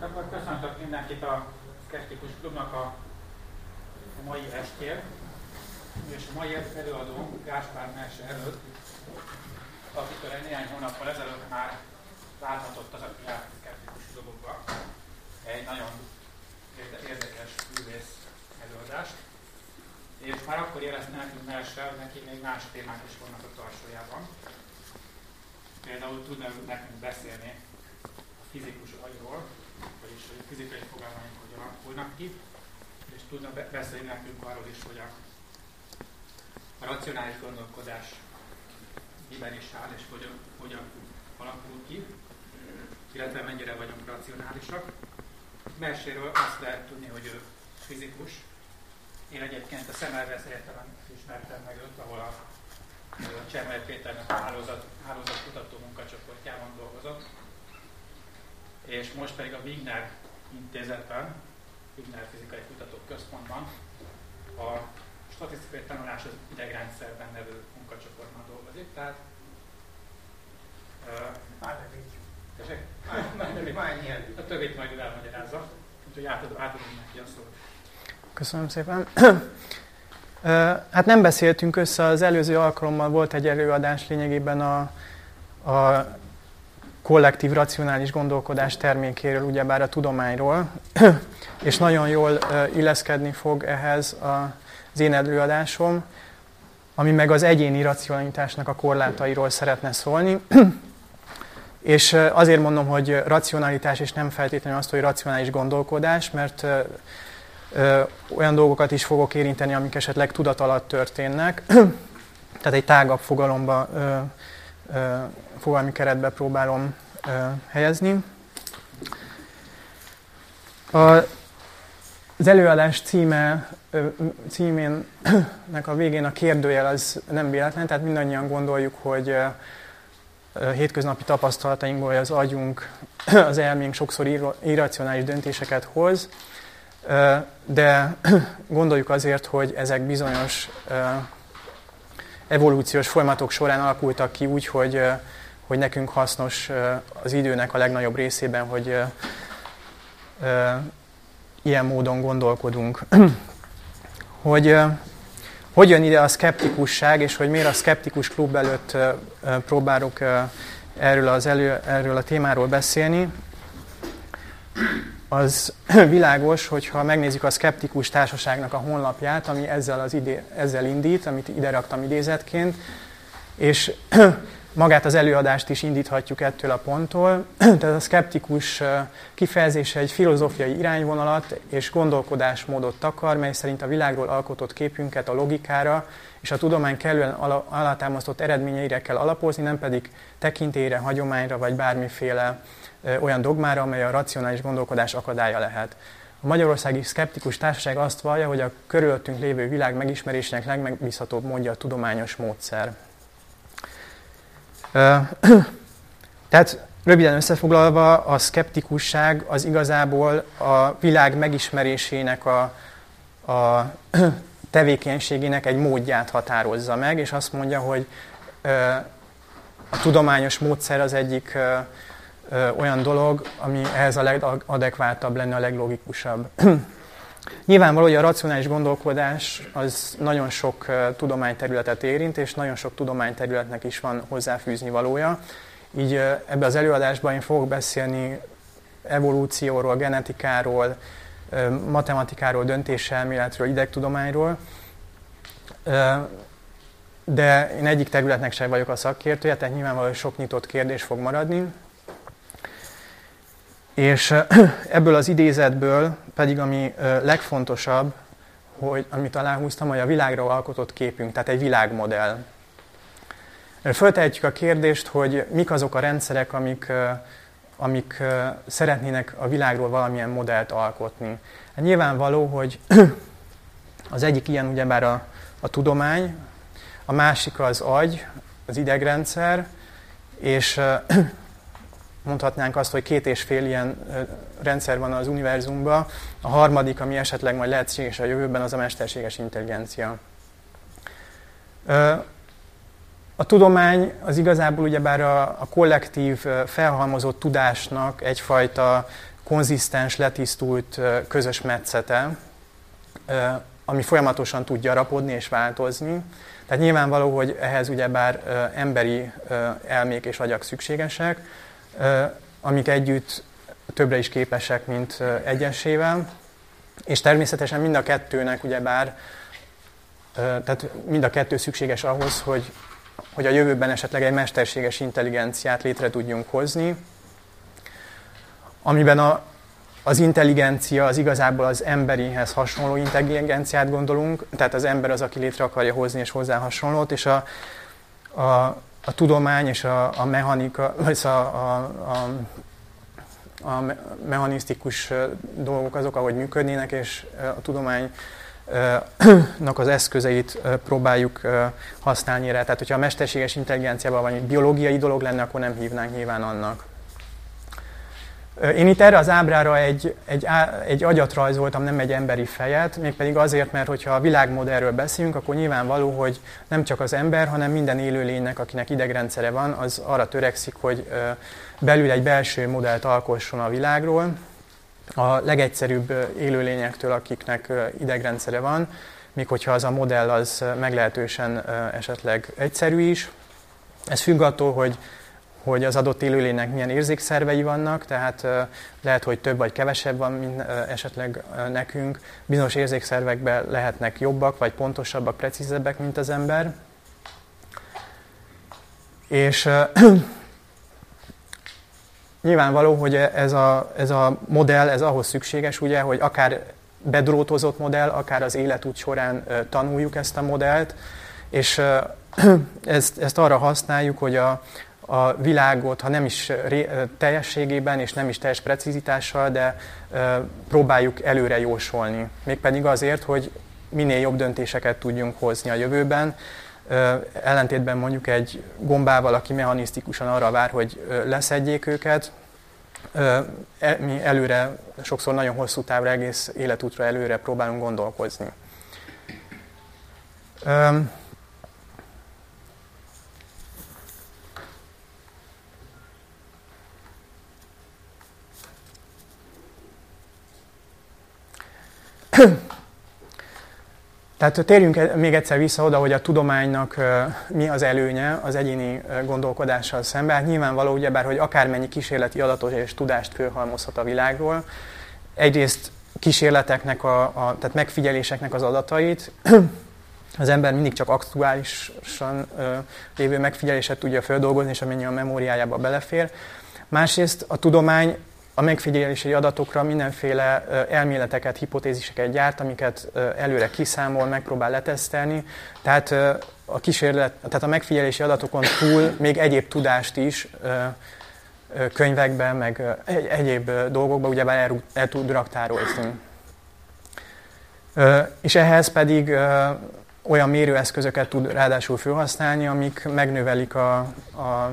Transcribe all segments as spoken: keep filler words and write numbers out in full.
Akkor köszöntök mindenkit a Szkeptikus Klubnak a mai estjén, és a mai előadó Gáspár Merse előtt, akitől egy néhány hónappal ezelőtt már láthatott az, aki járt a Szkeptikus Klubokba, egy nagyon érdekes művész előadást, és már akkor érezte nekünk Merse, hogy neki még más témák is vannak a tarsójában. Például tudna nekünk beszélni a fizikus agyról, vagyis hogy a fizikai fogalmaink hogyan alakulnak ki, és tudna beszélni nekünk arról is, hogy a, a racionális gondolkodás miben is áll, és hogyan, hogyan alakul ki, illetve mennyire vagyunk racionálisak. Merséről azt lehet tudni, hogy ő fizikus. Én egyébként a Semmelweis Egyetemen ismertem meg őt, ahol a, a Csermely Péternek a hálózat, hálózatkutató munkacsoportjában dolgozott. És most pedig a Wigner Intézetben, Wigner Fizikai Kutatók Központban a statisztikai tanulás az idegrendszerben nevű munkacsoportban dolgozik. Tehát Már nem így. Tessék? Már nyilván. A többit majd elmagyarázza, úgyhogy átadom, átadom neki a szót. Köszönöm szépen. Hát nem beszéltünk össze, az előző alkalommal volt egy előadás lényegében a, a kollektív racionális gondolkodás termékéről, ugyebár a tudományról, és nagyon jól illeszkedni fog ehhez az én előadásom, ami meg az egyéni racionalitásnak a korlátairól szeretne szólni. És azért mondom, hogy racionalitás, és nem feltétlenül azt, hogy racionális gondolkodás, mert ö, olyan dolgokat is fogok érinteni, amik esetleg tudat alatt történnek. Tehát egy tágabb fogalomba, ö, ö, fogalmi keretbe próbálom ö, helyezni. A, az előadás címe, ö, címének a végén a kérdőjel az nem véletlen, tehát mindannyian gondoljuk, hogy ö, hétköznapi tapasztalatainkból az agyunk, az elménk sokszor irracionális döntéseket hoz, de gondoljuk azért, hogy ezek bizonyos evolúciós folyamatok során alakultak ki úgy, hogy, hogy nekünk hasznos az időnek a legnagyobb részében, hogy ilyen módon gondolkodunk. Hogy Hogy jön ide a szkeptikusság, és hogy miért a Szkeptikus Klub előtt próbálok erről, az elő, erről a témáról beszélni, az világos, hogyha megnézzük a Szkeptikus Társaságnak a honlapját, ami ezzel, az idé, ezzel indít, amit ide raktam idézetként, és magát az előadást is indíthatjuk ettől a ponttól. Tehát a szkeptikus kifejezése egy filozófiai irányvonalat és gondolkodásmódot takar, mely szerint a világról alkotott képünket a logikára és a tudomány kellően alátámasztott eredményeire kell alapozni, nem pedig tekintélyre, hagyományra vagy bármiféle olyan dogmára, amely a racionális gondolkodás akadálya lehet. A Magyarországi Szkeptikus Társaság azt vallja, hogy a körülöttünk lévő világ megismerésének legmegbízhatóbb módja a tudományos módszer. Tehát röviden összefoglalva, a szkeptikusság az igazából a világ megismerésének a, a tevékenységének egy módját határozza meg, és azt mondja, hogy a tudományos módszer az egyik olyan dolog, ami ehhez a legadekváltabb lenne, a leglogikusabb. Nyilvánvaló, hogy a racionális gondolkodás az nagyon sok tudományterületet érint, és nagyon sok tudományterületnek is van hozzáfűzni valója. Így ebben az előadásban én fogok beszélni evolúcióról, genetikáról, matematikáról, döntéselméletről, idegtudományról. De én egyik területnek sem vagyok a szakértője, tehát nyilvánvaló, hogy sok nyitott kérdés fog maradni. És ebből az idézetből pedig ami legfontosabb, hogy, amit aláhúztam, hogy a világra alkotott képünk, tehát egy világmodell. Föltehetjük a kérdést, hogy mik azok a rendszerek, amik, amik szeretnének a világról valamilyen modellt alkotni. Hát nyilvánvaló, hogy az egyik ilyen ugyebár a, a tudomány, a másik az agy, az idegrendszer, és mondhatnánk azt, hogy két és fél ilyen rendszer van az univerzumban. A harmadik, ami esetleg majd lehetséges a jövőben, az a mesterséges intelligencia. A tudomány az igazából ugyebár a, a kollektív felhalmozott tudásnak egyfajta konzisztens, letisztult, közös metszete, ami folyamatosan tud gyarapodni és változni. Tehát nyilvánvaló, hogy ehhez ugyebár emberi elmék és agyak szükségesek, amik együtt többre is képesek, mint egyesével, és természetesen mind a kettőnek ugyebár, tehát mind a kettő szükséges ahhoz, hogy, hogy a jövőben esetleg egy mesterséges intelligenciát létre tudjunk hozni, amiben a, az intelligencia az igazából az emberihez hasonló intelligenciát gondolunk, tehát az ember az, aki létre akarja hozni és hozzá hasonlót, és a, a, a tudomány és a, a mechanika, vagy a, a, a, a mechanisztikus dolgok azok, ahogy működnének, és a tudománynak az eszközeit próbáljuk használni rá. Tehát, hogyha a mesterséges intelligenciában valami biológiai dolog lenne, akkor nem hívnánk nyilván annak. Én itt erre az ábrára egy, egy, egy agyat rajzoltam, nem egy emberi fejet, mégpedig azért, mert hogyha a világmodellről beszélünk, akkor nyilvánvaló, hogy nem csak az ember, hanem minden élőlénynek, akinek idegrendszere van, az arra törekszik, hogy belül egy belső modellt alkosson a világról. A legegyszerűbb élőlényektől, akiknek idegrendszere van, még hogyha az a modell az meglehetősen esetleg egyszerű is. Ez függ attól, hogy hogy az adott élőlénynek milyen érzékszervei vannak, tehát lehet, hogy több vagy kevesebb van, mint esetleg nekünk. Bizonyos érzékszervekben lehetnek jobbak, vagy pontosabbak, precízebbek, mint az ember. És nyilvánvaló, hogy ez a, ez a modell, ez ahhoz szükséges, ugye, hogy akár bedrótozott modell, akár az életút során tanuljuk ezt a modellt, és ezt, ezt arra használjuk, hogy a a világot, ha nem is ré, teljességében és nem is teljes precizitással, de e, próbáljuk előre jósolni. Mégpedig azért, hogy minél jobb döntéseket tudjunk hozni a jövőben. E, ellentétben mondjuk egy gombával, aki mechanisztikusan arra vár, hogy leszedjék őket, e, mi előre, sokszor nagyon hosszú távra, egész életútra előre próbálunk gondolkozni. E, Tehát térjünk még egyszer vissza oda, hogy a tudománynak mi az előnye az egyéni gondolkodással szemben. Hát nyilvánvaló, ugyebár, hogy akármennyi kísérleti adatot és tudást fölhalmozhat a világról. Egyrészt kísérleteknek, a, a, tehát megfigyeléseknek az adatait, az ember mindig csak aktuálisan lévő megfigyeléset tudja földolgozni, és amennyi a memóriájába belefér. Másrészt a tudomány a megfigyelési adatokra mindenféle elméleteket, hipotéziseket gyárt, amiket előre kiszámol, megpróbál letesztelni. Tehát a kísérlet, tehát a megfigyelési adatokon túl még egyéb tudást is könyvekben, meg egyéb dolgokban ugyebár el, el tud raktározni. És ehhez pedig olyan mérőeszközöket tud ráadásul felhasználni, amik megnövelik a, a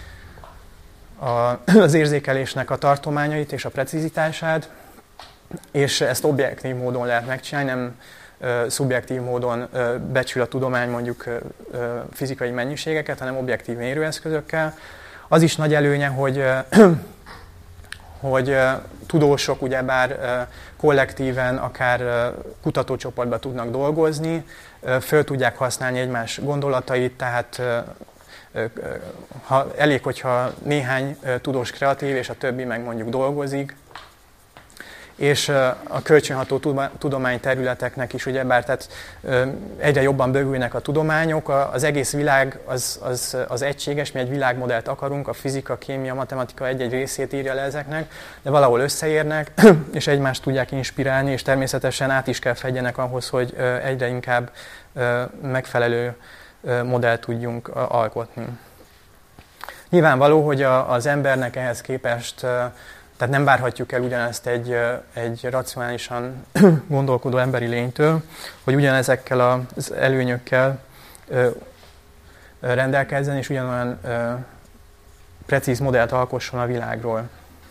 az érzékelésnek a tartományait és a precizitását, és ezt objektív módon lehet megcsinálni, nem ö, szubjektív módon ö, becsül a tudomány mondjuk ö, ö, fizikai mennyiségeket, hanem objektív mérőeszközökkel. Az is nagy előnye, hogy, ö, hogy ö, tudósok ugyebár ö, kollektíven, akár ö, kutatócsoportban tudnak dolgozni, ö, föl tudják használni egymás gondolatait, tehát ö, Ha, elég, hogyha néhány tudós kreatív, és a többi meg mondjuk dolgozik. És a kölcsönható tudományterületeknek is, ugyebár, tehát egyre jobban bővülnek a tudományok, az egész világ az, az, az egységes, mi egy világmodellt akarunk, a fizika, kémia, matematika egy-egy részét írja le ezeknek, de valahol összeérnek, és egymást tudják inspirálni, és természetesen át is kell fedjenek ahhoz, hogy egyre inkább megfelelő modellt tudjunk alkotni. Nyilvánvaló, hogy az embernek ehhez képest, tehát nem várhatjuk el ugyanezt egy, egy racionálisan gondolkodó emberi lénytől, hogy ugyanezekkel az előnyökkel rendelkezzen, és ugyanolyan precíz modellt alkosson a világról.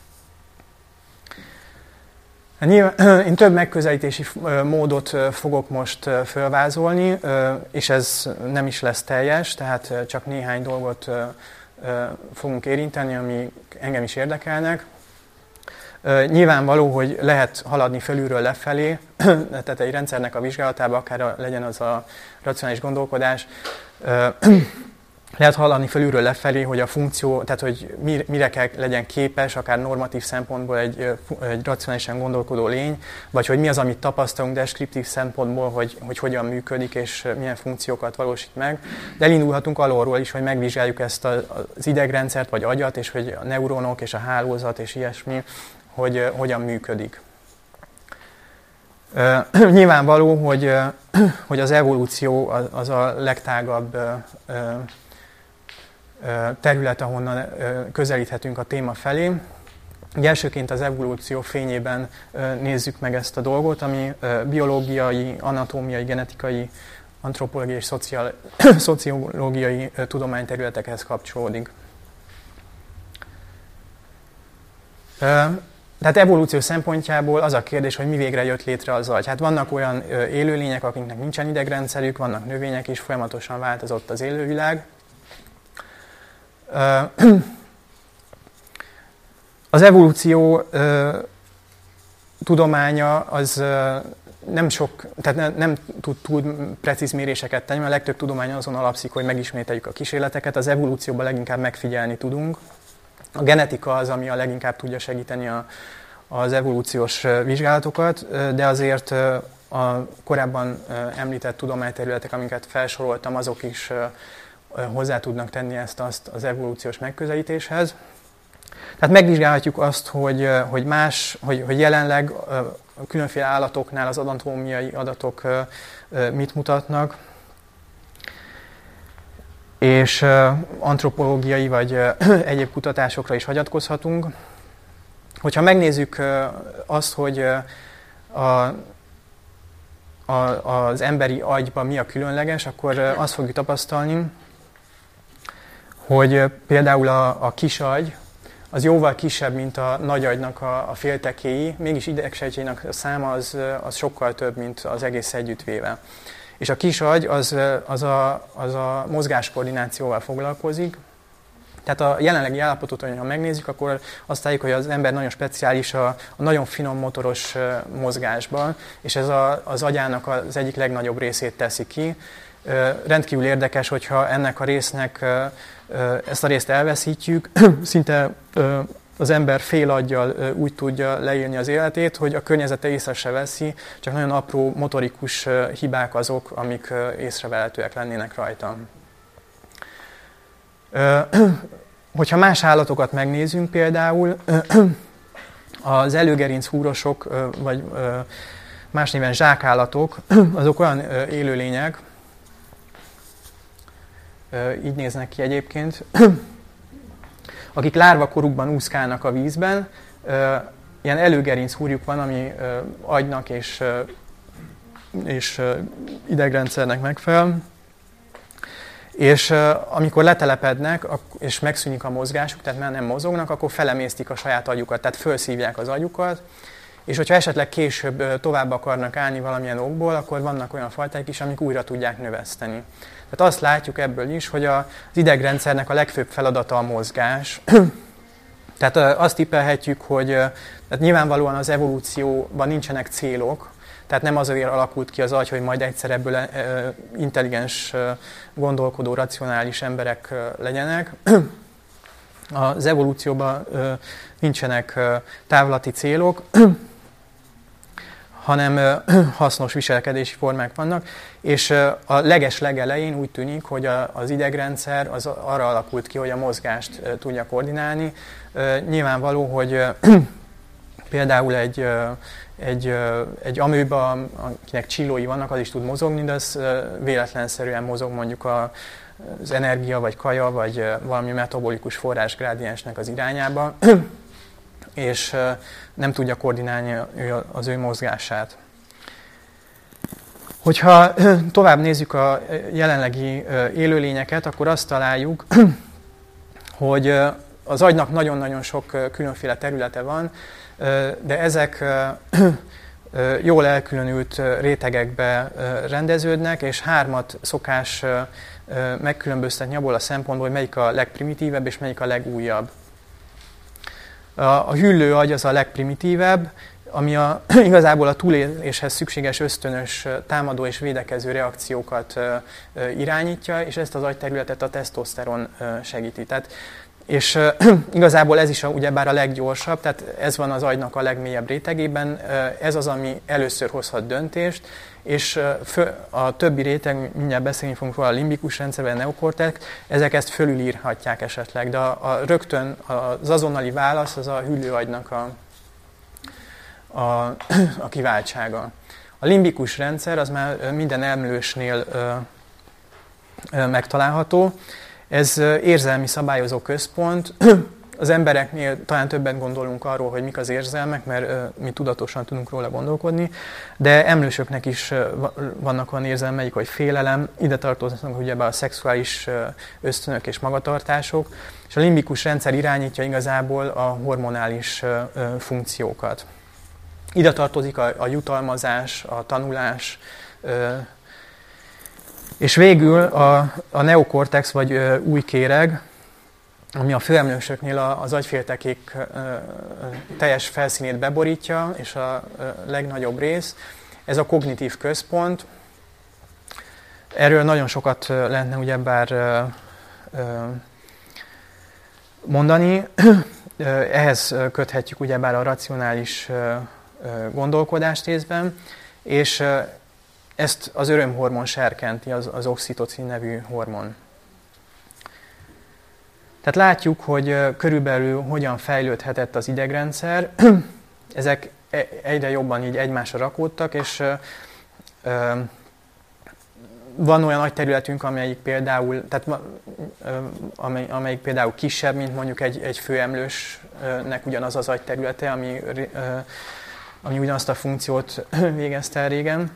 Én több megközelítési módot fogok most felvázolni, és ez nem is lesz teljes, tehát csak néhány dolgot fogunk érinteni, ami engem is érdekelnek. Nyilvánvaló, hogy lehet haladni felülről lefelé, tehát egy rendszernek a vizsgálatába, akár legyen az a racionális gondolkodás, lehet hallani felülről lefelé, hogy a funkció, tehát hogy mire kell legyen képes, akár normatív szempontból egy, egy racionálisan gondolkodó lény, vagy hogy mi az, amit tapasztalunk deskriptív szempontból, hogy, hogy hogyan működik és milyen funkciókat valósít meg. De elindulhatunk alulról is, hogy megvizsgáljuk ezt az idegrendszert vagy agyat, és hogy a neuronok és a hálózat és ilyesmi, hogy hogyan működik. Uh, nyilvánvaló, hogy, uh, hogy az evolúció az, az a legtágabb uh, uh, terület, ahonnan uh, közelíthetünk a téma felé. Ugye elsőként az evolúció fényében uh, nézzük meg ezt a dolgot, ami uh, biológiai, anatómiai, genetikai, antropológiai és szociál, szociológiai uh, tudományterületekhez kapcsolódik. Uh, Tehát evolúció szempontjából az a kérdés, hogy mi végre jött létre az agy. Hát vannak olyan élőlények, akiknek nincsen idegrendszerük, vannak növények is, folyamatosan változott az élővilág. Az evolúció tudománya az nem sok, tehát nem tud túl precíz méréseket tenni, mert a legtöbb tudomány azon alapszik, hogy megismételjük a kísérleteket. Az evolúcióban leginkább megfigyelni tudunk. A genetika az, ami a leginkább tudja segíteni a, az evolúciós vizsgálatokat, de azért a korábban említett tudományterületek, amiket felsoroltam, azok is hozzá tudnak tenni ezt azt az evolúciós megközelítéshez. Tehát megvizsgálhatjuk azt, hogy, hogy más, hogy, hogy jelenleg a különféle állatoknál az anatómiai adatok mit mutatnak, és antropológiai vagy egyéb kutatásokra is hagyatkozhatunk. Hogyha megnézzük azt, hogy a, a, az emberi agyban mi a különleges, akkor azt fogjuk tapasztalni, hogy például a, a kisagy az jóval kisebb, mint a nagyagynak a, a féltekéi, mégis idegsejtjeinek a száma az, az sokkal több, mint az egész együttvéve. És a kisagy az, az, a, az a mozgáskoordinációval foglalkozik. Tehát a jelenlegi állapotot, ha megnézzük, akkor azt látjuk, hogy az ember nagyon speciális a, a nagyon finom motoros mozgásban, és ez a, az agyának az egyik legnagyobb részét teszi ki. Rendkívül érdekes, hogyha ennek a résznek ezt a részt elveszítjük, szinte az ember fél aggyal úgy tudja leélni az életét, hogy a környezete észre se veszi, csak nagyon apró motorikus hibák azok, amik észrevehetőek lennének rajta. Hogyha más állatokat megnézünk például, az előgerinc húrosok, vagy más néven zsákállatok, azok olyan élőlények, így néznek ki egyébként, akik lárvakorukban úszkálnak a vízben, ilyen előgerinc húrjuk van, ami agynak és, és idegrendszernek megfelel, és amikor letelepednek, és megszűnik a mozgásuk, tehát már nem mozognak, akkor felemésztik a saját agyukat, tehát felszívják az agyukat, és hogyha esetleg később tovább akarnak állni valamilyen okból, akkor vannak olyan fajták is, amik újra tudják növeszteni. Tehát azt látjuk ebből is, hogy az idegrendszernek a legfőbb feladata a mozgás. Tehát azt tippelhetjük, hogy tehát nyilvánvalóan az evolúcióban nincsenek célok, tehát nem azért alakult ki az agy, hogy majd egyszer ebből intelligens, gondolkodó, racionális emberek legyenek. Az evolúcióban nincsenek távlati célok, hanem hasznos viselkedési formák vannak, és a leges legelején úgy tűnik, hogy az idegrendszer az arra alakult ki, hogy a mozgást tudja koordinálni. Nyilvánvaló, hogy például egy, egy, egy amőba, akinek csillói vannak, az is tud mozogni, de az véletlenszerűen mozog mondjuk a, az energia, vagy kaja, vagy valami metabolikus forrás grádiensnek az irányába, és nem tudja koordinálni az ő mozgását. Hogyha tovább nézzük a jelenlegi élőlényeket, akkor azt találjuk, hogy az agynak nagyon-nagyon sok különféle területe van, de ezek jól elkülönült rétegekbe rendeződnek, és hármat szokás megkülönböztetni abból a szempontból, hogy melyik a legprimitívebb és melyik a legújabb. A hüllő agy az a legprimitívebb, ami a, igazából a túléléshez szükséges ösztönös támadó és védekező reakciókat irányítja, és ezt az agyterületet a tesztoszteron segíti. Tehát, és igazából ez is a, ugyebár a leggyorsabb, tehát ez van az agynak a legmélyebb rétegében, ez az, ami először hozhat döntést, és a többi réteg, mindjárt beszélni fogunk róla, a limbikus rendszerben, a neokortex, ezek ezt fölülírhatják esetleg, de a, a rögtön az azonnali válasz az a hüllőagynak a, a, a kiváltsága. A limbikus rendszer az már minden emlősnél ö, ö, megtalálható. Ez érzelmi szabályozó központ. Az embereknél talán többet gondolunk arról, hogy mik az érzelmek, mert mi tudatosan tudunk róla gondolkodni, de emlősöknek is vannak olyan érzelmeik, hogy félelem, ide tartoznak ugyebár a szexuális ösztönök és magatartások, és a limbikus rendszer irányítja igazából a hormonális funkciókat. Ide tartozik a, a jutalmazás, a tanulás, és végül a, a neokortex, vagy új kéreg, ami a főemlősöknél az agyféltekék teljes felszínét beborítja, és a legnagyobb rész, ez a kognitív központ. Erről nagyon sokat lehetne ugyebár mondani. Ehhez köthetjük ugyebár a racionális gondolkodást részben, és ezt az örömhormon serkenti, az, az oxitocin nevű hormon. Tehát látjuk, hogy körülbelül hogyan fejlődhetett az idegrendszer. Ezek egyre jobban így egymásra rakódtak, és van olyan agyterületünk, amelyik például, tehát, amely, amelyik például kisebb, mint mondjuk egy, egy főemlősnek ugyanaz az agyterülete, ami, ami ugyanazt a funkciót végezte el régen.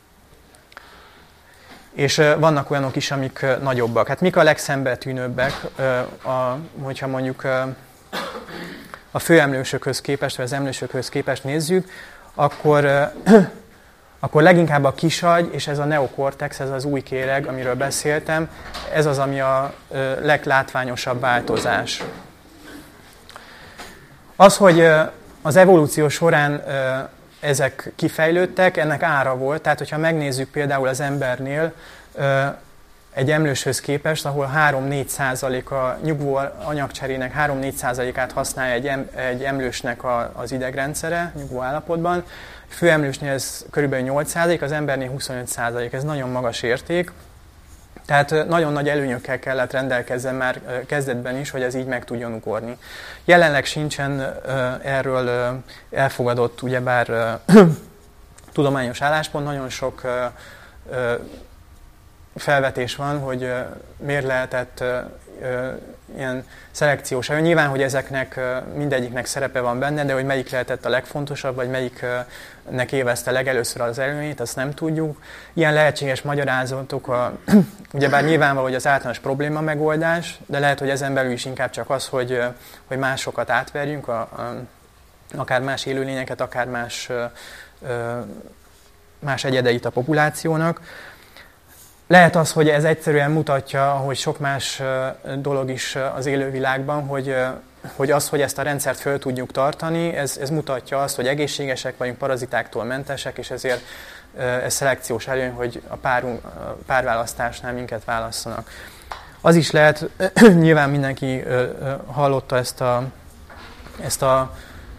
És vannak olyanok is, amik nagyobbak. Hát mik a legszembetűnőbbek, a, hogyha mondjuk a főemlősökhöz képest, vagy az emlősökhöz képest nézzük, akkor, akkor leginkább a kisagy, és ez a neokortex, ez az új kéreg, amiről beszéltem, ez az, ami a leglátványosabb változás. Az, hogy az evolúció során ezek kifejlődtek, ennek ára volt, tehát hogyha megnézzük például az embernél egy emlőshöz képest, ahol három-négy százalék a nyugvó anyagcserének három-négy százalékát használja egy, em, egy emlősnek a, az idegrendszere nyugvó állapotban, főemlősnél ez kb. nyolc százalék, az embernél huszonöt százalék, ez nagyon magas érték. Tehát nagyon nagy előnyökkel kellett rendelkezzen már kezdetben is, hogy ez így meg tudjon ugorni. Jelenleg sincsen erről elfogadott ugyebár tudományos álláspont, nagyon sok felvetés van, hogy miért lehetett ilyen szelekciós előny. Nyilván, hogy ezeknek mindegyiknek szerepe van benne, de hogy melyik lehetett a legfontosabb, vagy melyiknek évezte legelőször az előnyét, azt nem tudjuk. Ilyen lehetséges magyarázatok, a, ugyebár nyilvánvaló, hogy az általános probléma megoldás, de lehet, hogy ezen belül is inkább csak az, hogy, hogy másokat átverjünk, a, a, akár más élőlényeket, akár más, más egyedeit a populációnak. Lehet az, hogy ez egyszerűen mutatja, hogy sok más dolog is az élővilágban, hogy, hogy az, hogy ezt a rendszert föl tudjuk tartani, ez, ez mutatja azt, hogy egészségesek vagyunk, parazitáktól mentesek, és ezért ez szelekciós előny, hogy a, párunk, a párválasztásnál minket válasszanak. Az is lehet, nyilván mindenki hallotta ezt a, ezt a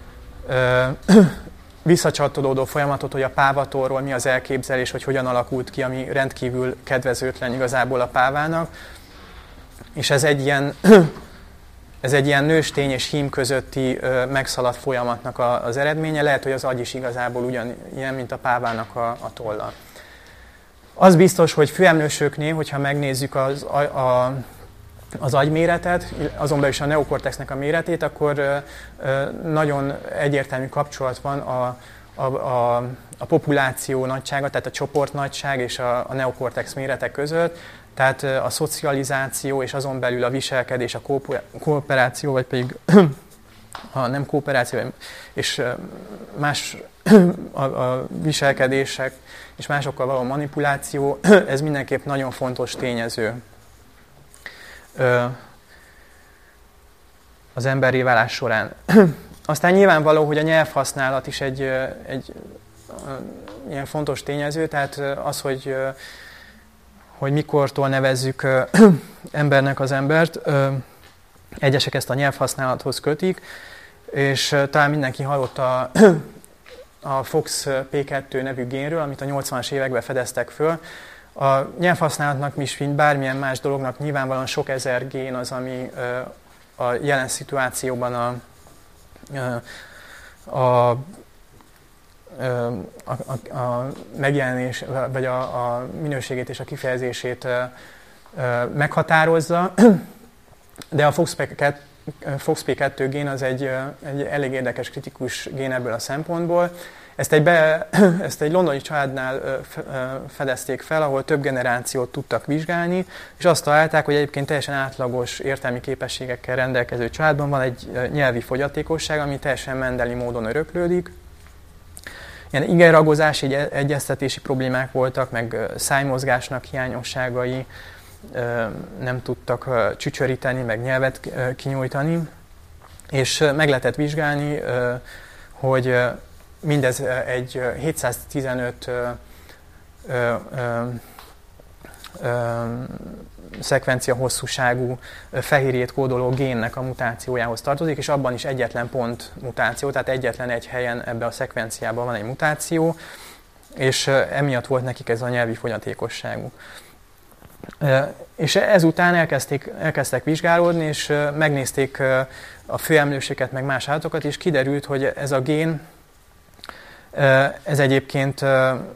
visszacsatolódó folyamatot, hogy a pávatorról mi az elképzelés, hogy hogyan alakult ki, ami rendkívül kedvezőtlen igazából a pávának. És ez egy ilyen, ez egy ilyen nőstény és hím közötti megszaladt folyamatnak az eredménye. Lehet, hogy az agy is igazából ugyanilyen, mint a pávának a, a tolla. Az biztos, hogy főemlősöknél, hogyha megnézzük az, a, a, az agyméretet, azon belül is a neokortexnek a méretét, akkor nagyon egyértelmű kapcsolat van a, a, a, a populáció nagysága, tehát a csoport nagyság és a, a neokortex mérete között. Tehát a szocializáció és azon belül a viselkedés, a kooperáció, vagy pedig a nem kooperáció, és más a, a viselkedések és másokkal való manipuláció, ez mindenképp nagyon fontos tényező az emberré válás során. Aztán nyilvánvaló, hogy a nyelvhasználat is egy, egy ilyen fontos tényező, tehát az, hogy, hogy mikortól nevezzük embernek az embert, egyesek ezt a nyelvhasználathoz kötik, és talán mindenki hallott a, a Fox P kettő nevű génről, amit a nyolcvanas években fedeztek föl. A nyelvhasználatnak is, mint bármilyen más dolognak nyilvánvalóan sok ezer gén az, ami a jelen szituációban a, a, a, a, a megjelenés, vagy a, a minőségét és a kifejezését meghatározza, de a Fox P kettő gén az egy, egy elég érdekes, kritikus gén ebből a szempontból. Ezt egy, be, ezt egy londoni családnál fedezték fel, ahol több generációt tudtak vizsgálni, és azt találták, hogy egyébként teljesen átlagos értelmi képességekkel rendelkező családban van egy nyelvi fogyatékosság, ami teljesen Mendeli módon öröklődik. Ilyen igenragozási, egyeztetési problémák voltak, meg szájmozgásnak hiányosságai, nem tudtak csücsöríteni, meg nyelvet kinyújtani, és meg lehetett vizsgálni, hogy mindez egy hétszáztizenöt ö, ö, ö, szekvencia hosszúságú fehérjét kódoló génnek a mutációjához tartozik, és abban is egyetlen pont mutáció, tehát egyetlen egy helyen ebben a szekvenciában van egy mutáció, és emiatt volt nekik ez a nyelvi fogyatékosságuk. És ezután elkezdték, elkezdtek vizsgálódni, és megnézték a főemlősöket, meg más állatokat, és kiderült, hogy ez a gén, ez egyébként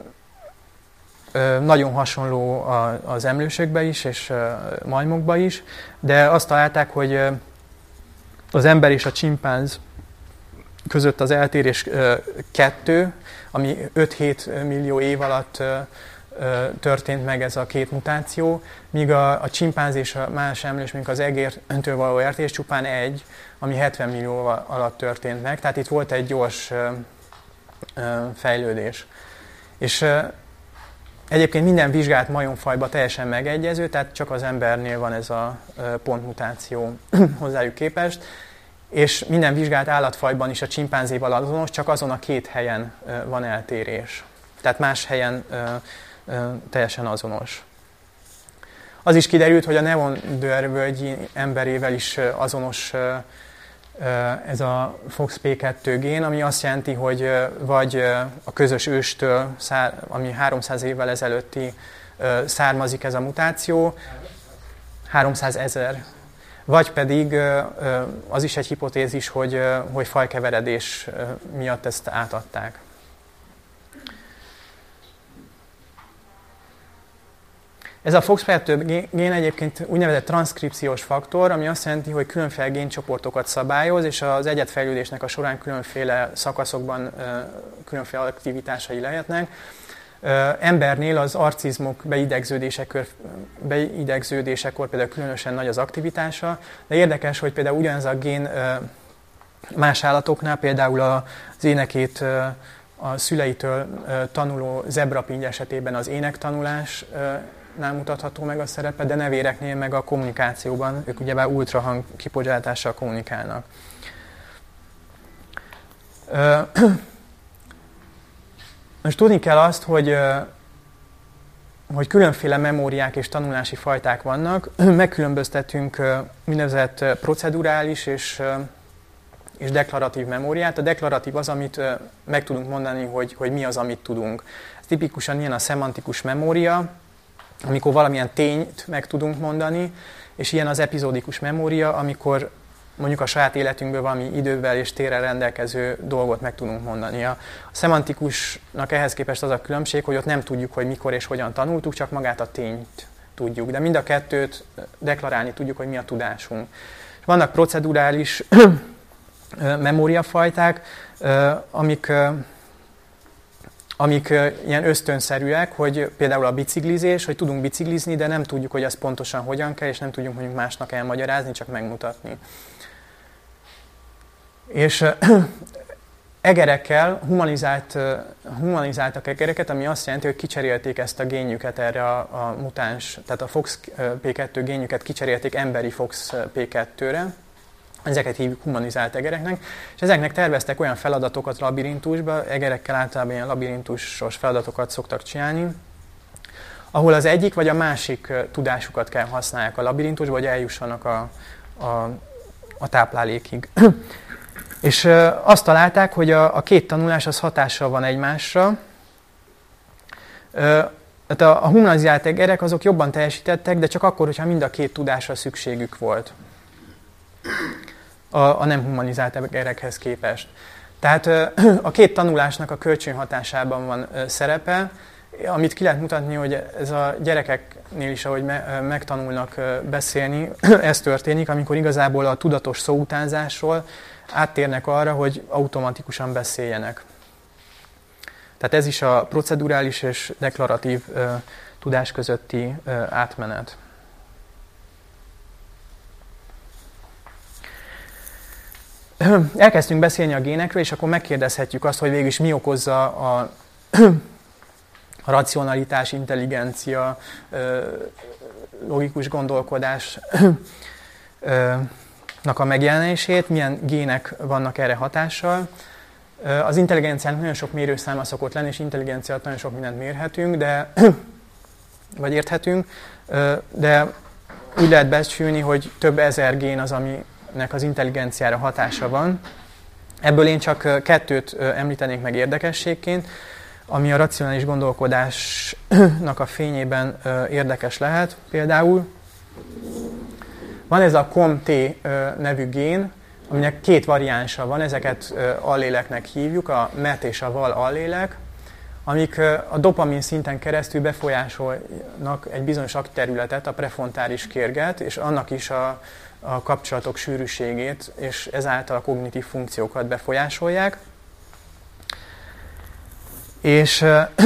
nagyon hasonló az emlősökbe is, és majmokba is, de azt találták, hogy az ember és a csimpánz között az eltérés kettő, ami öt-hét millió év alatt történt meg ez a két mutáció, míg a, a csimpánz és a más emlős, mint az egértől való eltérés csupán egy, ami hetven millió alatt történt meg, tehát itt volt egy gyors fejlődés. És egyébként minden vizsgált majomfajban teljesen megegyező, tehát csak az embernél van ez a pontmutáció hozzájuk képest, és minden vizsgált állatfajban is a csimpánzéval azonos, csak azon a két helyen van eltérés. Tehát más helyen teljesen azonos. Az is kiderült, hogy a Neon-Dörr-völgyi emberével is azonos ez a Fox P kettő gén, ami azt jelenti, hogy vagy a közös őstől, ami háromszáz évvel ezelőtti származik ez a mutáció, háromszázezer, vagy pedig az is egy hipotézis, hogy, hogy fajkeveredés miatt ezt átadták. Ez a Fox P kettő gén egyébként úgynevezett transzkripciós faktor, ami azt jelenti, hogy különféle géncsoportokat szabályoz, és az egyedfejlődésnek a során különféle szakaszokban különféle aktivitásai lehetnek. Embernél az arcizmok beidegződésekor, beidegződésekor például különösen nagy az aktivitása, de érdekes, hogy például ugyanez a gén más állatoknál, például az énekét a szüleitől tanuló zebrapingy esetében az énektanulás nál mutatható meg a szerepe, de nevéreknél meg a kommunikációban, ők ugyebár ultrahang kibocsátással kommunikálnak. Most tudni kell azt, hogy, hogy különféle memóriák és tanulási fajták vannak. Megkülönböztetünk úgynevezett procedurális és, és deklaratív memóriát. A deklaratív az, amit meg tudunk mondani, hogy, hogy mi az, amit tudunk. Ez tipikusan ilyen a szemantikus memória, amikor valamilyen tényt meg tudunk mondani, és ilyen az epizódikus memória, amikor mondjuk a saját életünkből valami idővel és térrel rendelkező dolgot meg tudunk mondani. A szemantikusnak ehhez képest az a különbség, hogy ott nem tudjuk, hogy mikor és hogyan tanultuk, csak magát a tényt tudjuk. De mind a kettőt deklarálni tudjuk, hogy mi a tudásunk. És vannak procedurális memóriafajták, amik... amik ilyen ösztönszerűek, hogy például a biciklizés, hogy tudunk biciklizni, de nem tudjuk, hogy ez pontosan hogyan kell, és nem tudjuk mondjuk másnak elmagyarázni, csak megmutatni. És egerekkel, humanizált, humanizáltak egereket, ami azt jelenti, hogy kicserélték ezt a génjüket erre a, a mutáns, tehát a Fox P kettő génjüket kicserélték emberi Fox P kettőre, Ezeket hívjuk humanizált egereknek, és ezeknek terveztek olyan feladatokat labirintusba, egerekkel általában ilyen labirintusos feladatokat szoktak csinálni, ahol az egyik vagy a másik tudásukat kell használják a labirintusba, hogy eljussanak a, a, a táplálékig. És azt találták, hogy a, a két tanulás az hatással van egymásra. Tehát a, a humanizált egerek azok jobban teljesítettek, de csak akkor, hogyha mind a két tudásra szükségük volt a, a nem humanizált egerekhez képest. Tehát a két tanulásnak a kölcsönhatásában van szerepe, amit ki lehet mutatni, hogy ez a gyerekeknél is, ahogy me, megtanulnak beszélni, ez történik, amikor igazából a tudatos szóutánzásról áttérnek arra, hogy automatikusan beszéljenek. Tehát ez is a procedurális és deklaratív uh, tudás közötti uh, átmenet. Elkezdtünk beszélni a génekről, és akkor megkérdezhetjük azt, hogy végül is mi okozza a, a racionalitás, intelligencia, uh, logikus gondolkodás uh, a megjelenését, milyen gének vannak erre hatással. Az intelligenciának nagyon sok mérőszáma szokott lenni, és intelligencia alatt nagyon sok mindent mérhetünk, de, vagy érthetünk, de úgy lehet becsülni, hogy több ezer gén az, aminek az intelligenciára hatása van. Ebből én csak kettőt említenék meg érdekességként, ami a racionális gondolkodásnak a fényében érdekes lehet. Például van ez a C O M T nevű gén, aminek két variánsa van, ezeket alléleknek hívjuk, a M E T és a val allélek, amik a dopamin szinten keresztül befolyásolnak egy bizonyos agyterületet, a prefrontális kérget, és annak is a, a kapcsolatok sűrűségét, és ezáltal a kognitív funkciókat befolyásolják. És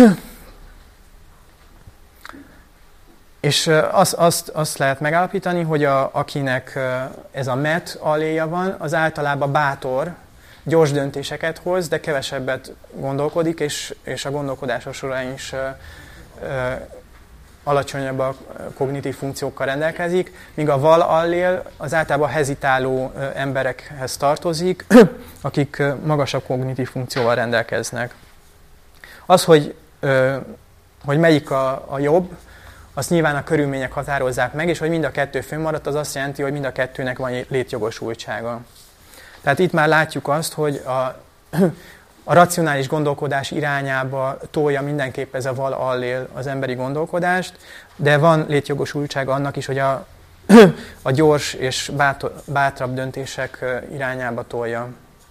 És azt, azt, azt lehet megállapítani, hogy a, akinek ez a M E T alléja van, az általában bátor, gyors döntéseket hoz, de kevesebbet gondolkodik, és, és a gondolkodása során is ö, ö, alacsonyabb a kognitív funkciókkal rendelkezik, míg a val allél az általában hezitáló emberekhez tartozik, akik magasabb kognitív funkcióval rendelkeznek. Az, hogy, ö, hogy melyik a, a jobb, azt nyilván a körülmények határozzák meg, és hogy mind a kettő fönnmaradt, az azt jelenti, hogy mind a kettőnek van létjogosultsága. Tehát itt már látjuk azt, hogy a, a racionális gondolkodás irányába tolja mindenképp ez a val allél az emberi gondolkodást, de van létjogosultsága annak is, hogy a, a gyors és bátor, bátrabb döntések irányába tolja.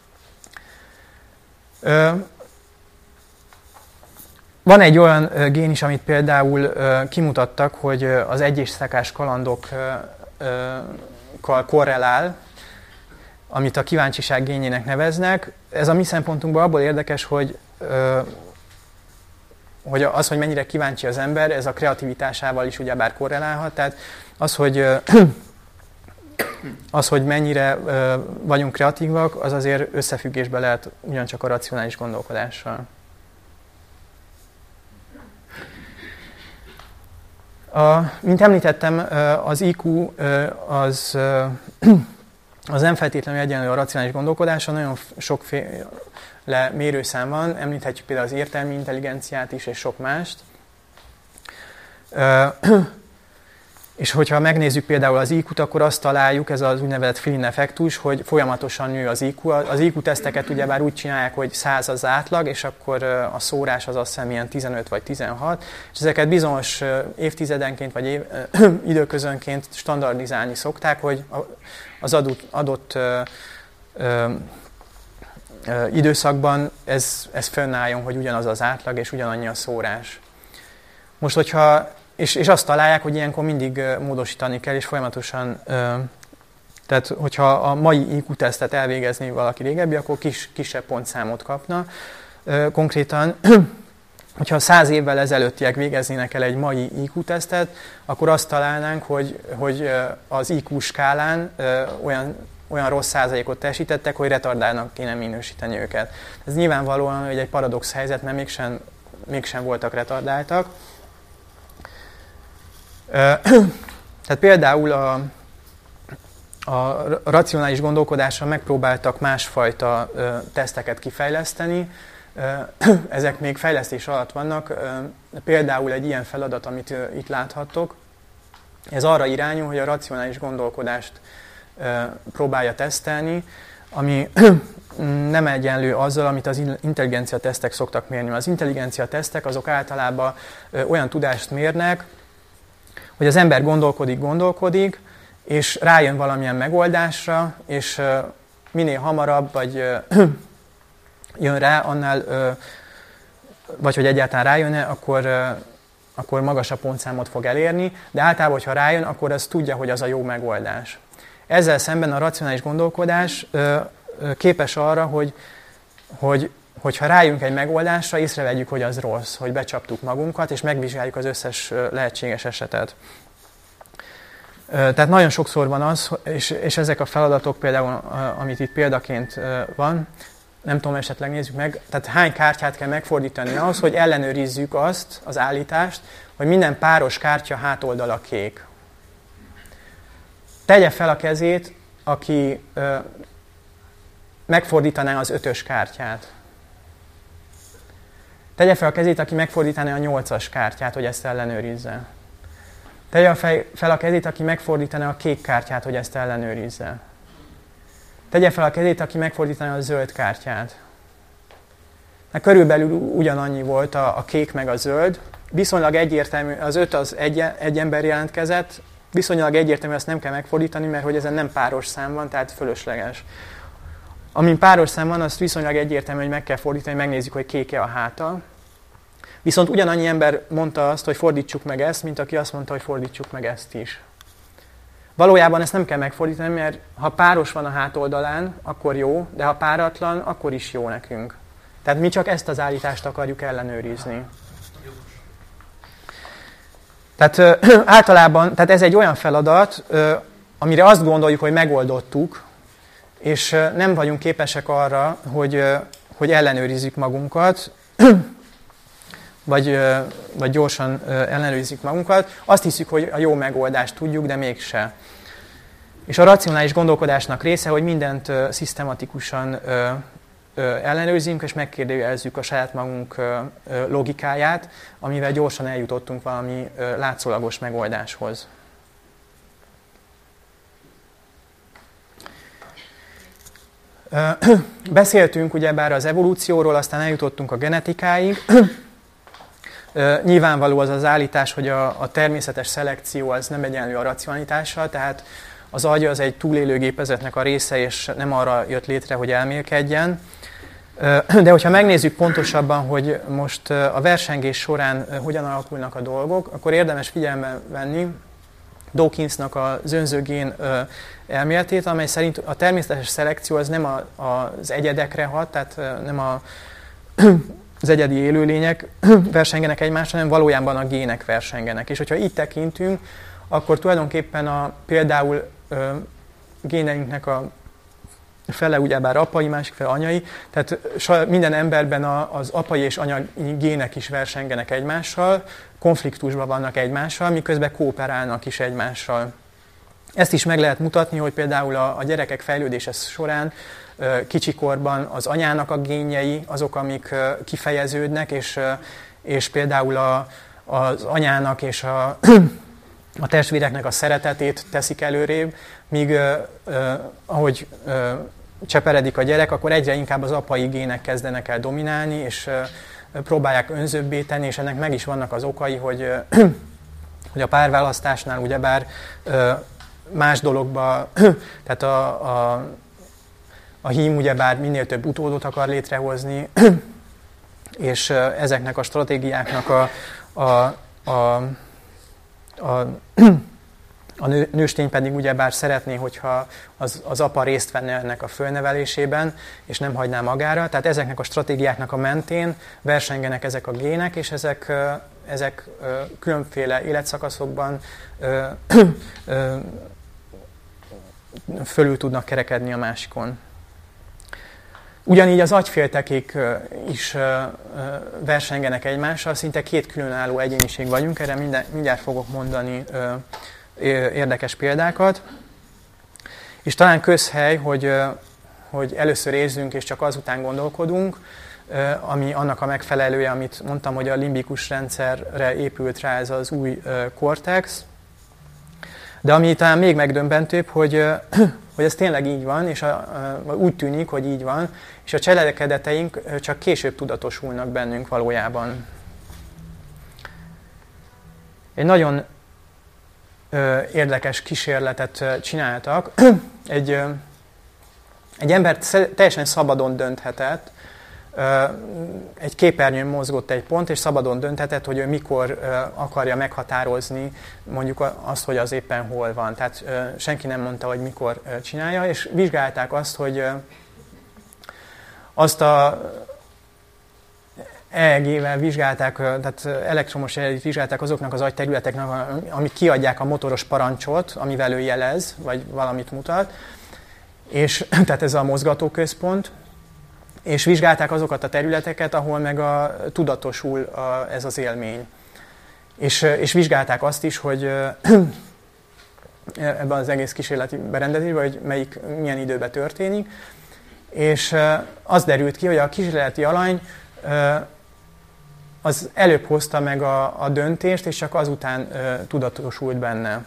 Van egy olyan gén is, amit például kimutattak, hogy az egyészszakás kalandokkal korrelál, amit a kíváncsiság génjének neveznek. Ez a mi szempontunkból abból érdekes, hogy, hogy az, hogy mennyire kíváncsi az ember, ez a kreativitásával is ugyebár korrelálhat. Tehát az, hogy, az, hogy mennyire vagyunk kreatívak, az azért összefüggésben lehet ugyancsak a racionális gondolkodással. A, mint említettem, az I Q az, az nem feltétlenül egyenlő a racionális gondolkodása, nagyon sokféle mérőszám van, említhetjük például az értelmi intelligenciát is, és sok mást. És hogyha megnézzük például az I Q-t, akkor azt találjuk, ez az úgynevezett Flynn effektus, hogy folyamatosan nő az I Q. Az I Q-teszteket ugyebár úgy csinálják, hogy száz az átlag, és akkor a szórás az azt hiszem ilyen tizenöt vagy tizenhat, és ezeket bizonyos évtizedenként vagy év, időközönként standardizálni szokták, hogy az adott, adott ö, ö, ö, időszakban ez, ez fönnálljon, hogy ugyanaz az átlag, és ugyanannyi a szórás. Most, hogyha És, és azt találják, hogy ilyenkor mindig módosítani kell, és folyamatosan, tehát hogyha a mai I Q-tesztet elvégezni valaki régebbi, akkor kis, kisebb pontszámot kapna. Konkrétan, hogyha száz évvel ezelőttiek végeznének el egy mai I Q-tesztet, akkor azt találnánk, hogy, hogy az I Q skálán olyan, olyan rossz százalékot teljesítettek, hogy retardálnak kéne minősíteni őket. Ez nyilvánvalóan egy paradox helyzet, mert mégsem, mégsem voltak retardáltak. Tehát például a, a racionális gondolkodásra megpróbáltak másfajta teszteket kifejleszteni. Ezek még fejlesztés alatt vannak. Például egy ilyen feladat, amit itt láthattok, ez arra irányul, hogy a racionális gondolkodást próbálja tesztelni, ami nem egyenlő azzal, amit az intelligencia tesztek szoktak mérni. Az intelligencia tesztek azok általában olyan tudást mérnek, hogy az ember gondolkodik, gondolkodik, és rájön valamilyen megoldásra, és minél hamarabb, vagy jön rá, annál, vagy hogy egyáltalán rájön-e, akkor, akkor magasabb pontszámot fog elérni, de általában, hogyha rájön, akkor az tudja, hogy az a jó megoldás. Ezzel szemben a racionális gondolkodás képes arra, hogy, hogy hogyha rájönk egy megoldásra, észrevegyük, hogy az rossz, hogy becsaptuk magunkat, és megvizsgáljuk az összes lehetséges esetet. Tehát nagyon sokszor van az, és, és ezek a feladatok például, amit itt példaként van, nem tudom, esetleg nézzük meg, tehát hány kártyát kell megfordítani ahhoz, hogy ellenőrizzük azt, az állítást, hogy minden páros kártya hátoldala kék. Tegye fel a kezét, aki ö, megfordítaná az ötös kártyát. Tegye fel a kezét, aki megfordítaná a nyolcas kártyát, hogy ezt ellenőrizze. Tegye fel a kezét, aki megfordítaná a kék kártyát, hogy ezt ellenőrizze. Tegye fel a kezét, aki megfordítaná a zöld kártyát. Mert körülbelül ugyanannyi volt a, a kék meg a zöld. Viszonylag egyértelmű, az öt az egy, egy ember jelentkezett, viszonylag egyértelmű, azt nem kell megfordítani, mert hogy ezen nem páros szám van, tehát fölösleges. Amin páros szám van, azt viszonylag egyértelmű, hogy meg kell fordítani, megnézzük, hogy kék-e a háta. Viszont ugyanannyi ember mondta azt, hogy fordítsuk meg ezt, mint aki azt mondta, hogy fordítsuk meg ezt is. Valójában ezt nem kell megfordítani, mert ha páros van a hátoldalán, akkor jó, de ha páratlan, akkor is jó nekünk. Tehát mi csak ezt az állítást akarjuk ellenőrizni. Tehát ö, általában, tehát ez egy olyan feladat, ö, amire azt gondoljuk, hogy megoldottuk, és ö, nem vagyunk képesek arra, hogy, ö, hogy ellenőrizzük magunkat, vagy, ö, vagy gyorsan ö, ellenőrizzük magunkat. Azt hiszük, hogy a jó megoldást tudjuk, de mégse. És a racionális gondolkodásnak része, hogy mindent ö, szisztematikusan ö, ö, ellenőrzünk, és megkérdőjelezzük a saját magunk ö, ö, logikáját, amivel gyorsan eljutottunk valami ö, látszólagos megoldáshoz. Ö, beszéltünk ugyebár az evolúcióról, aztán eljutottunk a genetikáig. Ö, nyilvánvaló az az állítás, hogy a, a természetes szelekció az nem egyenlő a racionalitással, tehát az agy az egy túlélő gépezetnek a része, és nem arra jött létre, hogy elmélkedjen. De hogyha megnézzük pontosabban, hogy most a versengés során hogyan alakulnak a dolgok, akkor érdemes figyelme venni Dawkinsnak az önzőgén elméletét, amely szerint a természetes szelekció az nem a, az egyedekre hat, tehát nem a, az egyedi élőlények versengenek egymással, hanem valójában a gének versengenek. És hogyha így tekintünk, akkor tulajdonképpen a, például ö, géneinknek a fele ugyebár apai, másik fele anyai, tehát minden emberben a, az apai és anyai gének is versengenek egymással, konfliktusban vannak egymással, miközben kooperálnak is egymással. Ezt is meg lehet mutatni, hogy például a, a gyerekek fejlődése során ö, kicsikorban az anyának a génjei azok, amik ö, kifejeződnek, és, ö, és például a, az anyának és a a testvéreknek a szeretetét teszik előrébb, míg ö, ö, ahogy ö, cseperedik a gyerek, akkor egyre inkább az apai gének kezdenek el dominálni, és ö, próbálják önzőbbé tenni, és ennek meg is vannak az okai, hogy, ö, hogy a párválasztásnál ugyebár ö, más dologba, tehát a, a, a hím ugyebár minél több utódot akar létrehozni, és ö, ezeknek a stratégiáknak a, a, a A, a nő, nőstény pedig ugyebár szeretné, hogyha az, az apa részt venne ennek a fölnevelésében, és nem hagyná magára. Tehát ezeknek a stratégiáknak a mentén versengenek ezek a gének, és ezek, ezek különféle életszakaszokban fölül tudnak kerekedni a másikon. Ugyanígy az agyféltekék is versengenek egymással, szinte két különálló egyéniség vagyunk, erre minden, mindjárt fogok mondani érdekes példákat. És talán közhely, hogy, hogy először érzünk, és csak azután gondolkodunk, ami annak a megfelelője, amit mondtam, hogy a limbikus rendszerre épült rá ez az új kortex. De ami talán még megdöbbentőbb, hogy, hogy ez tényleg így van, és a, úgy tűnik, hogy így van, és a cselekedeteink csak később tudatosulnak bennünk valójában. Egy nagyon ö, érdekes kísérletet csináltak. Egy, ö, egy ember teljesen szabadon dönthetett, ö, egy képernyőn mozgott egy pont, és szabadon dönthetett, hogy ő mikor ö, akarja meghatározni mondjuk azt, hogy az éppen hol van. Tehát ö, senki nem mondta, hogy mikor ö, csinálja, és vizsgálták azt, hogy ö, azt a é e gé-vel vizsgálták, tehát elektromos jelet vizsgálták azoknak az agyterületeknek, amik kiadják a motoros parancsot, amivel ő jelez, vagy valamit mutat, és, tehát ez a mozgatóközpont, és vizsgálták azokat a területeket, ahol meg a, tudatosul a, ez az élmény. És, és vizsgálták azt is, hogy ebben az egész kísérleti berendezésben, hogy melyik, milyen időben történik, és az derült ki, hogy a kísérleti alany az előbb hozta meg a, a döntést, és csak azután ö, tudatosult benne.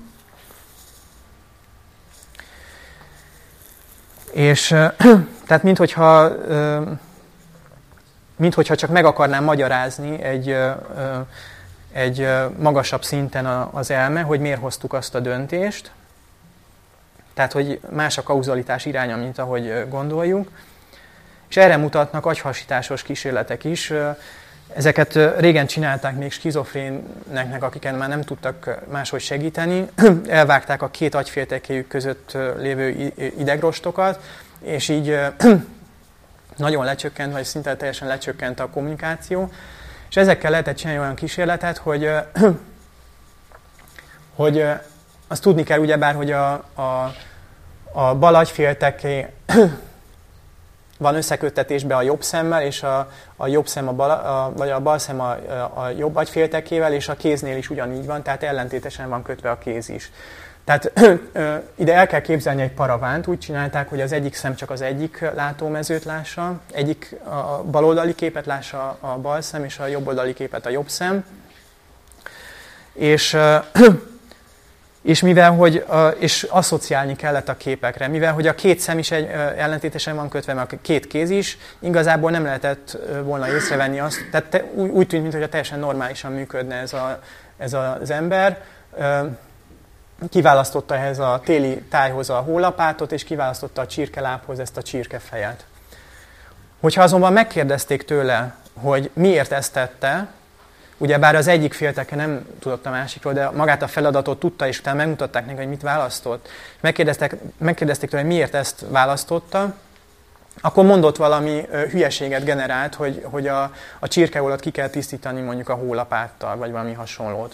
És ö, tehát minthogyha, ö, minthogyha csak meg akarnám magyarázni egy, ö, egy ö, magasabb szinten a, az elme, hogy miért hoztuk azt a döntést. Tehát, hogy más a kauzalitás iránya, mint ahogy gondoljuk. És erre mutatnak agyhasításos kísérletek is. Ezeket régen csinálták még skizofréneknek, akiken már nem tudtak máshogy segíteni. Elvágták a két agyféltekéjük között lévő idegrostokat, és így nagyon lecsökkent, vagy szinte teljesen lecsökkent a kommunikáció. És ezekkel lehetett csinálni olyan kísérletet, hogy, hogy azt tudni kell ugyebár, hogy a, a, a bal agyfélteké van összeköttetésben a jobb szemmel, és a, a jobb szem a bal, a, vagy a bal szem a, a jobb agyféltekével, és a kéznél is ugyanígy van, tehát ellentétesen van kötve a kéz is. Tehát ide el kell képzelni egy paravánt, úgy csinálták, hogy az egyik szem csak az egyik látómezőt lássa, egyik a baloldali képet lássa a bal szem, és a jobboldali képet a jobb szem. És... És mivel, hogy, és asszociálni kellett a képekre, mivel, hogy a két szem is egy, ellentétesen van kötve, meg a két kéz is, igazából nem lehetett volna észrevenni azt, tehát te, úgy, úgy tűnt, mintha teljesen normálisan működne ez, a, ez az ember. Kiválasztotta ehhez a téli tájhoz a hólapátot, és kiválasztotta a csirkelábhoz ezt a csirkefejet. Hogyha azonban megkérdezték tőle, hogy miért ezt tette, ugyebár az egyik félteke nem tudott a másikról, de magát a feladatot tudta, és utána megmutatták neki, hogy mit választott. Megkérdezték, megkérdezték tőle, hogy miért ezt választotta, akkor mondott valami hülyeséget generált, hogy, hogy a, a csirkeollat ki kell tisztítani mondjuk a hólapáttal, vagy valami hasonlót.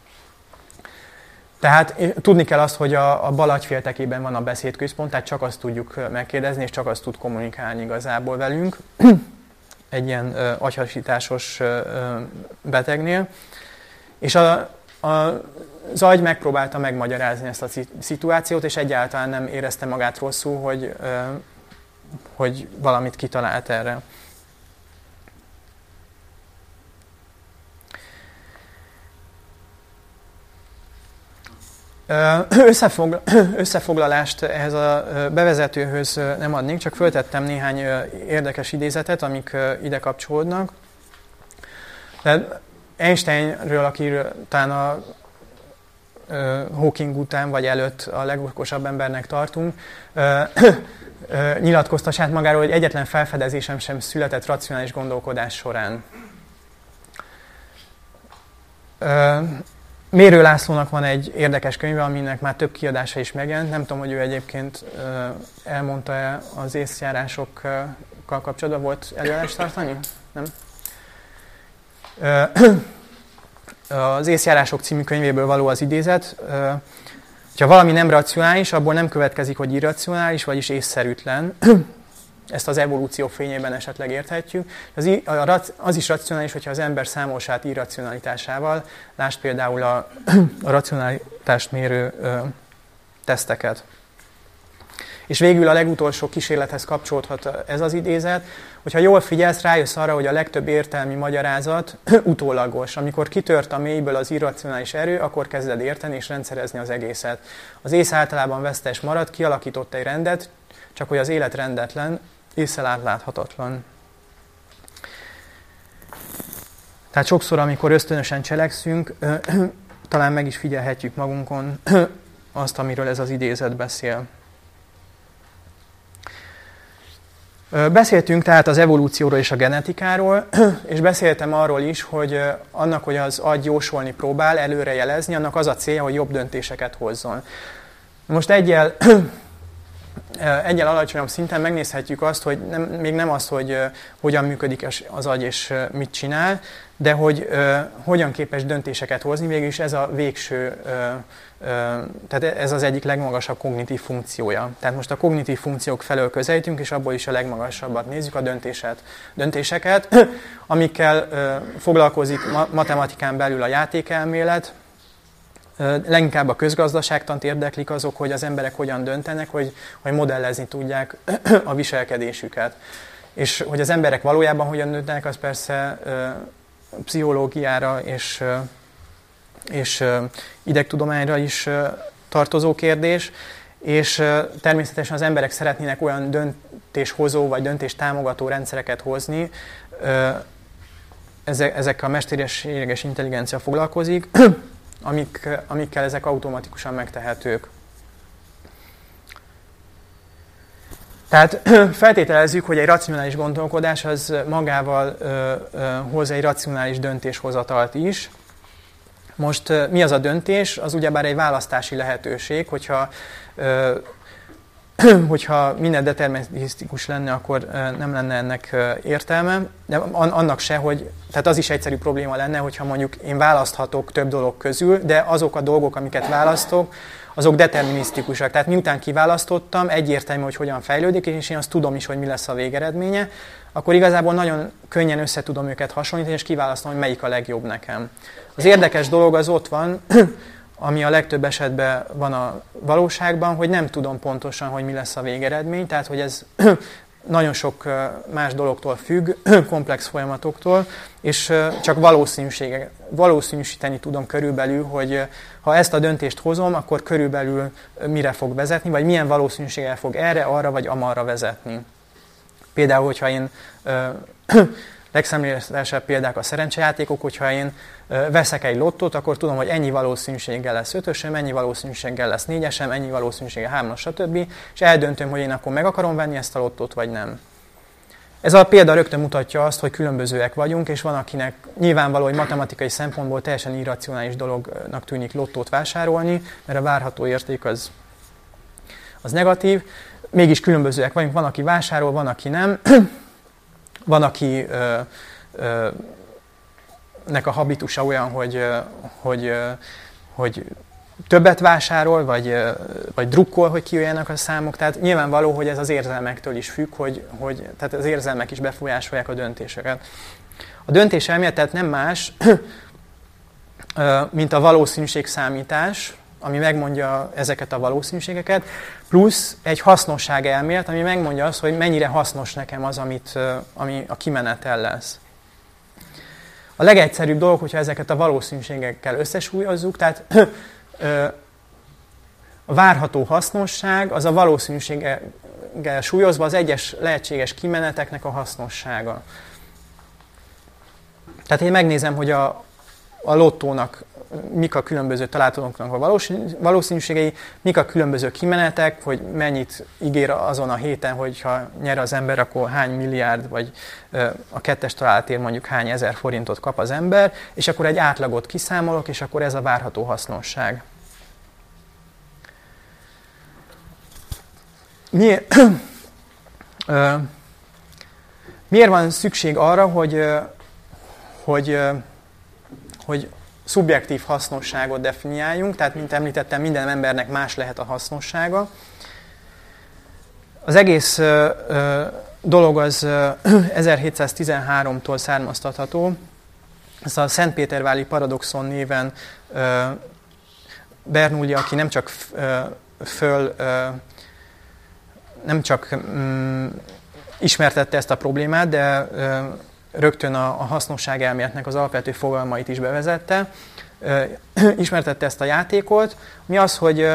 Tehát tudni kell azt, hogy a, a bal agyféltekében van a beszédközpont, tehát csak azt tudjuk megkérdezni, és csak azt tud kommunikálni igazából velünk. Egy ilyen ö, agyhasításos ö, betegnél. És a, a, az agy megpróbálta megmagyarázni ezt a szituációt, és egyáltalán nem érezte magát rosszul, hogy, ö, hogy valamit kitalált erre. Összefogl- összefoglalást ehhez a bevezetőhöz nem adnék, csak föltettem néhány érdekes idézetet, amik ide kapcsolódnak. De Einsteinről, akiről talán a Hawking után vagy előtt a legokosabb embernek tartunk, nyilatkozta saját magáról, hogy egyetlen felfedezésem sem született racionális gondolkodás során. Mérő Lászlónak van egy érdekes könyve, aminek már több kiadása is megjelent. Nem tudom, hogy ő egyébként elmondta-e az észjárásokkal kapcsolatban. Volt előadást tartani? Nem? Az Észjárások című könyvéből való az idézet. Ha valami nem racionális, abból nem következik, hogy irracionális, vagyis észszerűtlen. Ezt az evolúció fényében esetleg érthetjük. Az, az is racionális, hogyha az ember számol saját irracionalitásával. Lásd például a, a racionalitást mérő ö, teszteket. És végül a legutolsó kísérlethez kapcsolódhat ez az idézet, hogyha jól figyelsz, rájössz arra, hogy a legtöbb értelmi magyarázat utólagos. Amikor kitört a mélyből az irracionális erő, akkor kezded érteni és rendszerezni az egészet. Az ész általában vesztes marad, kialakított egy rendet, csak hogy az élet rendetlen, ésszel átláthatatlan. Tehát sokszor, amikor ösztönösen cselekszünk, talán meg is figyelhetjük magunkon azt, amiről ez az idézet beszél. Beszéltünk tehát az evolúcióról és a genetikáról, és beszéltem arról is, hogy annak, hogy az agy jósolni próbál, előrejelezni, annak az a célja, hogy jobb döntéseket hozzon. Most egyel, egyel alacsonyabb szinten megnézhetjük azt, hogy nem, még nem az, hogy hogyan működik az agy és mit csinál, de hogy uh, hogyan képes döntéseket hozni, végülis ez a végső, uh, uh, tehát ez az egyik legmagasabb kognitív funkciója. Tehát most a kognitív funkciók felől közelítünk, és abból is a legmagasabbat nézzük, a döntéset, döntéseket, amikkel uh, foglalkozik ma- matematikán belül a játékelmélet. Uh, leginkább a közgazdaságtant érdeklik azok, hogy az emberek hogyan döntenek, hogy, hogy modellezni tudják a viselkedésüket. És hogy az emberek valójában hogyan döntenek, az persze uh, pszichológiára és, és idegtudományra is tartozó kérdés, és természetesen az emberek szeretnének olyan döntéshozó vagy döntéstámogató rendszereket hozni, ezekkel a mesterséges intelligencia foglalkozik, amik, amikkel ezek automatikusan megtehetők. Tehát feltételezzük, hogy egy racionális gondolkodás az magával ö, ö, hoz egy racionális döntéshozatalt is. Most ö, mi az a döntés? Az ugyebár egy választási lehetőség, hogyha, ö, hogyha minden determinisztikus lenne, akkor ö, nem lenne ennek ö, értelme. De annak se, hogy, tehát az is egyszerű probléma lenne, hogyha mondjuk én választhatok több dolog közül, de azok a dolgok, amiket választok, azok determinisztikusak. Tehát miután kiválasztottam, egyértelmű, hogy hogyan fejlődik, és én azt tudom is, hogy mi lesz a végeredménye, akkor igazából nagyon könnyen össze tudom őket hasonlítani, és kiválasztom, hogy melyik a legjobb nekem. Az érdekes dolog az ott van, ami a legtöbb esetben van a valóságban, hogy nem tudom pontosan, hogy mi lesz a végeredmény, tehát hogy ez nagyon sok más dologtól függ, komplex folyamatoktól, és csak valószínűsíteni tudom körülbelül, hogy ha ezt a döntést hozom, akkor körülbelül mire fog vezetni, vagy milyen valószínűséggel fog erre, arra vagy amarra vezetni. Például, hogyha én legszemléletesebb példák a szerencsejátékok, hogyha én veszek egy lottót, akkor tudom, hogy ennyi valószínűséggel lesz ötösem, ennyi valószínűséggel lesz négyesem, ennyi valószínűséggel hármas, stb. És eldöntöm, hogy én akkor meg akarom venni ezt a lottót, vagy nem. Ez a példa rögtön mutatja azt, hogy különbözőek vagyunk, és van, akinek nyilvánvaló, hogy matematikai szempontból teljesen irracionális dolognak tűnik lottót vásárolni, mert a várható érték az, az negatív. Mégis különbözőek vagyunk, van, aki vásárol, van, aki nem. Van, aki ö, ö, nek a habitusa olyan, hogy, hogy, hogy többet vásárol, vagy, vagy drukkol, hogy kijöjjenek a számok. Tehát nyilvánvaló, hogy ez az érzelmektől is függ, hogy, hogy tehát az érzelmek is befolyásolják a döntéseket. A döntés elmélet tehát nem más, mint a valószínűségszámítás, ami megmondja ezeket a valószínűségeket, plusz egy hasznosság elmélet, ami megmondja azt, hogy mennyire hasznos nekem az, amit, ami a kimenetel lesz. A legegyszerűbb dolog, hogyha ezeket a valószínűségekkel összesúlyozzuk, tehát a várható hasznosság az a valószínűséggel súlyozva az egyes lehetséges kimeneteknek a hasznossága. Tehát én megnézem, hogy a, a lottónak mik a különböző találatok a valószínűségei, mik a különböző kimenetek, hogy mennyit ígér azon a héten, hogyha nyer az ember, akkor hány milliárd, vagy a kettes találatért mondjuk hány ezer forintot kap az ember, és akkor egy átlagot kiszámolok, és akkor ez a várható hasznosság. Miért, miért van szükség arra, hogy, hogy, hogy szubjektív hasznosságot definiáljunk, tehát mint említettem, minden embernek más lehet a hasznossága. Az egész ö, ö, dolog az ö, ezerhétszáztizenháromtól származtatható. Ez a Szentpétervári paradoxon néven ö, Bernoulli, aki nem csak ö, föl ö, nem csak mm, ismertette ezt a problémát, de rögtön a, a hasznosságelméletnek az alapvető fogalmait is bevezette. Ismertette ezt a játékot, mi az, hogy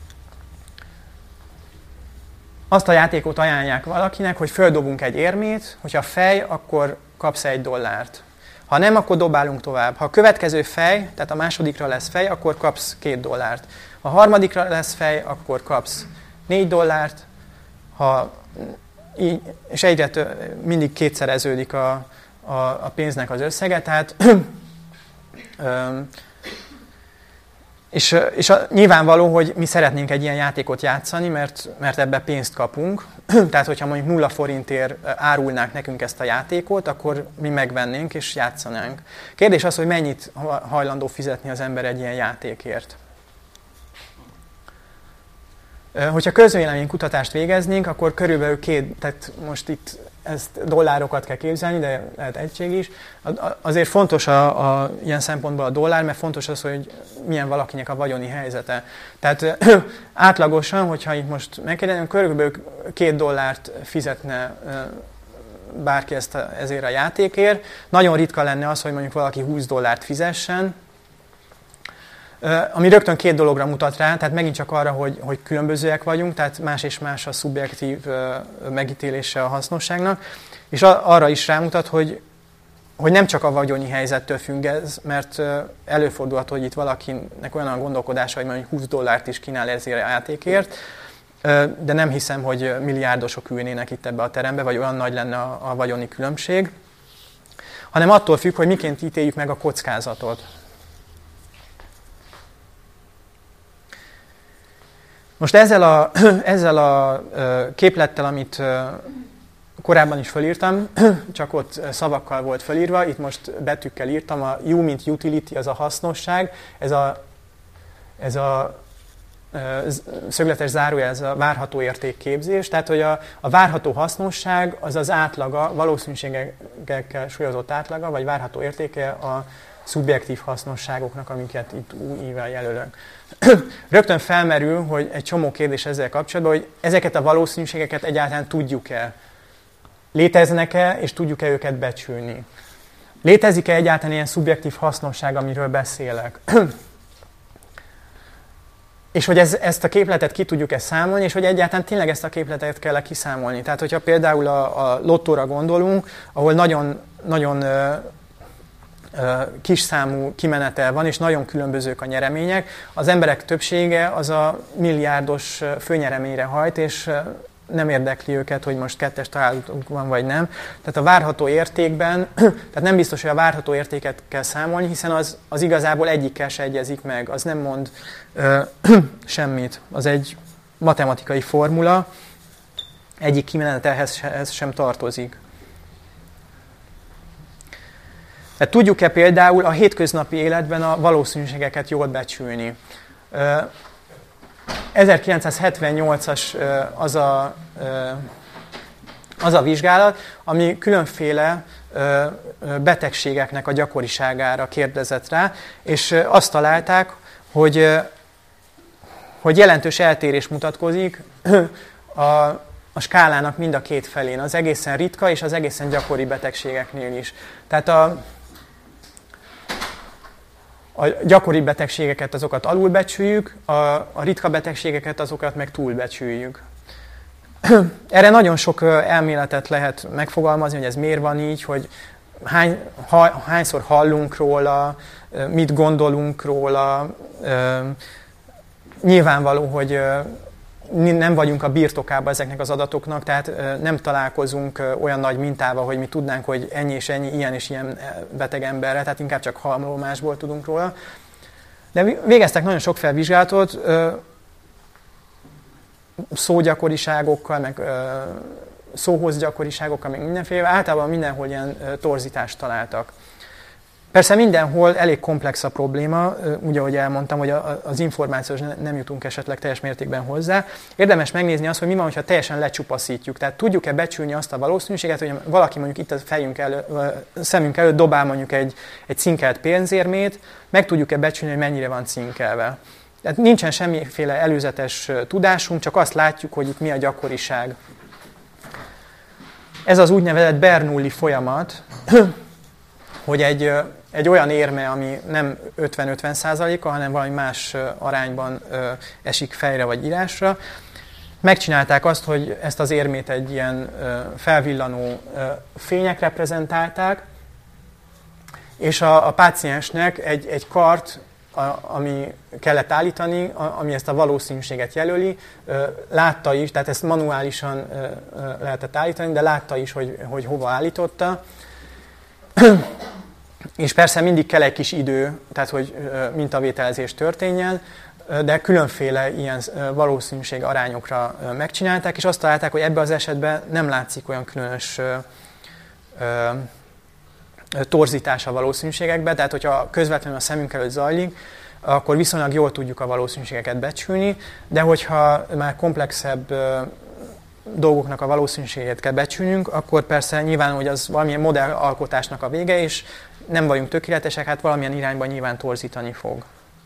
azt a játékot ajánlják valakinek, hogy földobunk egy érmét, hogyha fej, akkor kapsz egy dollárt. Ha nem, akkor dobálunk tovább. Ha a következő fej, tehát a másodikra lesz fej, akkor kapsz két dollárt. Ha a harmadikra lesz fej, akkor kapsz négy dollárt, ha, és egyre mindig kétszereződik a, a, a pénznek az összege. Tehát, és és a, nyilvánvaló, hogy mi szeretnénk egy ilyen játékot játszani, mert, mert ebbe pénzt kapunk. Tehát, hogyha mondjuk nulla forintért árulnák nekünk ezt a játékot, akkor mi megvennénk és játszanánk. Kérdés az, hogy mennyit hajlandó fizetni az ember egy ilyen játékért. Hogyha közvéleménykutatást végeznénk, akkor körülbelül két, tehát most itt ezt dollárokat kell képzelni, de lehet egység is. Azért fontos a, a, ilyen szempontból a dollár, mert fontos az, hogy milyen valakinek a vagyoni helyzete. Tehát átlagosan, hogyha itt most megkérdezem, körülbelül két dollárt fizetne bárki ezt a, ezért a játékért. Nagyon ritka lenne az, hogy mondjuk valaki húsz dollárt fizessen, ami rögtön két dologra mutat rá, tehát megint csak arra, hogy, hogy különbözőek vagyunk, tehát más és más a szubjektív megítélése a hasznosságnak, és arra is rámutat, hogy, hogy nem csak a vagyoni helyzettől függ ez, mert előfordulhat, hogy itt valakinek olyan a gondolkodása, hogy mondjuk húsz dollárt is kínál ezért a játékért, de nem hiszem, hogy milliárdosok ülnének itt ebbe a terembe, vagy olyan nagy lenne a, a vagyoni különbség, hanem attól függ, hogy miként ítéljük meg a kockázatot. Most ezzel a, ezzel a képlettel, amit korábban is felírtam, csak ott szavakkal volt felírva, itt most betűkkel írtam, a U, mint utility, az a hasznosság, ez a, ez a szögletes zárójel, ez a várható értékképzés, tehát hogy a, a várható hasznosság az az átlaga, valószínűségekkel súlyozott átlaga, vagy várható értéke a szubjektív hasznosságoknak, amiket itt U I-vel jelölök. Rögtön felmerül, hogy egy csomó kérdés ezzel kapcsolatban, hogy ezeket a valószínűségeket egyáltalán tudjuk-e? Léteznek-e, és tudjuk-e őket becsülni? Létezik-e egyáltalán ilyen szubjektív hasznosság, amiről beszélek? És hogy ez, ezt a képletet ki tudjuk-e számolni, és hogy egyáltalán tényleg ezt a képletet kell kiszámolni. Tehát, hogyha például a, a lottóra gondolunk, ahol nagyon, nagyon kis számú kimenetel van, és nagyon különbözők a nyeremények, az emberek többsége az a milliárdos főnyereményre hajt, és nem érdekli őket, hogy most kettes találatunk van, vagy nem. Tehát a várható értékben, tehát nem biztos, hogy a várható értéket kell számolni, hiszen az, az igazából egyikkel se egyezik meg, az nem mond ö, semmit. Az egy matematikai formula, egyik kimenetelhez sem tartozik. Tehát tudjuk-e például a hétköznapi életben a valószínűségeket jól becsülni? ezerkilencszázhetvennyolcas az a, az a vizsgálat, ami különféle betegségeknek a gyakoriságára kérdezett rá, és azt találták, hogy, hogy jelentős eltérés mutatkozik a, a skálának mind a két felén, az egészen ritka és az egészen gyakori betegségeknél is. Tehát a A gyakori betegségeket azokat alulbecsüljük, a, a ritka betegségeket azokat meg túlbecsüljük. Erre nagyon sok elméletet lehet megfogalmazni, hogy ez miért van így, hogy hány, ha, hányszor hallunk róla, mit gondolunk róla. Nyilvánvaló, hogy nem vagyunk a birtokában ezeknek az adatoknak, tehát nem találkozunk olyan nagy mintával, hogy mi tudnánk, hogy ennyi és ennyi, ilyen és ilyen beteg emberre, tehát inkább csak hallomásból tudunk róla. De végeztek nagyon sok felvizsgálatot, szógyakoriságokkal, meg szóhoz gyakoriságokkal, meg mindenféle, általában mindenhol ilyen torzítást találtak. Persze mindenhol elég komplex a probléma, úgy, ahogy elmondtam, hogy az információhoz nem jutunk esetleg teljes mértékben hozzá. Érdemes megnézni azt, hogy mi van, ha teljesen lecsupaszítjuk. Tehát tudjuk-e becsülni azt a valószínűséget, hogy valaki mondjuk itt a fejünk elő, szemünk előtt dobál mondjuk egy, egy cinkelt pénzérmét, meg tudjuk-e becsülni, hogy mennyire van cinkelve. Tehát nincsen semmiféle előzetes tudásunk, csak azt látjuk, hogy itt mi a gyakoriság. Ez az úgynevezett Bernoulli folyamat, hogy egy, egy olyan érme, ami nem ötven-ötven százaléka, hanem valami más arányban esik fejre vagy írásra. Megcsinálták azt, hogy ezt az érmét egy ilyen felvillanó fények reprezentálták, és a, a páciensnek egy, egy kart, a, ami kellett állítani, a, ami ezt a valószínűséget jelöli, látta is, tehát ezt manuálisan lehetett állítani, de látta is, hogy, hogy hova állította. És persze mindig kell egy kis idő, tehát hogy mintavételezés történjen, de különféle ilyen valószínűség arányokra megcsinálták, és azt találták, hogy ebben az esetben nem látszik olyan különös torzítás a valószínűségekben, tehát hogyha közvetlenül a szemünk előtt zajlik, akkor viszonylag jól tudjuk a valószínűségeket becsülni, de hogyha már komplexebb dolgoknak a valószínűségét kell becsülnünk, akkor persze nyilván, hogy az valamilyen modellalkotásnak a vége, és nem vagyunk tökéletesek, hát valamilyen irányban nyilván torzítani fog.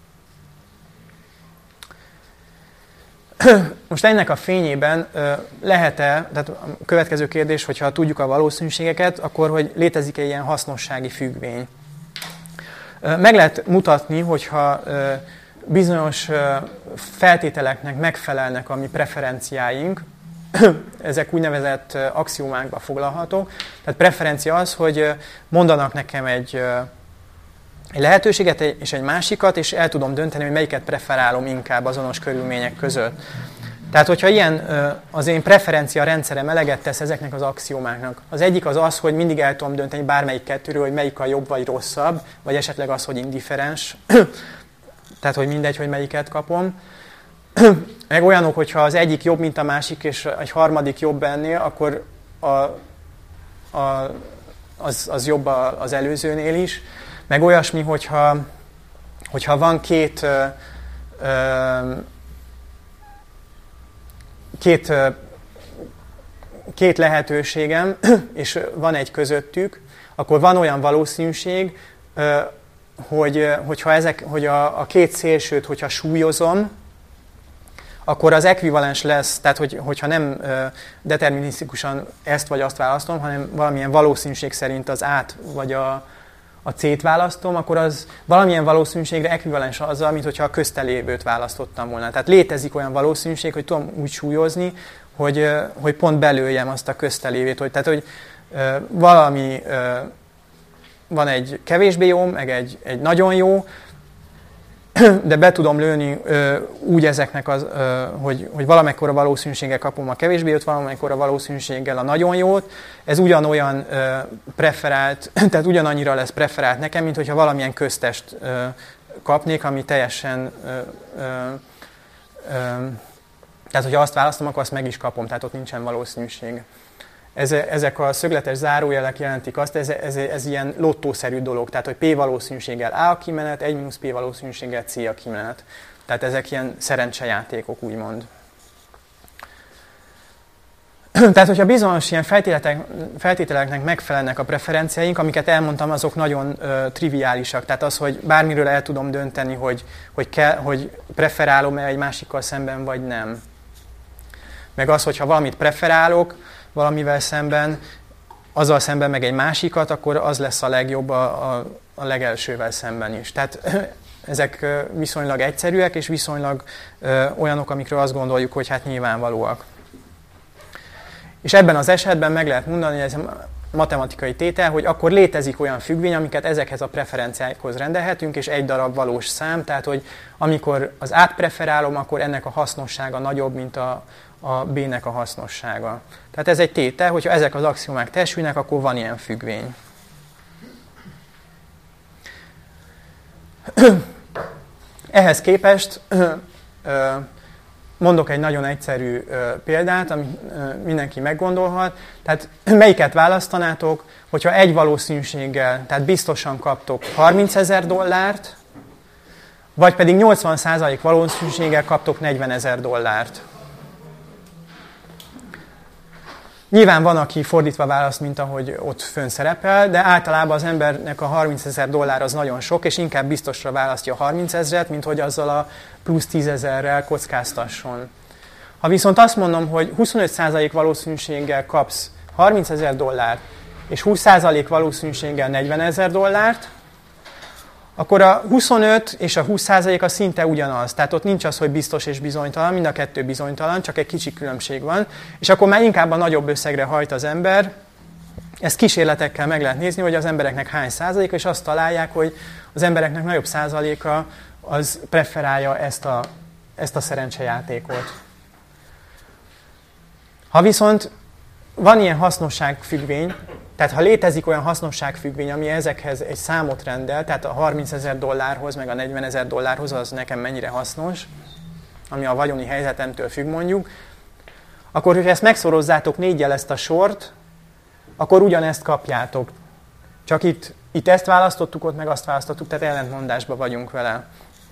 Most ennek a fényében lehet-e, tehát a következő kérdés, hogyha tudjuk a valószínűségeket, akkor hogy létezik-e ilyen hasznossági függvény? Meg lehet mutatni, hogyha bizonyos feltételeknek megfelelnek a mi preferenciáink, ezek úgynevezett axiómákba foglalhatók. Tehát preferencia az, hogy mondanak nekem egy, egy lehetőséget és egy másikat, és el tudom dönteni, hogy melyiket preferálom inkább azonos körülmények között. Tehát, hogyha ilyen az én preferencia rendszerem eleget tesz ezeknek az axiómáknak. Az egyik az az, hogy mindig el tudom dönteni bármelyik kettőről, hogy melyik a jobb vagy rosszabb, vagy esetleg az, hogy indifferens. Tehát, hogy mindegy, hogy melyiket kapom. Meg olyanok, hogyha az egyik jobb, mint a másik, és egy harmadik jobb ennél, akkor a, a, az, az jobb az előzőnél is. Meg olyasmi, hogyha, hogyha van két, ö, ö, két, ö, két lehetőségem, és van egy közöttük, akkor van olyan valószínűség, ö, hogy, hogyha ezek, hogy a, a két szélsőt, hogyha súlyozom, akkor az ekvivalens lesz, tehát hogy, hogyha nem ö, determinisztikusan ezt vagy azt választom, hanem valamilyen valószínűség szerint az át vagy a, a C-t választom, akkor az valamilyen valószínűségre ekvivalens azzal, mint hogyha a köztelévőt választottam volna. Tehát létezik olyan valószínűség, hogy tudom úgy súlyozni, hogy, ö, hogy pont belőjem azt a köztelévét. Hogy, tehát, hogy ö, valami ö, van egy kevésbé jó, meg egy, egy nagyon jó, de be tudom lőni ö, úgy ezeknek, az, ö, hogy, hogy valamekkora valószínűséggel kapom a kevésbé jót, valamekkora valószínűséggel a nagyon jót. Ez ugyanolyan ö, preferált, tehát ugyanannyira lesz preferált nekem, mint hogyha valamilyen köztest ö, kapnék, ami teljesen... Ö, ö, ö, tehát, hogyha azt választom, akkor azt meg is kapom, tehát ott nincsen valószínűség. Ez, ezek a szögletes zárójelek jelentik azt, ez, ez, ez ilyen lottószerű dolog, tehát hogy P valószínűséggel A a kimenet, egy mínusz P valószínűséggel C a kimenet. Tehát ezek ilyen szerencsejátékok, úgymond. Tehát, hogyha bizonyos ilyen feltételek, feltételeknek megfelelnek a preferenciáink, amiket elmondtam, azok nagyon ö, triviálisak. Tehát az, hogy bármiről el tudom dönteni, hogy, hogy, kell, hogy preferálom-e egy másikkal szemben, vagy nem. Meg az, hogyha valamit preferálok, valamivel szemben, azzal szemben meg egy másikat, akkor az lesz a legjobb a, a, a legelsővel szemben is. Tehát ezek viszonylag egyszerűek, és viszonylag ö, olyanok, amikről azt gondoljuk, hogy hát nyilvánvalóak. És ebben az esetben meg lehet mondani, hogy ez a matematikai tétel, hogy akkor létezik olyan függvény, amiket ezekhez a preferenciákhoz rendelhetünk, és egy darab valós szám, tehát hogy amikor az A-t preferálom, akkor ennek a hasznossága nagyobb, mint a a B-nek a hasznossága. Tehát ez egy tétel, hogyha ezek az axiomák teljesülnek, akkor van ilyen függvény. Ehhez képest mondok egy nagyon egyszerű példát, amit mindenki meggondolhat. Tehát melyiket választanátok, hogyha egy valószínűséggel, tehát biztosan kaptok harmincezer dollárt, vagy pedig nyolcvan százalék valószínűséggel kaptok negyvenezer dollárt. Nyilván van, aki fordítva választ, mint ahogy ott fönn szerepel, de általában az embernek a harmincezer dollár az nagyon sok, és inkább biztosra választja a harmincezret, mint hogy azzal a plusz tízezerrel kockáztasson. Ha viszont azt mondom, hogy huszonöt százalék valószínűséggel kapsz harmincezer dollárt, és húsz százalék valószínűséggel negyvenezer dollárt, akkor a huszonöt és a húsz százalék az szinte ugyanaz. Tehát ott nincs az, hogy biztos és bizonytalan, mind a kettő bizonytalan, csak egy kicsi különbség van. És akkor már inkább a nagyobb összegre hajt az ember. Ezt kísérletekkel meg lehet nézni, hogy az embereknek hány százaléka, és azt találják, hogy az embereknek nagyobb százaléka az preferálja ezt a, ezt a szerencsejátékot. Ha viszont van ilyen hasznosságfüggvény, tehát ha létezik olyan hasznosságfüggvény, ami ezekhez egy számot rendel, tehát a harmincezer dollárhoz, meg a negyvenezer dollárhoz, az nekem mennyire hasznos, ami a vagyoni helyzetemtől függ mondjuk, akkor, hogyha ezt megszorozzátok néggyel ezt a sort, akkor ugyanezt kapjátok. Csak itt, itt ezt választottuk, ott meg azt választottuk, tehát ellentmondásban vagyunk vele.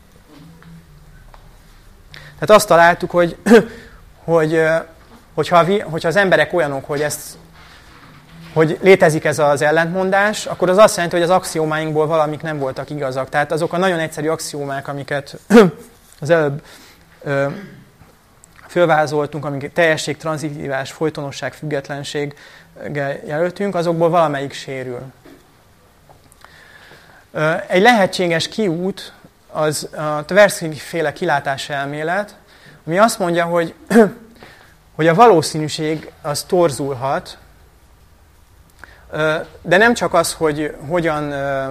Tehát azt találtuk, hogy, hogy hogyha, hogyha az emberek olyanok, hogy ezt hogy létezik ez az ellentmondás, akkor az azt jelenti, hogy az axiómáinkból valamik nem voltak igazak. Tehát azok a nagyon egyszerű axiómák, amiket az előbb ö, fölvázoltunk, amik teljesség, tranzitívás, folytonosság, függetlenséggel jelöltünk, azokból valamelyik sérül. Ö, egy lehetséges kiút az a Tversky-féle kilátáselmélet, ami azt mondja, hogy, hogy a valószínűség az torzulhat, de nem csak az, hogy hogyan,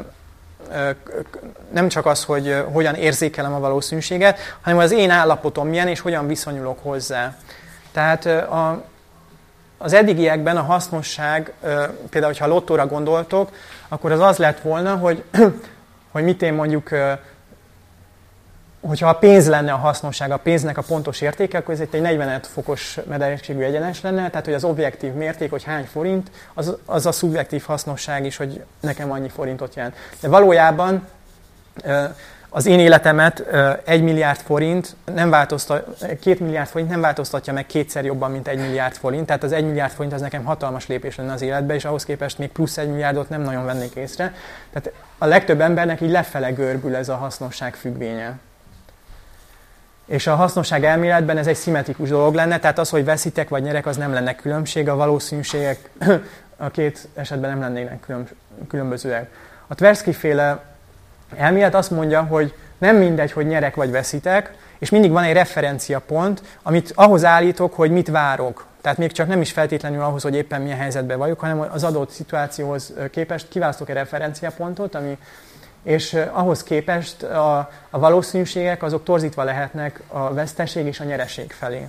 nem csak az, hogy hogyan érzékelem a valószínűséget, hanem az én állapotom milyen, és hogyan viszonyulok hozzá. Tehát a, az eddigiekben a hasznosság, például, hogyha a lottóra gondoltok, akkor az az lett volna, hogy, hogy mit én mondjuk, hogyha a pénz lenne a hasznosság, a pénznek a pontos értéke, akkor ez egy negyvenöt fokos mederségű egyenes lenne, tehát hogy az objektív mérték, hogy hány forint, az, az a szubjektív hasznosság is, hogy nekem annyi forintot jelent. De valójában az én életemet egy milliárd forint nem változtat, két milliárd forint nem változtatja meg kétszer jobban, mint egy milliárd forint, tehát az egy milliárd forint az nekem hatalmas lépés lenne az életbe, és ahhoz képest még plusz egy milliárdot nem nagyon vennék észre. Tehát a legtöbb embernek így lefele görbül ez a hasznosság függvénye. És a hasznosság elméletben ez egy szimmetrikus dolog lenne, tehát az, hogy veszitek vagy nyerek, az nem lenne különbség, a valószínűségek a két esetben nem lennének különbözőek. A Tversky-féle elmélet azt mondja, hogy nem mindegy, hogy nyerek vagy veszitek, és mindig van egy referenciapont, amit ahhoz állítok, hogy mit várok. Tehát még csak nem is feltétlenül ahhoz, hogy éppen milyen helyzetben vagyok, hanem az adott szituációhoz képest kiválasztok egy referenciapontot, ami és ahhoz képest a, a valószínűségek azok torzítva lehetnek a veszteség és a nyereség felé.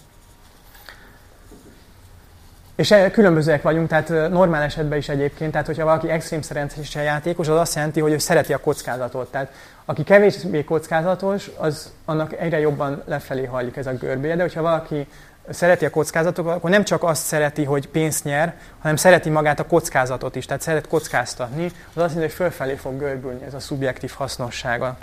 És különbözőek vagyunk, tehát normál esetben is egyébként, tehát hogyha valaki extrém szerencsésen játékos, az azt jelenti, hogy ő szereti a kockázatot. Tehát aki kevésbé kockázatos, az annak egyre jobban lefelé hajlik ez a görbéje, de hogyha valaki szereti a kockázatokat, akkor nem csak azt szereti, hogy pénzt nyer, hanem szereti magát a kockázatot is, tehát szeret kockáztatni, az azt jelenti, hogy fölfelé fog görbülni ez a szubjektív hasznossága.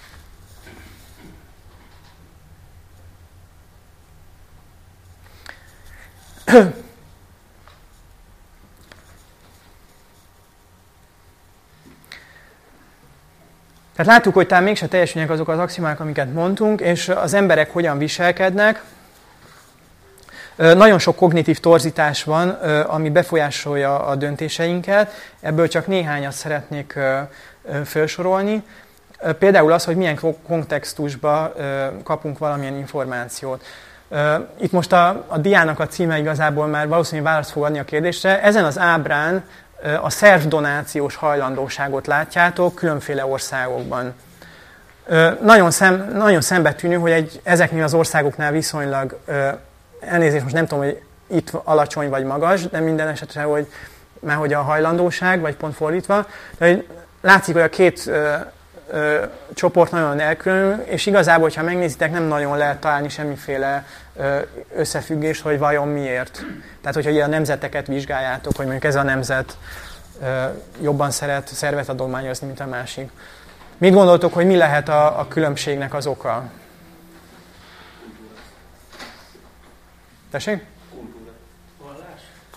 Tehát láttuk, hogy talán mégse teljesülnek azok az axiomák, amiket mondtunk, és az emberek hogyan viselkednek. Nagyon sok kognitív torzítás van, ami befolyásolja a döntéseinket. Ebből csak néhányat szeretnék felsorolni. Például az, hogy milyen kontextusban kapunk valamilyen információt. Itt most a, a diának a címe igazából már valószínűleg választ fog adni a kérdésre. Ezen az ábrán a szervdonációs hajlandóságot látjátok különféle országokban. Nagyon, szem, nagyon szembetűnő, hogy egy, ezeknél az országoknál viszonylag, elnézést, most nem tudom, hogy itt alacsony vagy magas, de minden esetre, hogy már hogy a hajlandóság, vagy pont fordítva, de látszik, hogy a két ö, ö, csoport nagyon elkülönül, és igazából, hogyha megnézitek, nem nagyon lehet találni semmiféle ö, összefüggést, hogy vajon miért. Tehát, hogyha a nemzeteket vizsgáljátok, hogy mondjuk ez a nemzet ö, jobban szeret szervet adományozni, mint a másik. Mit gondoltok, hogy mi lehet a, a különbségnek az oka? Tessék? Kultúra. Vallás?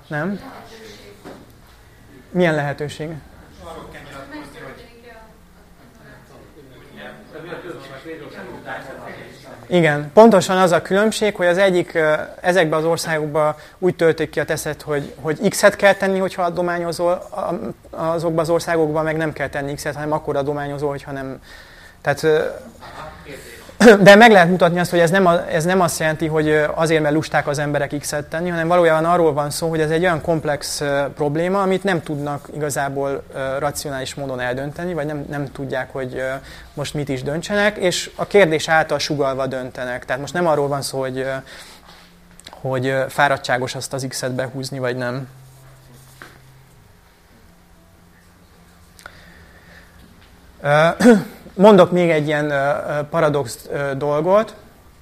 Nem? Milyen lehetőség? Igen, pontosan az a különbség, hogy az egyik ezekben az országokban úgy töltik ki a tesztet, hogy, hogy X-et kell tenni, hogyha adományozol, azokban az országokban meg nem kell tenni X-et, hanem akkor adományozol, hogyha nem. Tehát, de meg lehet mutatni azt, hogy ez nem, a, ez nem azt jelenti, hogy azért, mert lusták az emberek X-et tenni, hanem valójában arról van szó, hogy ez egy olyan komplex probléma, amit nem tudnak igazából racionális módon eldönteni, vagy nem, nem tudják, hogy most mit is döntsenek, és a kérdés által sugallva döntenek. Tehát most nem arról van szó, hogy, hogy fáradtságos azt az X-et behúzni, vagy nem. Mondok még egy ilyen paradox dolgot,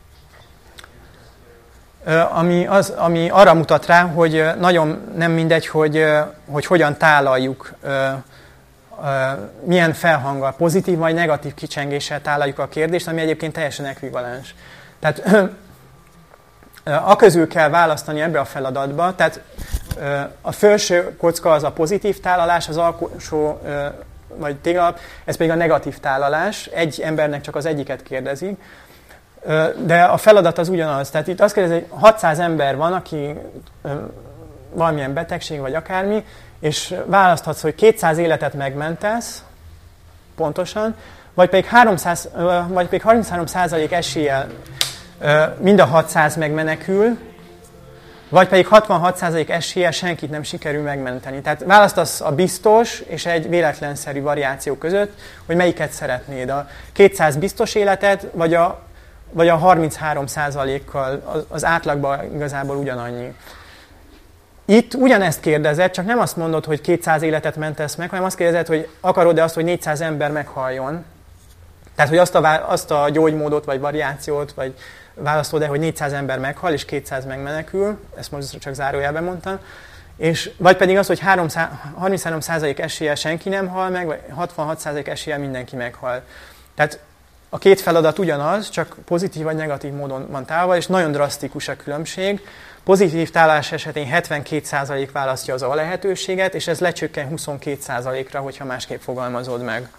ami, az, ami arra mutat rá, hogy nagyon nem mindegy, hogy, hogy hogyan tálaljuk, milyen felhanggal, pozitív vagy negatív kicsengéssel tálaljuk a kérdést, ami egyébként teljesen ekvivalens. Tehát aközül kell választani ebbe a feladatba, tehát a felső kocka az a pozitív tálalás, az alsó vagy téglalap, ez pedig a negatív tálalás. Egy embernek csak az egyiket kérdezik. De a feladat az ugyanaz. Tehát itt azt kérdezi, hogy hatszáz ember van, aki valamilyen betegség vagy akármi, és választhatsz, hogy kétszáz életet megmentesz, pontosan, vagy pedig, háromszáz, vagy pedig harminchárom százalék eséllyel mind a hatszáz megmenekül, vagy pedig hatvanhat százalék eséllyel senkit nem sikerül megmenteni. Tehát választasz a biztos és egy véletlenszerű variáció között, hogy melyiket szeretnéd. A kétszáz biztos életet, vagy a, vagy a harminchárom százalékkal az, az átlagban igazából ugyanannyi. Itt ugyanezt kérdezed, csak nem azt mondod, hogy kétszáz életet mentesz meg, hanem azt kérdezed, hogy akarod-e azt, hogy négyszáz ember meghaljon. Tehát, hogy azt a, azt a gyógymódot, vagy variációt, vagy választod-e, hogy négyszáz ember meghal, és kétszáz megmenekül, ezt most csak zárójelben mondtam, és, vagy pedig az, hogy harminchárom százalék eséllyel senki nem hal meg, vagy hatvanhat százalék eséllyel mindenki meghal. Tehát a két feladat ugyanaz, csak pozitív vagy negatív módon van tálva, és nagyon drasztikus a különbség. Pozitív tálalás esetén hetvenkét százalék választja az A lehetőséget, és ez lecsökken huszonkét százalékra, hogyha másképp fogalmazod meg.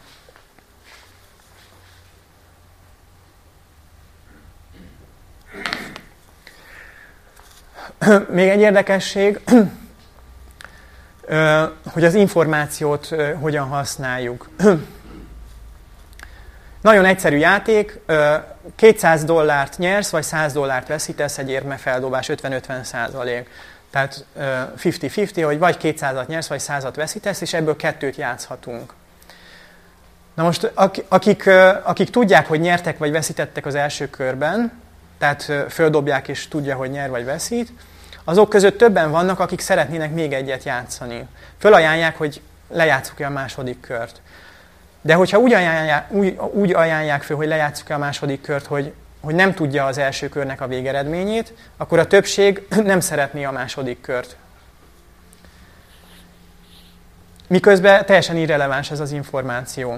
Még egy érdekesség, hogy az információt hogyan használjuk. Nagyon egyszerű játék, kétszáz dollárt nyersz, vagy száz dollárt veszítesz, egy érmefeldobás ötven-ötven százalék. Tehát fifty-fifty, hogy vagy kétszázat nyersz, vagy százat veszítesz, és ebből kettőt játszhatunk. Na most, akik, akik tudják, hogy nyertek vagy veszítettek az első körben, tehát földobják és tudja, hogy nyer vagy veszít, azok között többen vannak, akik szeretnének még egyet játszani. Fölajánlják, hogy lejátsszuk-e a második kört. De hogyha úgy ajánlják, úgy, úgy ajánlják föl, hogy lejátsszuk-e a második kört, hogy, hogy nem tudja az első körnek a végeredményét, akkor a többség nem szeretné a második kört. Miközben teljesen irreleváns ez az információ.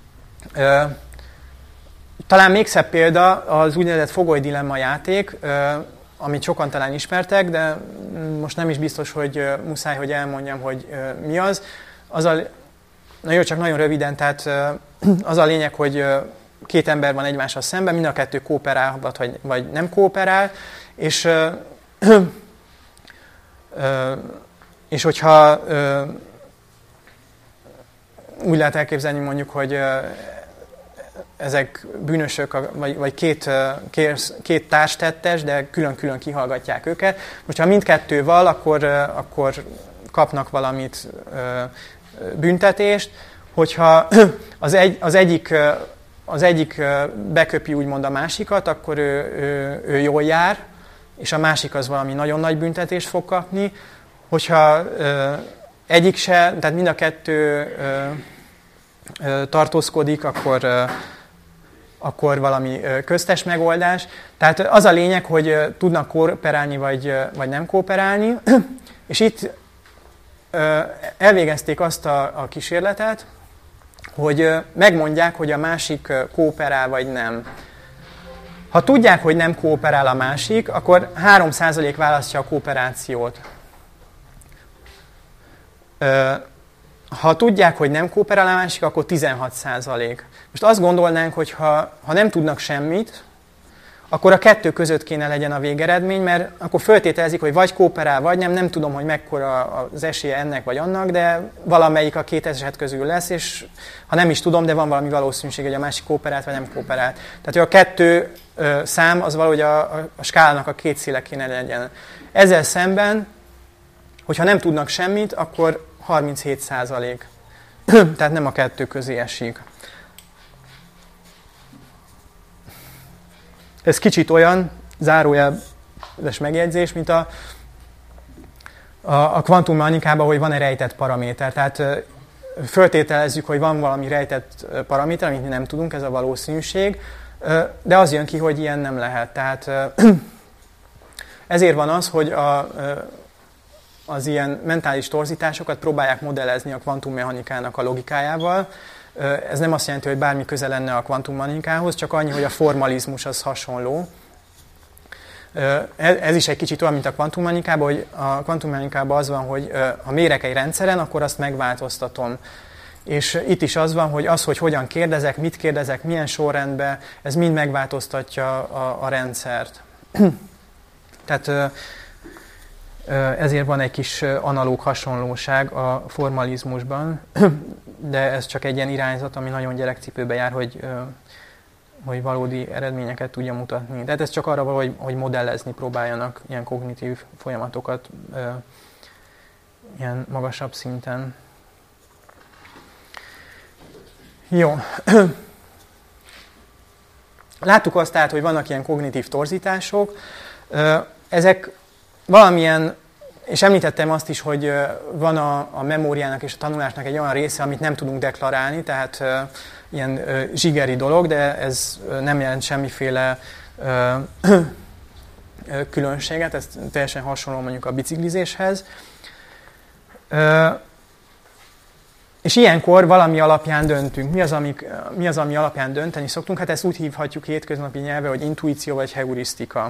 Talán még szebb példa az úgynevezett fogoly dilemma játék, amit sokan talán ismertek, de most nem is biztos, hogy muszáj, hogy elmondjam, hogy mi az. Az a, na jó, csak nagyon röviden, tehát az a lényeg, hogy két ember van egymással szemben, mind a kettő kooperál, vagy, vagy nem kooperál, és, és hogyha úgy lehet elképzelni mondjuk, hogy ezek bűnösök, vagy, vagy két, két társtettes, de külön-külön kihallgatják őket. Most ha mindkettő val, akkor, akkor kapnak valamit büntetést. Hogyha az, egy, az, egyik, az egyik beköpi úgymond a másikat, akkor ő, ő, ő jól jár, és a másik az valami nagyon nagy büntetést fog kapni. Hogyha egyik se, tehát mind a kettő tartózkodik, akkor, akkor valami köztes megoldás. Tehát az a lényeg, hogy tudnak kooperálni, vagy, vagy nem kooperálni. És itt elvégezték azt a, a kísérletet, hogy megmondják, hogy a másik kooperál, vagy nem. Ha tudják, hogy nem kooperál a másik, akkor három százalék választja a kooperációt. Ha tudják, hogy nem kooperál a másik, akkor tizenhat százalék. Most azt gondolnánk, hogy ha, ha nem tudnak semmit, akkor a kettő között kéne legyen a végeredmény, mert akkor föltételezik, hogy vagy kooperál, vagy nem, nem tudom, hogy mekkora az esélye ennek vagy annak, de valamelyik a két eset közül lesz, és ha nem is tudom, de van valami valószínűség, hogy a másik kooperált, vagy nem kooperált. Tehát, hogy a kettő ö, szám az valahogy a, a, a skálának a két széle kéne legyen. Ezzel szemben, hogyha nem tudnak semmit, akkor harminchét százalék. Tehát nem a kettő közé esik. Ez kicsit olyan, zárójeles megjegyzés, mint a, a, a kvantummechanikában, hogy van-e rejtett paraméter. Tehát föltételezzük, hogy van valami rejtett paraméter, amit mi nem tudunk, ez a valószínűség, de az jön ki, hogy ilyen nem lehet. Tehát ezért van az, hogy a, az ilyen mentális torzításokat próbálják modellezni a kvantummechanikának a logikájával. Ez nem azt jelenti, hogy bármi köze lenne a kvantummechanikához, csak annyi, hogy a formalizmus az hasonló. Ez is egy kicsit olyan, mint a kvantummechanikában, hogy a kvantummechanikában az van, hogy ha mérek egy rendszeren, akkor azt megváltoztatom. És itt is az van, hogy az, hogy hogyan kérdezek, mit kérdezek, milyen sorrendben, ez mind megváltoztatja a, a rendszert. Tehát ezért van egy kis analóg hasonlóság a formalizmusban, de ez csak egy ilyen irányzat, ami nagyon gyerekcipőbe jár, hogy, hogy valódi eredményeket tudja mutatni. Tehát ez csak arra való, hogy, hogy modellezni próbáljanak ilyen kognitív folyamatokat ilyen magasabb szinten. Jó. Láttuk azt tehát, hogy vannak ilyen kognitív torzítások. Ezek valamilyen, és említettem azt is, hogy van a, a memóriának és a tanulásnak egy olyan része, amit nem tudunk deklarálni, tehát uh, ilyen uh, zsigeri dolog, de ez nem jelent semmiféle uh, uh, különbséget, ez teljesen hasonló mondjuk a biciklizéshez. Uh, és ilyenkor valami alapján döntünk. Mi az, ami, mi az, ami alapján dönteni szoktunk? Hát ezt úgy hívhatjuk hétköznapi nyelven, hogy intuíció vagy heurisztika.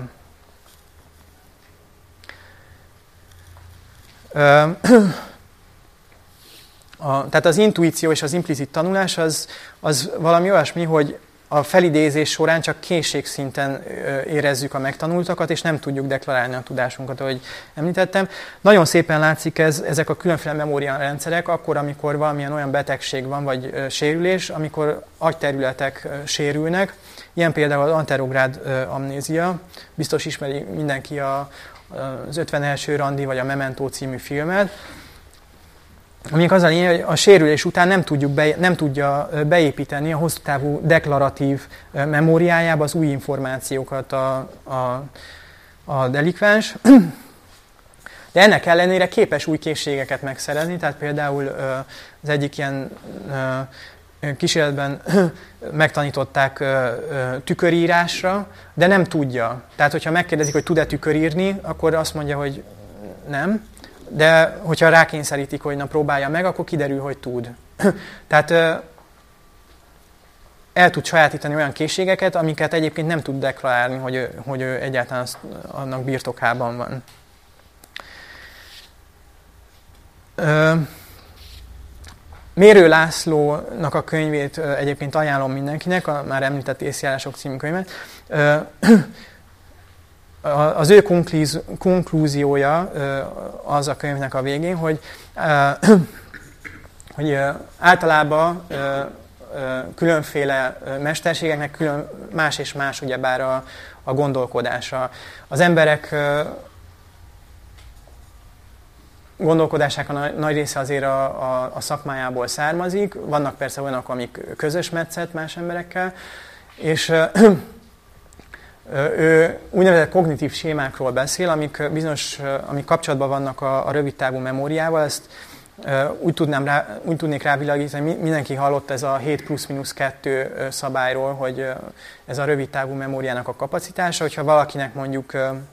A, tehát az intuíció és az implicit tanulás az, az valami olyasmi, hogy a felidézés során csak készségszinten érezzük a megtanultakat, és nem tudjuk deklarálni a tudásunkat, ahogy említettem. Nagyon szépen látszik ez, ezek a különféle memóriarendszerek, akkor, amikor valamilyen olyan betegség van, vagy sérülés, amikor agyterületek sérülnek. Ilyen például az anterográd amnézia. Biztos ismeri mindenki a az ötvenegy randi, vagy a Memento című filmet, amik az a lényeg, hogy a sérülés után nem, tudjuk be, nem tudja beépíteni a hosszú távú deklaratív memóriájába az új információkat a, a, a delikvens, de ennek ellenére képes új készségeket megszerezni, tehát például az egyik ilyen kísérletben megtanították tükörírásra, de nem tudja. Tehát, hogyha megkérdezik, hogy tud-e tükörírni, akkor azt mondja, hogy nem, de hogyha rákényszerítik, hogy na próbálja meg, akkor kiderül, hogy tud. Tehát el tud sajátítani olyan készségeket, amiket egyébként nem tud deklarálni, hogy, hogy ő egyáltalán annak birtokában van. Mérő Lászlónak a könyvét egyébként ajánlom mindenkinek, a már említett Észjárások című könyvet. Az ő konklúziója az a könyvnek a végén, hogy, hogy általában különféle mesterségeknek külön más és más ugyebár a, a gondolkodása. Az emberek gondolkodásának a nagy része azért a, a, a szakmájából származik. Vannak persze olyanok, amik közös metszet más emberekkel, és ő úgynevezett kognitív sémákról beszél, amik bizonyos, amik kapcsolatban vannak a, a rövidtávú memóriával. Ezt úgy, tudnám rá, úgy tudnék rávilágítani, mindenki hallott ez a hét plusz mínusz kettő szabályról, hogy ez a rövidtávú memóriának a kapacitása, hogyha valakinek mondjuk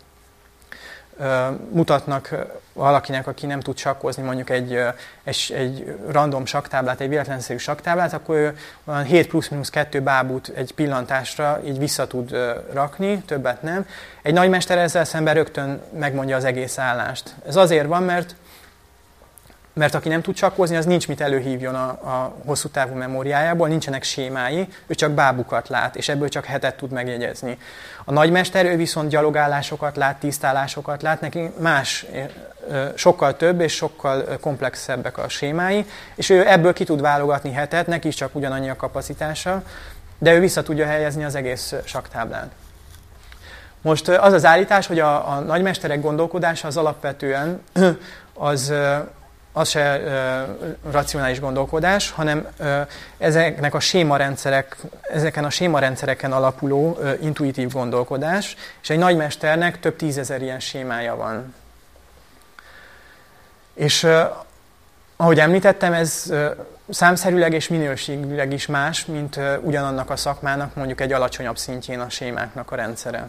mutatnak valakinek, aki nem tud sakkozni, mondjuk egy, egy, egy random sakktáblát, egy véletlenszerű sakktáblát, akkor ő olyan hét plusz mínusz kettő bábút egy pillantásra így vissza tud rakni, többet nem. Egy nagymester ezzel szemben rögtön megmondja az egész állást. Ez azért van, mert mert aki nem tud sakkozni, az nincs mit előhívjon a, a hosszú távú memóriájából, nincsenek sémái, ő csak bábukat lát, és ebből csak hetet tud megjegyezni. A nagymester, ő viszont gyalogállásokat lát, tisztállásokat lát, neki más, sokkal több és sokkal komplexebbek a sémái, és ő ebből ki tud válogatni hetet, neki is csak ugyanannyi a kapacitása, de ő vissza tudja helyezni az egész sakktáblán. Most az az állítás, hogy a, a nagymesterek gondolkodása az alapvetően az, az se e, racionális gondolkodás, hanem e, ezeknek a sémarendszerek, ezeken a sémarendszereken alapuló e, intuitív gondolkodás, és egy nagymesternek több tízezer ilyen sémája van. És e, ahogy említettem, ez e, számszerűleg és minőségileg is más, mint e, ugyanannak a szakmának mondjuk egy alacsonyabb szintjén a sémáknak a rendszere.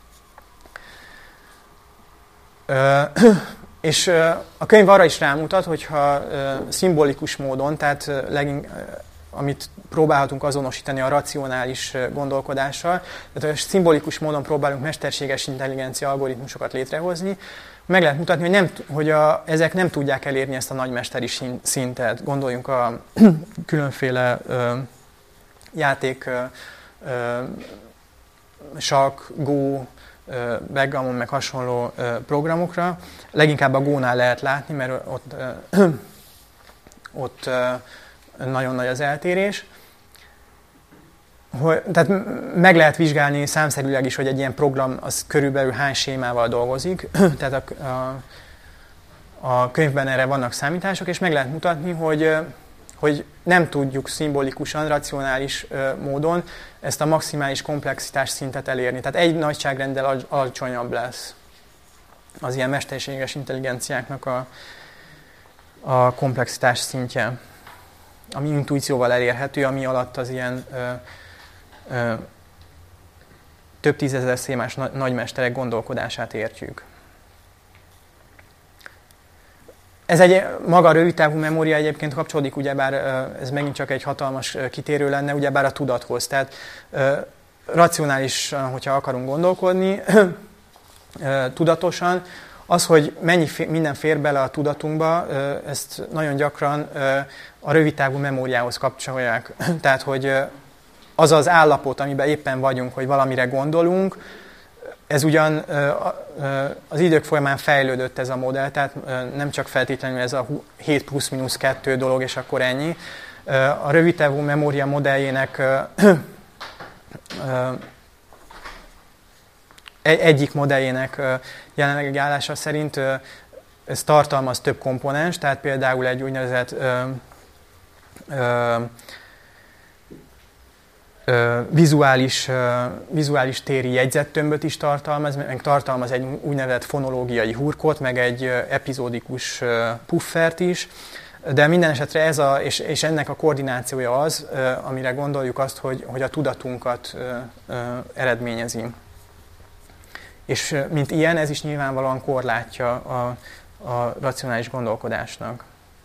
E, És a könyv arra is rámutat, hogyha szimbolikus módon, tehát legink, amit próbálhatunk azonosítani a racionális gondolkodással, tehát szimbolikus módon próbálunk mesterséges intelligencia algoritmusokat létrehozni, meg lehet mutatni, hogy, nem, hogy a, ezek nem tudják elérni ezt a nagymesteri szintet. Gondoljunk a különféle ö, játék, ö, ö, sakk, go, backgammon, meg hasonló programokra. Leginkább a Go-nál lehet látni, mert ott, ott nagyon nagy az eltérés. Tehát meg lehet vizsgálni számszerűleg is, hogy egy ilyen program az körülbelül hány sémával dolgozik. Tehát a, a, a könyvben erre vannak számítások, és meg lehet mutatni, hogy hogy nem tudjuk szimbolikusan, racionális ö, módon ezt a maximális komplexitás szintet elérni. Tehát egy nagyságrenddel alacsonyabb lesz az ilyen mesterséges intelligenciáknak a, a komplexitás szintje, ami intuícióval elérhető, ami alatt az ilyen ö, ö, több tízezer szémás na- nagymesterek gondolkodását értjük. Ez egy maga a rövidtávú memória egyébként kapcsolódik, ugyebár ez megint csak egy hatalmas kitérő lenne, ugyebár a tudathoz. Tehát racionálisan, hogyha akarunk gondolkodni, tudatosan, az, hogy mennyi minden fér bele a tudatunkba, ezt nagyon gyakran a rövidtávú memóriához kapcsolják. Tehát, hogy az az állapot, amiben éppen vagyunk, hogy valamire gondolunk, ez ugyan az idők folyamán fejlődött ez a modell, tehát nem csak feltétlenül ez a hét plusz mínusz kettő dolog, és akkor ennyi. A rövidtávú memória modelljének egyik modelljének jelenlegi állása szerint ez tartalmaz több komponens, tehát például egy úgynevezett vizuális, vizuális téri jegyzettömböt is tartalmaz, meg tartalmaz egy úgynevezett fonológiai hurkot, meg egy epizódikus puffert is, de minden esetre ez a, és, és ennek a koordinációja az, amire gondoljuk azt, hogy, hogy a tudatunkat eredményezi. És mint ilyen, ez is nyilvánvalóan korlátja a, a racionális gondolkodásnak.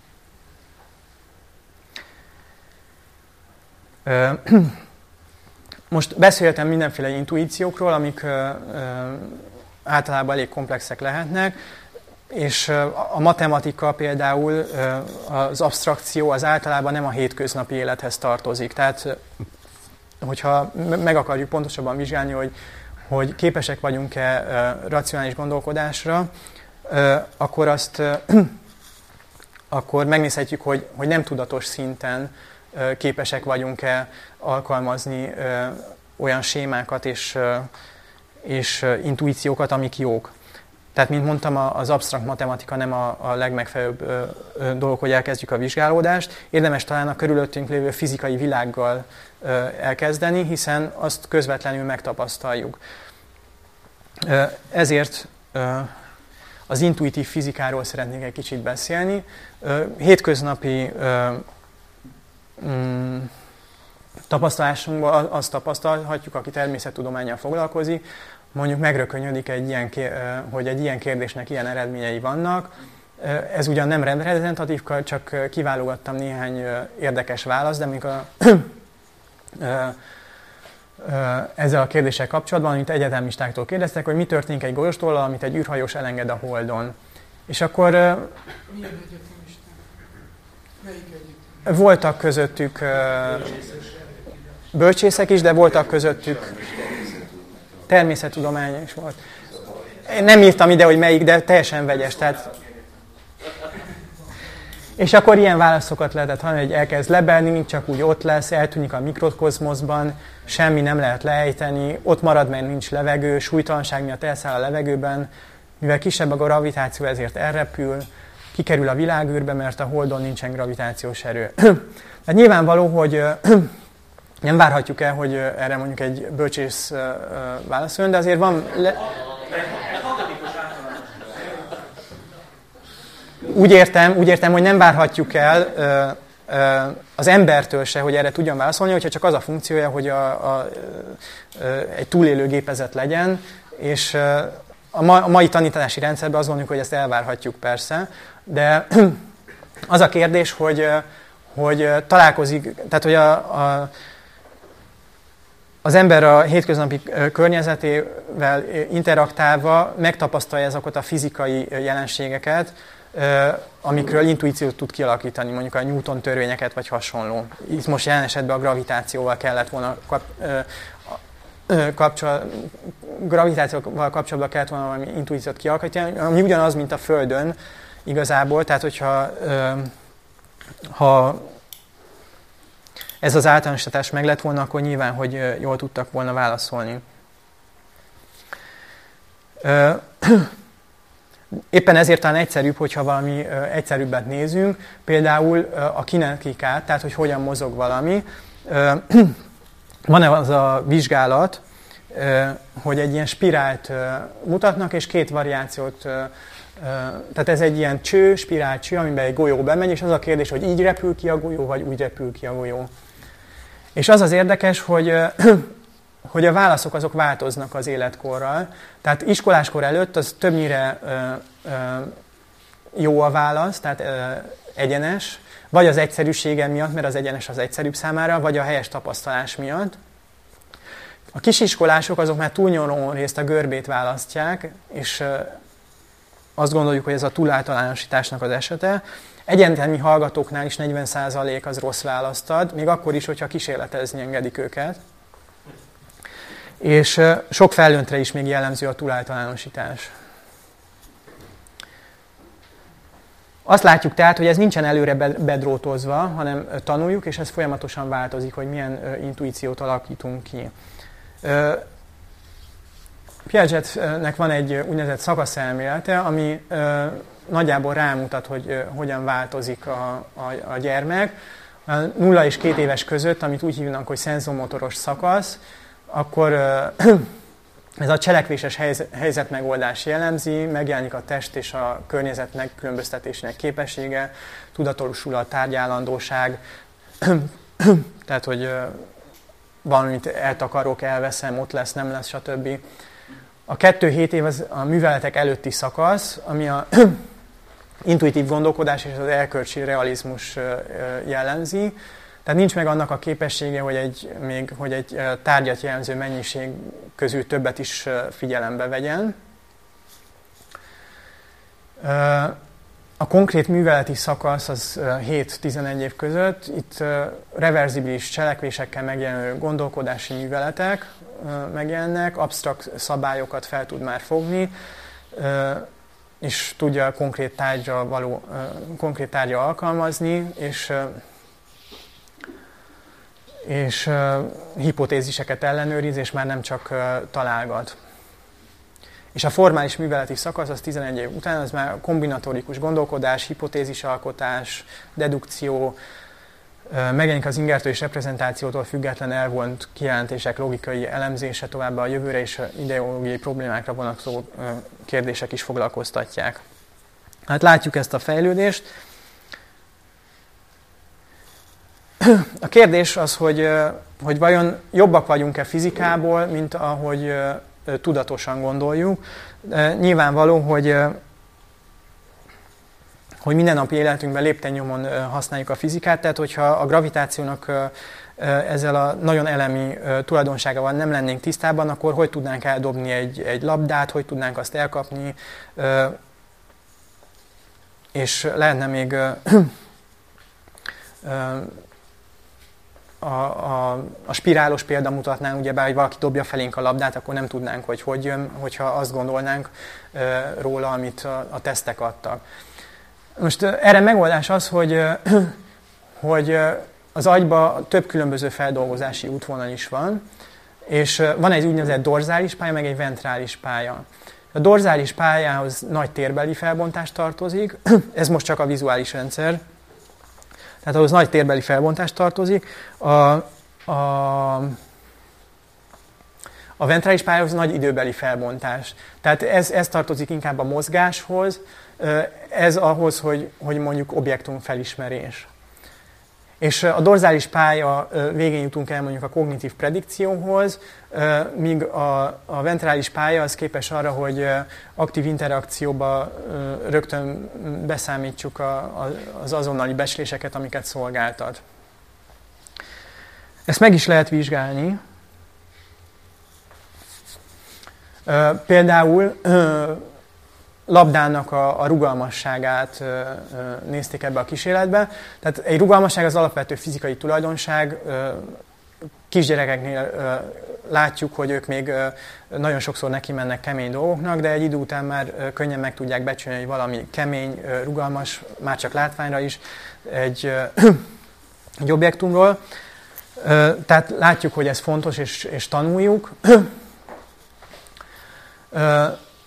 Most beszéltem mindenféle intuíciókról, amik ö, ö, általában elég komplexek lehetnek, és a matematika például, ö, az absztrakció az általában nem a hétköznapi élethez tartozik. Tehát, hogyha meg akarjuk pontosabban vizsgálni, hogy, hogy képesek vagyunk-e ö, racionális gondolkodásra, ö, akkor azt ö, akkor megnézhetjük, hogy, hogy nem tudatos szinten képesek vagyunk-e alkalmazni ö, olyan sémákat és, ö, és intuíciókat, amik jók. Tehát, mint mondtam, az absztrakt matematika nem a, a legmegfelelőbb ö, ö, dolog, hogy elkezdjük a vizsgálódást. Érdemes talán a körülöttünk lévő fizikai világgal ö, elkezdeni, hiszen azt közvetlenül megtapasztaljuk. Ö, ezért ö, az intuitív fizikáról szeretnék egy kicsit beszélni. Ö, hétköznapi ö, Mm, tapasztalásunkban azt tapasztalhatjuk, aki természettudománnyal foglalkozik, mondjuk megrökönyödik, egy ilyen, hogy egy ilyen kérdésnek ilyen eredményei vannak. Ez ugyan nem reprezentatív, csak kiválogattam néhány érdekes választ, de még a, ezzel a kérdéssel kapcsolatban, amit egyetemistáktól kérdeztek, hogy mi történik egy golyóstollal, amit egy űrhajós elenged a Holdon. És akkor... Milyen egyetemista? Voltak közöttük bölcsészek is, de voltak közöttük természettudomány is volt. Én nem írtam ide, hogy melyik, de teljesen vegyes. Tehát... És akkor ilyen válaszokat lehetett hallani, hogy elkezd lebelni, mint csak úgy ott lesz, eltűnik a mikrokozmoszban, semmi nem lehet leejteni, ott marad, mert nincs levegő, súlytalanság miatt elszáll a levegőben, mivel kisebb a gravitáció, ezért elrepül, kikerül a világűrbe, mert a Holdon nincsen gravitációs erő. Tehát nyilvánvaló, hogy nem várhatjuk el, hogy erre mondjuk egy bölcsész válaszoljon, de azért van... Le... Úgy értem, úgy értem, hogy nem várhatjuk el az embertől se, hogy erre tudjon válaszolni, hogyha csak az a funkciója, hogy a, a, a, egy túlélő gépezet legyen, és a, ma, a mai tanítási rendszerben azt gondoljuk, hogy ezt elvárhatjuk persze, de az a kérdés, hogy, hogy találkozik, tehát hogy a, a, az ember a hétköznapi környezetével interaktálva megtapasztalja ezeket a fizikai jelenségeket, amikről intuíciót tud kialakítani, mondjuk a Newton törvényeket vagy hasonló. Itt most jelen esetben a gravitációval kellett volna kap, kapcsol, gravitációval kapcsolatban kellett volna valami intuíciót kialakítani, ami ugyanaz, mint a Földön igazából, tehát hogyha ha ez az általánosítás meg lett volna, akkor nyilván, hogy jól tudtak volna válaszolni. Éppen ezért talán egyszerűbb, hogyha valami egyszerűbbet nézünk, például a kinetikát, tehát hogy hogyan mozog valami. Van az a vizsgálat, hogy egy ilyen spirált mutatnak, és két variációt, tehát ez egy ilyen cső, spirált cső, amiben egy golyó bemegy, és az a kérdés, hogy így repül ki a golyó, vagy úgy repül ki a golyó. És az az érdekes, hogy, hogy a válaszok azok változnak az életkorral. Tehát iskoláskor előtt az többnyire ö, ö, jó a válasz, tehát ö, egyenes, vagy az egyszerűsége miatt, mert az egyenes az egyszerűbb számára, vagy a helyes tapasztalás miatt. A kisiskolások azok már túlnyomó részt a görbét választják, és ö, azt gondoljuk, hogy ez a túláltalánosításnak az esete. Egyetemi hallgatóknál is negyven százalék az rossz választ ad, még akkor is, hogyha kísérletezni engedik őket. És sok felnőttre is még jellemző a túláltalánosítás. Azt látjuk tehát, hogy ez nincsen előre bedrótozva, hanem tanuljuk, és ez folyamatosan változik, hogy milyen intuíciót alakítunk ki. Piagetnek van egy úgynevezett szakaszelmélete, ami nagyjából rámutat, hogy hogyan változik a, a, a gyermek. A nulla és két éves között, amit úgy hívnak, hogy szenzomotoros szakasz, akkor ez a cselekvéses helyzetmegoldás jellemzi, megjelenik a test és a környezet megkülönböztetésének képessége, tudatosul a tárgyállandóság, tehát, hogy valamit eltakarok, elveszem, ott lesz, nem lesz, stb. A kettő-hét év az a műveletek előtti szakasz, ami a intuitív gondolkodás és az erkölcsi realizmus jellemzi. Tehát nincs meg annak a képessége, hogy egy, még, hogy egy tárgyat jellemző mennyiség közül többet is figyelembe vegyen. A konkrét műveleti szakasz az hét-tizenegy év között. Itt reverzibilis cselekvésekkel megjelenő gondolkodási műveletek megjelennek, absztrakt szabályokat fel tud már fogni, és tudja konkrét tárgyra, való, konkrét tárgyra alkalmazni, és és uh, hipotéziseket ellenőriz, és már nem csak uh, találgat. És a formális műveleti szakasz az tizenegy év után, az már kombinatorikus gondolkodás, hipotézisalkotás, dedukció, uh, megjelenik az ingertől és reprezentációtól független elvont kijelentések logikai elemzése, továbbá a jövőre és ideológiai problémákra vonatkozó uh, kérdések is foglalkoztatják. Hát látjuk ezt a fejlődést. A kérdés az, hogy, hogy vajon jobbak vagyunk-e fizikából, mint ahogy tudatosan gondoljuk. Nyilvánvaló, hogy, hogy mindennapi életünkben lépten-nyomon használjuk a fizikát, tehát hogyha a gravitációnak ezzel a nagyon elemi tulajdonságával nem lennénk tisztában, akkor hogy tudnánk eldobni egy, egy labdát, hogy tudnánk azt elkapni, és lehetne még a, a, a spirálos példa mutatnánk, ugyebár, hogy valaki dobja felénk a labdát, akkor nem tudnánk, hogy hogy jön, hogyha azt gondolnánk róla, amit a, a tesztek adtak. Most erre megoldás az, hogy, hogy az agyban több különböző feldolgozási útvonal is van, és van egy úgynevezett dorzális pálya, meg egy ventrális pálya. A dorzális pályához nagy térbeli felbontás tartozik, ez most csak a vizuális rendszer, tehát ahhoz nagy térbeli felbontás tartozik. A, a, a ventrális pályához nagy időbeli felbontás. Tehát ez, ez tartozik inkább a mozgáshoz, ez ahhoz, hogy, hogy mondjuk objektum felismerés. És a dorzális pálya végén jutunk el mondjuk a kognitív predikcióhoz, míg a, a ventrális pálya az képes arra, hogy aktív interakcióba rögtön beszámítsuk a, a, az azonnali becsléseket, amiket szolgáltat. Ezt meg is lehet vizsgálni. Például labdának a, a rugalmasságát ö, ö, nézték ebbe a kísérletbe. Tehát egy rugalmasság az alapvető fizikai tulajdonság. Ö, kisgyerekeknél ö, látjuk, hogy ők még ö, nagyon sokszor neki mennek kemény dolgoknak, de egy idő után már ö, könnyen meg tudják becsülni, hogy valami kemény, ö, rugalmas, már csak látványra is egy, ö, egy objektumról. Ö, tehát látjuk, hogy ez fontos, és, és tanuljuk. Ö,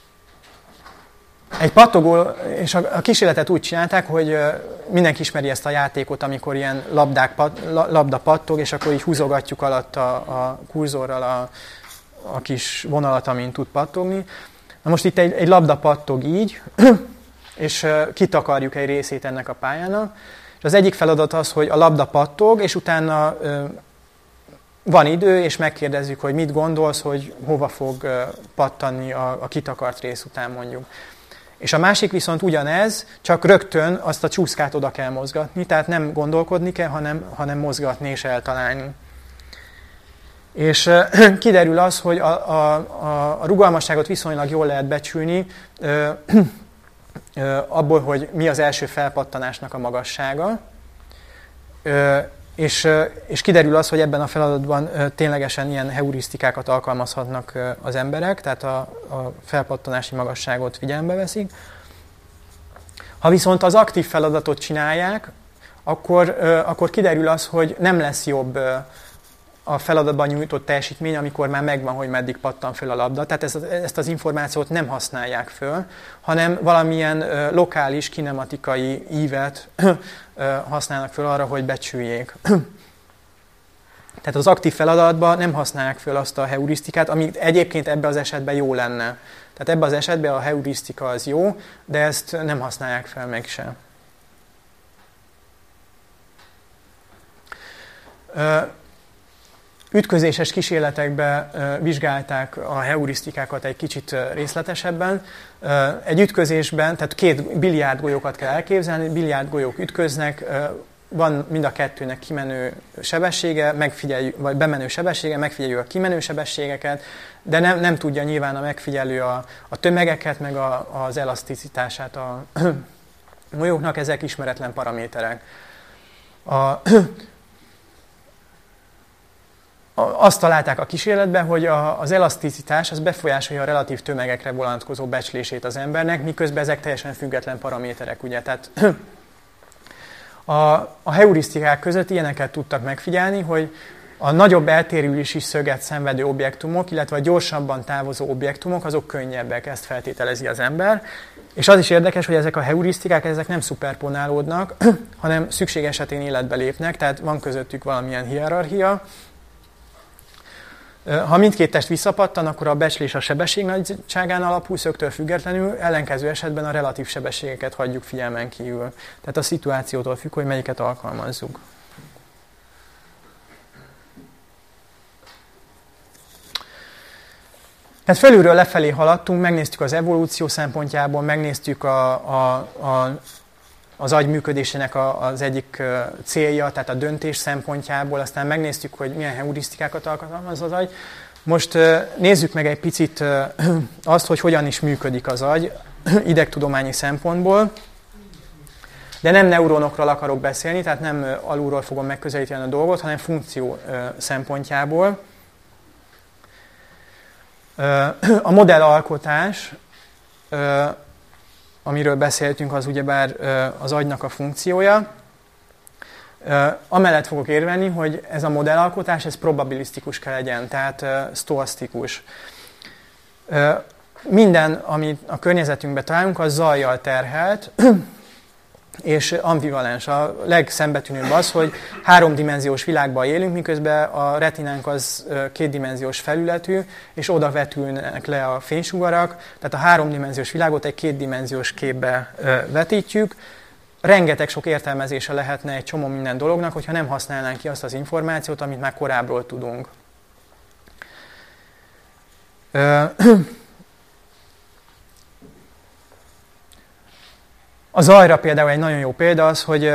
Egy pattogó, és a kísérletet úgy csinálták, hogy mindenki ismeri ezt a játékot, amikor ilyen labdák, labda pattog, és akkor így húzogatjuk alatt a, a kurzorral a, a kis vonalat, amin tud pattogni. Na most itt egy, egy labda pattog így, és kitakarjuk egy részét ennek a pályának. És az egyik feladat az, hogy a labda pattog, és utána van idő, és megkérdezzük, hogy mit gondolsz, hogy hova fog pattanni a, a kitakart rész után mondjuk. És a másik viszont ugyanez, csak rögtön azt a csúszkát oda kell mozgatni, tehát nem gondolkodni kell, hanem, hanem mozgatni és eltalálni. És kiderül az, hogy a, a, a rugalmasságot viszonylag jól lehet becsülni ö, ö, abból, hogy mi az első felpattanásnak a magassága, ö, és, és kiderül az, hogy ebben a feladatban ténylegesen ilyen heurisztikákat alkalmazhatnak az emberek, tehát a, a felpattanási magasságot figyelembe veszik. Ha viszont az aktív feladatot csinálják, akkor, akkor kiderül az, hogy nem lesz jobb a feladatban nyújtott teljesítmény, amikor már megvan, hogy meddig pattan föl a labda. Tehát ezt, ezt az információt nem használják föl, hanem valamilyen ö, lokális, kinematikai ívet ö, használnak föl arra, hogy becsüljék. Tehát az aktív feladatban nem használják föl azt a heurisztikát, ami egyébként ebben az esetben jó lenne. Tehát ebben az esetben a heurisztika az jó, de ezt nem használják fel meg sem. Ö, Ütközéses kísérletekben vizsgálták a heurisztikákat egy kicsit részletesebben. Egy ütközésben, tehát két biliárdgolyókat kell elképzelni, biliárdgolyók ütköznek, van mind a kettőnek kimenő sebessége, megfigyeljük, vagy bemenő sebessége, megfigyeljük a kimenő sebességeket, de nem, nem tudja nyilván a megfigyelő a, a tömegeket, meg a, az elaszticitását a golyóknak, ezek ismeretlen paraméterek. A, Azt találták a kísérletben, hogy a, az elaszticitás az befolyásolja a relatív tömegekre vonatkozó becslését az embernek, miközben ezek teljesen független paraméterek. Ugye? Tehát a, a heurisztikák között ilyeneket tudtak megfigyelni, hogy a nagyobb eltérülési szöget szenvedő objektumok, illetve a gyorsabban távozó objektumok, azok könnyebbek, ezt feltételezi az ember. És az is érdekes, hogy ezek a heurisztikák ezek nem szuperponálódnak, hanem szükség esetén életbe lépnek, tehát van közöttük valamilyen hierarchia. Ha mindkét test visszapattan, akkor a becslés a sebesség nagyságán alapul, szögtől függetlenül, ellenkező esetben a relatív sebességeket hagyjuk figyelmen kívül. Tehát a szituációtól függ, hogy melyiket alkalmazzuk. Tehát felülről lefelé haladtunk, megnéztük az evolúció szempontjából, megnéztük a, a, a, az agy működésének a, az egyik célja, tehát a döntés szempontjából, aztán megnéztük, hogy milyen heurisztikákat alkalmaz az agy. Most nézzük meg egy picit azt, hogy hogyan is működik az agy idegtudományi szempontból. De nem neuronokról akarok beszélni, tehát nem alulról fogom megközelíteni a dolgot, hanem funkció szempontjából. A modellalkotás, amiről beszéltünk, az ugyebár az agynak a funkciója. Amellett fogok érvelni, hogy ez a modellalkotás, ez probabilisztikus kell legyen, tehát sztoasztikus. Minden, amit a környezetünkben találunk, az zajjal terhelt, és ambivalens. A legszembetűnőbb az, hogy háromdimenziós világban élünk, miközben a retinánk az kétdimenziós felületű, és oda vetülnek le a fénysugarak, tehát a háromdimenziós világot egy kétdimenziós képbe vetítjük. Rengeteg sok értelmezése lehetne egy csomó minden dolognak, hogyha nem használnánk ki azt az információt, amit már korábbról tudunk. A zajra például egy nagyon jó példa az, hogy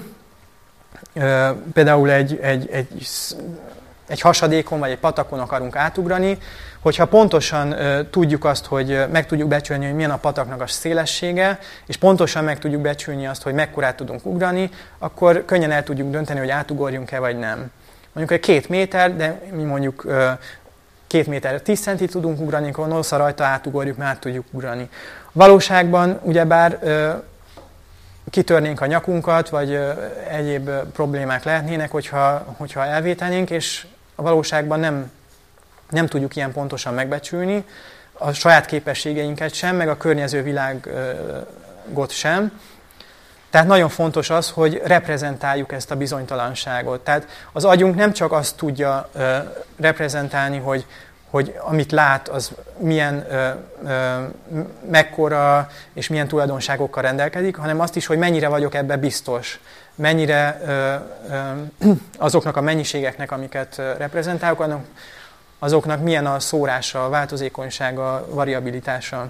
például egy, egy, egy, egy hasadékon vagy egy patakon akarunk átugrani, hogyha pontosan tudjuk azt, hogy meg tudjuk becsülni, hogy milyen a pataknak a szélessége, és pontosan meg tudjuk becsülni azt, hogy mekkorát tudunk ugrani, akkor könnyen el tudjuk dönteni, hogy átugorjunk-e vagy nem. Mondjuk egy két méter, de mi mondjuk két méter tíz centit tudunk ugrani, akkor nosza rajta átugorjuk, mert át tudjuk ugrani. A valóságban ugyebár kitörnénk a nyakunkat, vagy egyéb problémák lehetnének, hogyha, hogyha elvétenénk, és a valóságban nem, nem tudjuk ilyen pontosan megbecsülni, a saját képességeinket sem, meg a környező világot sem. Tehát nagyon fontos az, hogy reprezentáljuk ezt a bizonytalanságot. Tehát az agyunk nem csak azt tudja reprezentálni, hogy hogy amit lát, az milyen, ö, ö, mekkora és milyen tulajdonságokkal rendelkezik, hanem azt is, hogy mennyire vagyok ebbe biztos, mennyire ö, ö, azoknak a mennyiségeknek, amiket reprezentálok, azoknak milyen a szórása, a változékonysága, a variabilitása.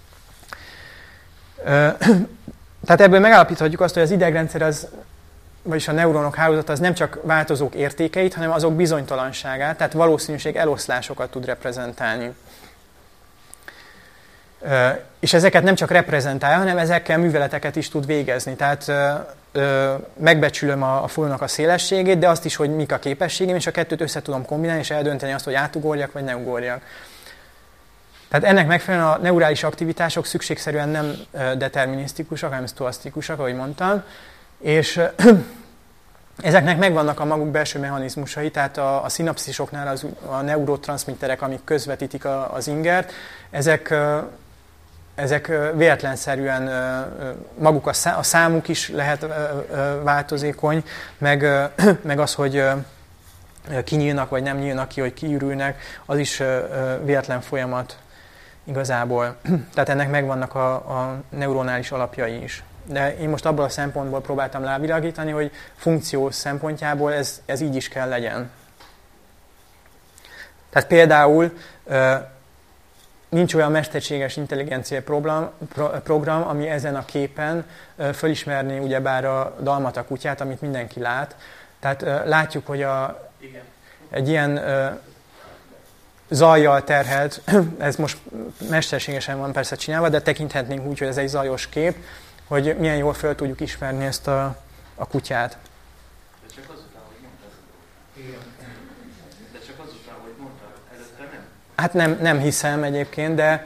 Ö, tehát ebből megállapíthatjuk azt, hogy az idegrendszer az, vagyis a neuronok hálózata az nem csak változók értékeit, hanem azok bizonytalanságát, tehát valószínűség eloszlásokat tud reprezentálni. És ezeket nem csak reprezentálja, hanem ezekkel műveleteket is tud végezni. Tehát megbecsülöm a folyónak a szélességét, de azt is, hogy mik a képességem, és a kettőt össze tudom kombinálni, és eldönteni azt, hogy átugorjak, vagy ne ugorjak. Tehát ennek megfelelően a neurális aktivitások szükségszerűen nem determinisztikusak, hanem sztoasztikusak, ahogy mondtam, és ezeknek megvannak a maguk belső mechanizmusai, tehát a, a szinapszisoknál az, a neurotranszmitterek, amik közvetítik a, az ingert, ezek, ezek véletlenszerűen maguk a, szá, a számuk is lehet változékony, meg, meg az, hogy kinyílnak vagy nem nyílnak ki, hogy kiürülnek, az is véletlen folyamat igazából. Tehát ennek megvannak a, a neuronális alapjai is. De én most abból a szempontból próbáltam rávilágítani, hogy funkció szempontjából ez, ez így is kell legyen. Tehát például nincs olyan mesterséges intelligencia program, program, ami ezen a képen fölismerné ugyebár a dalmata kutyát, amit mindenki lát. Tehát látjuk, hogy a, egy ilyen zajjal terhelt, ez most mesterségesen van persze csinálva, de tekinthetnénk úgy, hogy ez egy zajos kép, hogy milyen jól fel tudjuk ismerni ezt a, a kutyát. De csak azután, hogy mondtad. Igen. De csak azután, hogy mondtad, előtte nem? Hát nem, nem hiszem egyébként, de,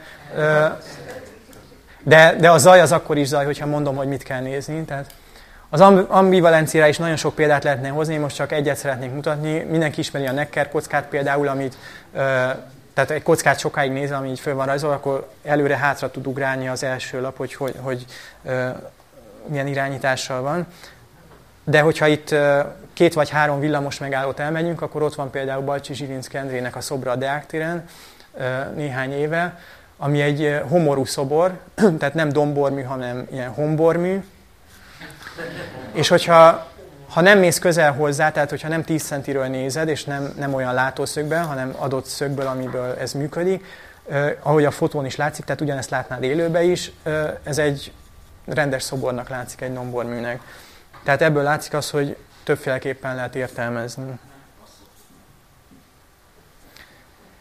de, de a zaj az akkor is zaj, hogyha mondom, hogy mit kell nézni. Tehát az ambivalenciára is nagyon sok példát lehetne hozni, most csak egyet szeretnék mutatni. Mindenki ismeri a Necker kockát például, amit tehát egy kockát sokáig nézve, ami így föl van rajzolva, akkor előre-hátra tud ugrálni az első lap, hogy, hogy, hogy uh, milyen irányítással van. De hogyha itt uh, két vagy három villamos megállót elmegyünk, akkor ott van például Balcsi Zsilinszky Endrének a szobra a Deák téren uh, néhány éve, ami egy uh, homorú szobor, tehát nem dombormű, hanem ilyen hombormű. És hogyha ha nem mész közel hozzá, tehát hogyha nem tíz centiről nézed, és nem, nem olyan látószögben, hanem adott szögből, amiből ez működik, eh, ahogy a fotón is látszik, tehát ugyanezt látnád élőben is, eh, ez egy rendes szobornak látszik, egy domborműnek. Tehát ebből látszik az, hogy többféleképpen lehet értelmezni.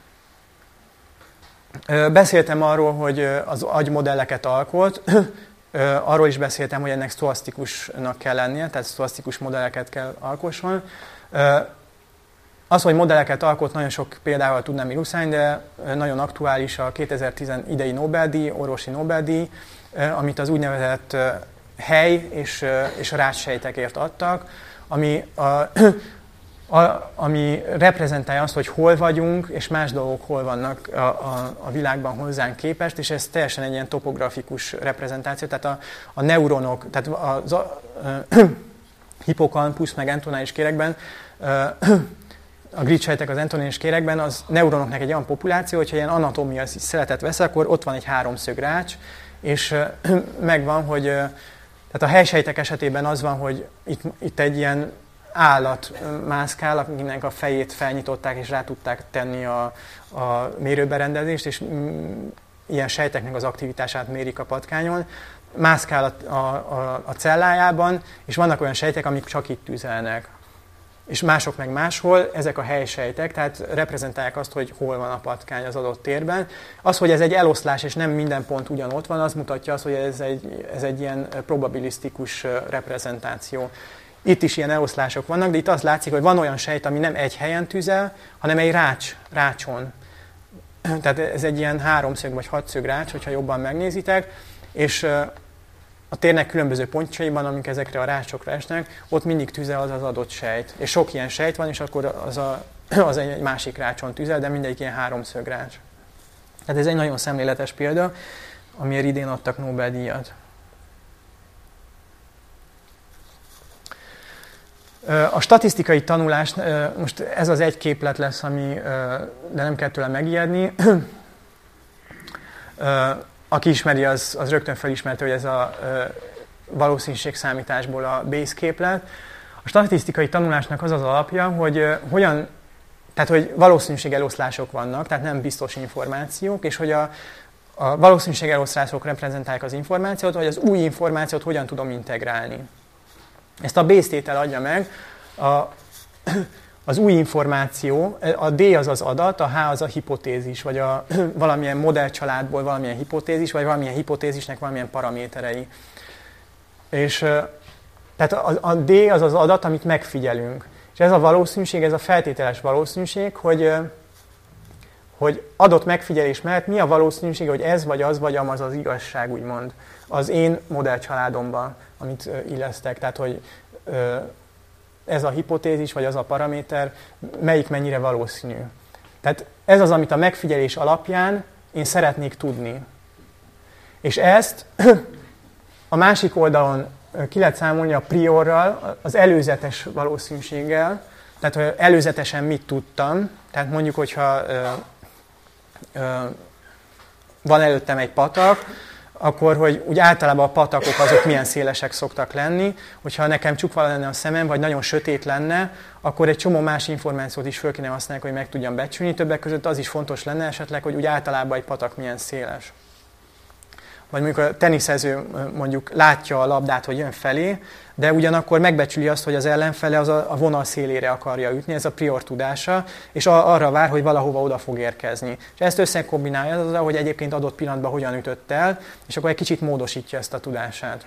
Eh, beszéltem arról, hogy az agy modelleket alkot, arról is beszéltem, hogy ennek sztoasztikusnak kell lennie, tehát sztoasztikus modelleket kell alkosson. Az, hogy modelleket alkot, nagyon sok példával tudnám illusztrálni, de nagyon aktuális a kétezer-tíz idei Nobel-díj, orvosi Nobel-díj, amit az úgynevezett hely és, és rácssejtekért adtak, ami, a, a, ami reprezentálja azt, hogy hol vagyunk, és más dolgok hol vannak a, a, a világban hozzánk képest, és ez teljesen egy ilyen topografikus reprezentáció, tehát a, a neuronok, tehát az a, a, hippocampus meg entonális kérekben, a grid-sejtek az entonális kérekben, az neuronoknak egy olyan populáció, hogyha ilyen anatómiai szeletet vesz, akkor ott van egy háromszög rács, és megvan, hogy tehát a helysejtek esetében az van, hogy itt, itt egy ilyen állat mászkál, akinek a fejét felnyitották, és rá tudták tenni a, a mérőberendezést, és mm, ilyen sejteknek az aktivitását mérik a patkányon. Mászkál a, a, a cellájában, és vannak olyan sejtek, amik csak itt tüzelnek. És mások meg máshol, ezek a helysejtek, tehát reprezentálják azt, hogy hol van a patkány az adott térben. Az, hogy ez egy eloszlás, és nem minden pont ugyanott van, az mutatja azt, hogy ez egy, ez egy ilyen probabilisztikus reprezentáció. Itt is ilyen eloszlások vannak, de itt azt látszik, hogy van olyan sejt, ami nem egy helyen tüzel, hanem egy rács, rácson. Tehát ez egy ilyen háromszög vagy hatszög rács, hogyha jobban megnézitek, és a térnek különböző pontjaiban, amik ezekre a rácsokra esnek, ott mindig tüzel az az adott sejt. És sok ilyen sejt van, és akkor az, a, az egy másik rácson tüzel, de mindegyik ilyen háromszög rács. Tehát ez egy nagyon szemléletes példa, amiért idén adtak Nobel-díjat. A statisztikai tanulás, most ez az egy képlet lesz, ami, de nem kell tőle megijedni. Aki ismeri, az, az rögtön felismerte, hogy ez a valószínűségszámításból a Bayes képlet. A statisztikai tanulásnak az az alapja, hogy hogyan, tehát hogy valószínűségeloszlások vannak, tehát nem biztos információk, és hogy a, a valószínűségeloszlások reprezentálják az információt, vagy az új információt hogyan tudom integrálni. Ezt a Bayes tétel adja meg. A, az új információ, a D az az adat, a H az a hipotézis, vagy a valamilyen modellcsaládból valamilyen hipotézis, vagy valamilyen hipotézisnek valamilyen paraméterei. És tehát a, a D az az adat, amit megfigyelünk. És ez a valószínűség, ez a feltételes valószínűség, hogy, hogy adott megfigyelés mellett mi a valószínűség, hogy ez vagy az vagy amaz az igazság, úgymond, az én modellcsaládomban, amit illesztek. Tehát, hogy ez a hipotézis, vagy az a paraméter, melyik mennyire valószínű. Tehát ez az, amit a megfigyelés alapján én szeretnék tudni. És ezt a másik oldalon ki lehet számolni a priorral, az előzetes valószínűséggel, tehát hogy előzetesen mit tudtam, tehát mondjuk, hogyha ö, ö, van előttem egy patak, akkor, hogy úgy általában a patakok azok milyen szélesek szoktak lenni, hogyha nekem csukva lenne a szemem, vagy nagyon sötét lenne, akkor egy csomó más információt is föl kéne használni, hogy meg tudjam becsülni. Többek között az is fontos lenne esetleg, hogy úgy általában egy patak milyen széles. Vagy mondjuk a teniszező mondjuk látja a labdát, hogy jön felé, de ugyanakkor megbecsüli azt, hogy az ellenfele az a vonal szélére akarja ütni, ez a prior tudása, és arra vár, hogy valahova oda fog érkezni. És ezt összekombinálja az, hogy egyébként adott pillanatban hogyan ütött el, és akkor egy kicsit módosítja ezt a tudását.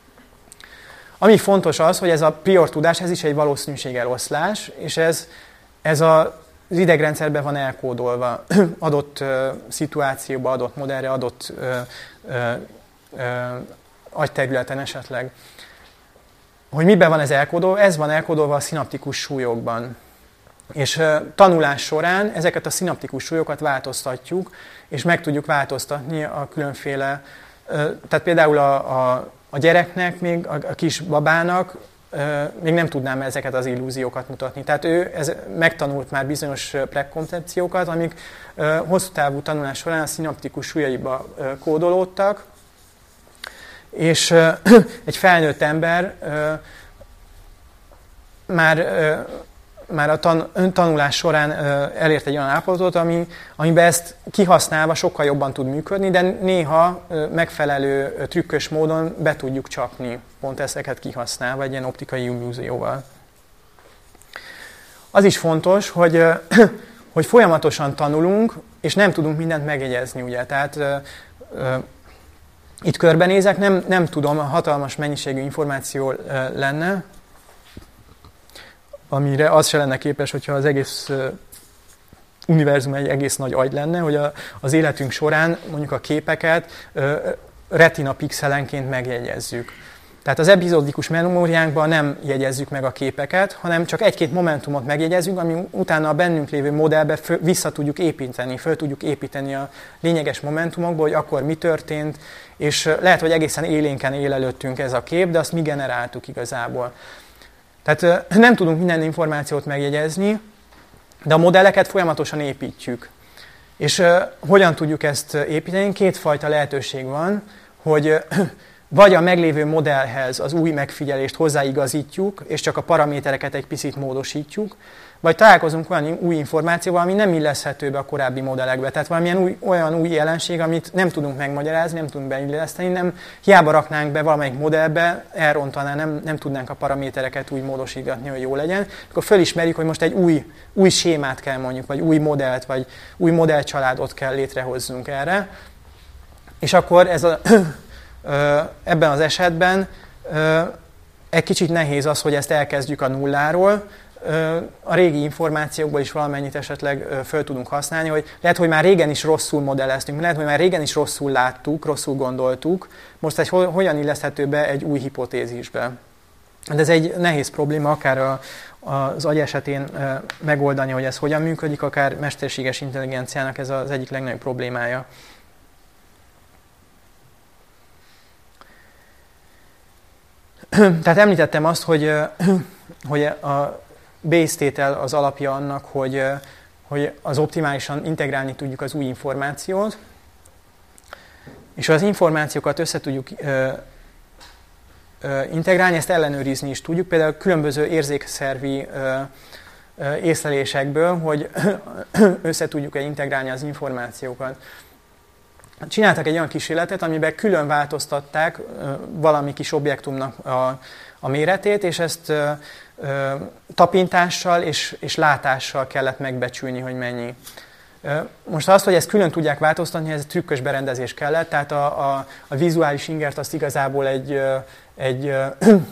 Ami fontos az, hogy ez a prior tudás, ez is egy valószínűségeloszlás, és ez, ez a az idegrendszerben van elkódolva, adott uh, szituációba, adott modellre, adott uh, uh, uh, agyterületen esetleg. Hogy miben van ez elkódolva? Ez van elkódolva a szinaptikus súlyokban. És uh, tanulás során ezeket a szinaptikus súlyokat változtatjuk, és meg tudjuk változtatni a különféle, uh, tehát például a, a, a gyereknek, még a, a kis babának, még nem tudnám ezeket az illúziókat mutatni. Tehát ő ez, megtanult már bizonyos prekoncepciókat, amik hosszú távú tanulás során a szinaptikus súlyaiba kódolódtak, és egy felnőtt ember már, már a tan, tanulás során elért egy olyan állapotot, ami, amiben ezt kihasználva sokkal jobban tud működni, de néha megfelelő trükkös módon be tudjuk csapni, pont ezeket kihasználva egy ilyen optikai illúzióval. Az is fontos, hogy, hogy folyamatosan tanulunk, és nem tudunk mindent megjegyezni, ugye. Tehát itt körbenézek, nem, nem tudom, hatalmas mennyiségű információ lenne, amire az se lenne képes, hogyha az egész univerzum egy egész nagy agy lenne, hogy a, az életünk során mondjuk a képeket retina pixelenként megjegyezzük. Tehát az epizódikus memóriánkban nem jegyezzük meg a képeket, hanem csak egy-két momentumot megjegyezünk, ami utána a bennünk lévő modellbe föl, vissza tudjuk építeni, föl tudjuk építeni a lényeges momentumokba, hogy akkor mi történt, és lehet, hogy egészen élénken él előttünk ez a kép, de azt mi generáltuk igazából. Tehát nem tudunk minden információt megjegyezni, de a modelleket folyamatosan építjük. És uh, hogyan tudjuk ezt építeni? Kétfajta lehetőség van, hogy uh, vagy a meglévő modellhez az új megfigyelést hozzáigazítjuk, és csak a paramétereket egy picit módosítjuk, vagy találkozunk olyan új információval, ami nem illeszthető be a korábbi modellekbe. Tehát valamilyen új, olyan új jelenség, amit nem tudunk megmagyarázni, nem tudunk beilleszteni, nem hiába raknánk be valamelyik modellbe, elrontaná, nem, nem tudnánk a paramétereket úgy módosítani, hogy jó legyen. Akkor fölismerjük, hogy most egy új, új sémát kell mondjuk, vagy új modellt, vagy új modellcsaládot kell létrehozzunk erre. És akkor ez a, ebben az esetben egy kicsit nehéz az, hogy ezt elkezdjük a nulláról, a régi információkból is valamennyit esetleg föl tudunk használni, hogy lehet, hogy már régen is rosszul modelleztünk, lehet, hogy már régen is rosszul láttuk, rosszul gondoltuk, most egy hogyan illeszthető be egy új hipotézisbe. De ez egy nehéz probléma, akár a, az agy esetén megoldani, hogy ez hogyan működik, akár mesterséges intelligenciának ez az egyik legnagyobb problémája. Tehát említettem azt, hogy, hogy a Bayes tétel az alapja annak, hogy, hogy az optimálisan integrálni tudjuk az új információt, és az információkat össze tudjuk ö, ö, integrálni, ezt ellenőrizni is tudjuk, például különböző érzékszervi ö, ö, észlelésekből, hogy össze tudjuk-e integrálni az információkat. Csináltak egy olyan kísérletet, amiben külön változtatták ö, valami kis objektumnak a, a méretét, és ezt ö, ö, tapintással és, és látással kellett megbecsülni, hogy mennyi. Ö, most azt, hogy ezt külön tudják változtatni, ez trükkös berendezés kellett, tehát a, a, a vizuális ingert azt igazából egy, ö, egy, ö,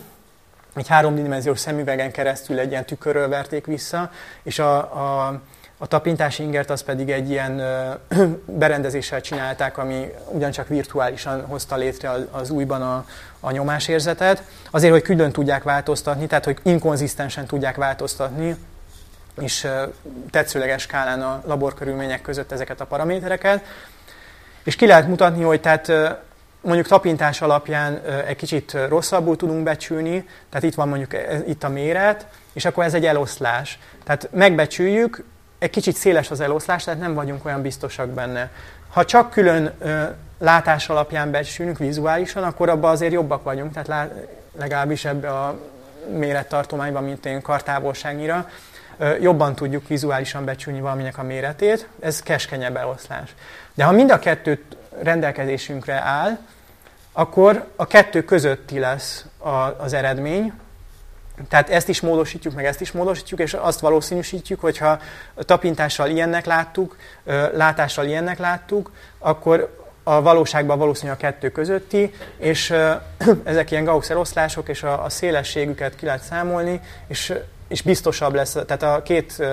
egy háromdimenziós szemüvegen keresztül egy ilyen tükörről verték vissza, és a, a A tapintási ingert az pedig egy ilyen ö, berendezéssel csinálták, ami ugyancsak virtuálisan hozta létre az, az újban a, a nyomásérzetet. Azért, hogy külön tudják változtatni, tehát hogy inkonzisztensen tudják változtatni, és ö, tetszőleges skálán a laborkörülmények között ezeket a paramétereket. És ki lehet mutatni, hogy tehát ö, mondjuk tapintás alapján ö, egy kicsit rosszabbul tudunk becsülni, tehát itt van mondjuk itt a méret, és akkor ez egy eloszlás. Tehát megbecsüljük, egy kicsit széles az eloszlás, tehát nem vagyunk olyan biztosak benne. Ha csak külön ö, látás alapján becsülünk vizuálisan, akkor abban azért jobbak vagyunk, tehát lá, legalábbis ebbe a mérettartományban, mint én kartávolságnyira, ö, jobban tudjuk vizuálisan becsülni valaminek a méretét, ez keskenyebb eloszlás. De ha mind a kettő rendelkezésünkre áll, akkor a kettő közötti lesz a, az eredmény. Tehát ezt is módosítjuk, meg ezt is módosítjuk, és azt valószínűsítjük, hogyha tapintással ilyennek láttuk, látással ilyennek láttuk, akkor a valóságban valószínűleg a kettő közötti, és ezek ilyen Gauss-eloszlások, és a, a szélességüket ki lehet számolni, és, és biztosabb lesz, tehát a két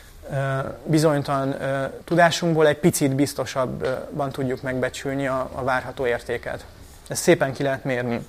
bizonytalan tudásunkból egy picit biztosabban tudjuk megbecsülni a, a várható értéket. Ezt szépen ki lehet mérni.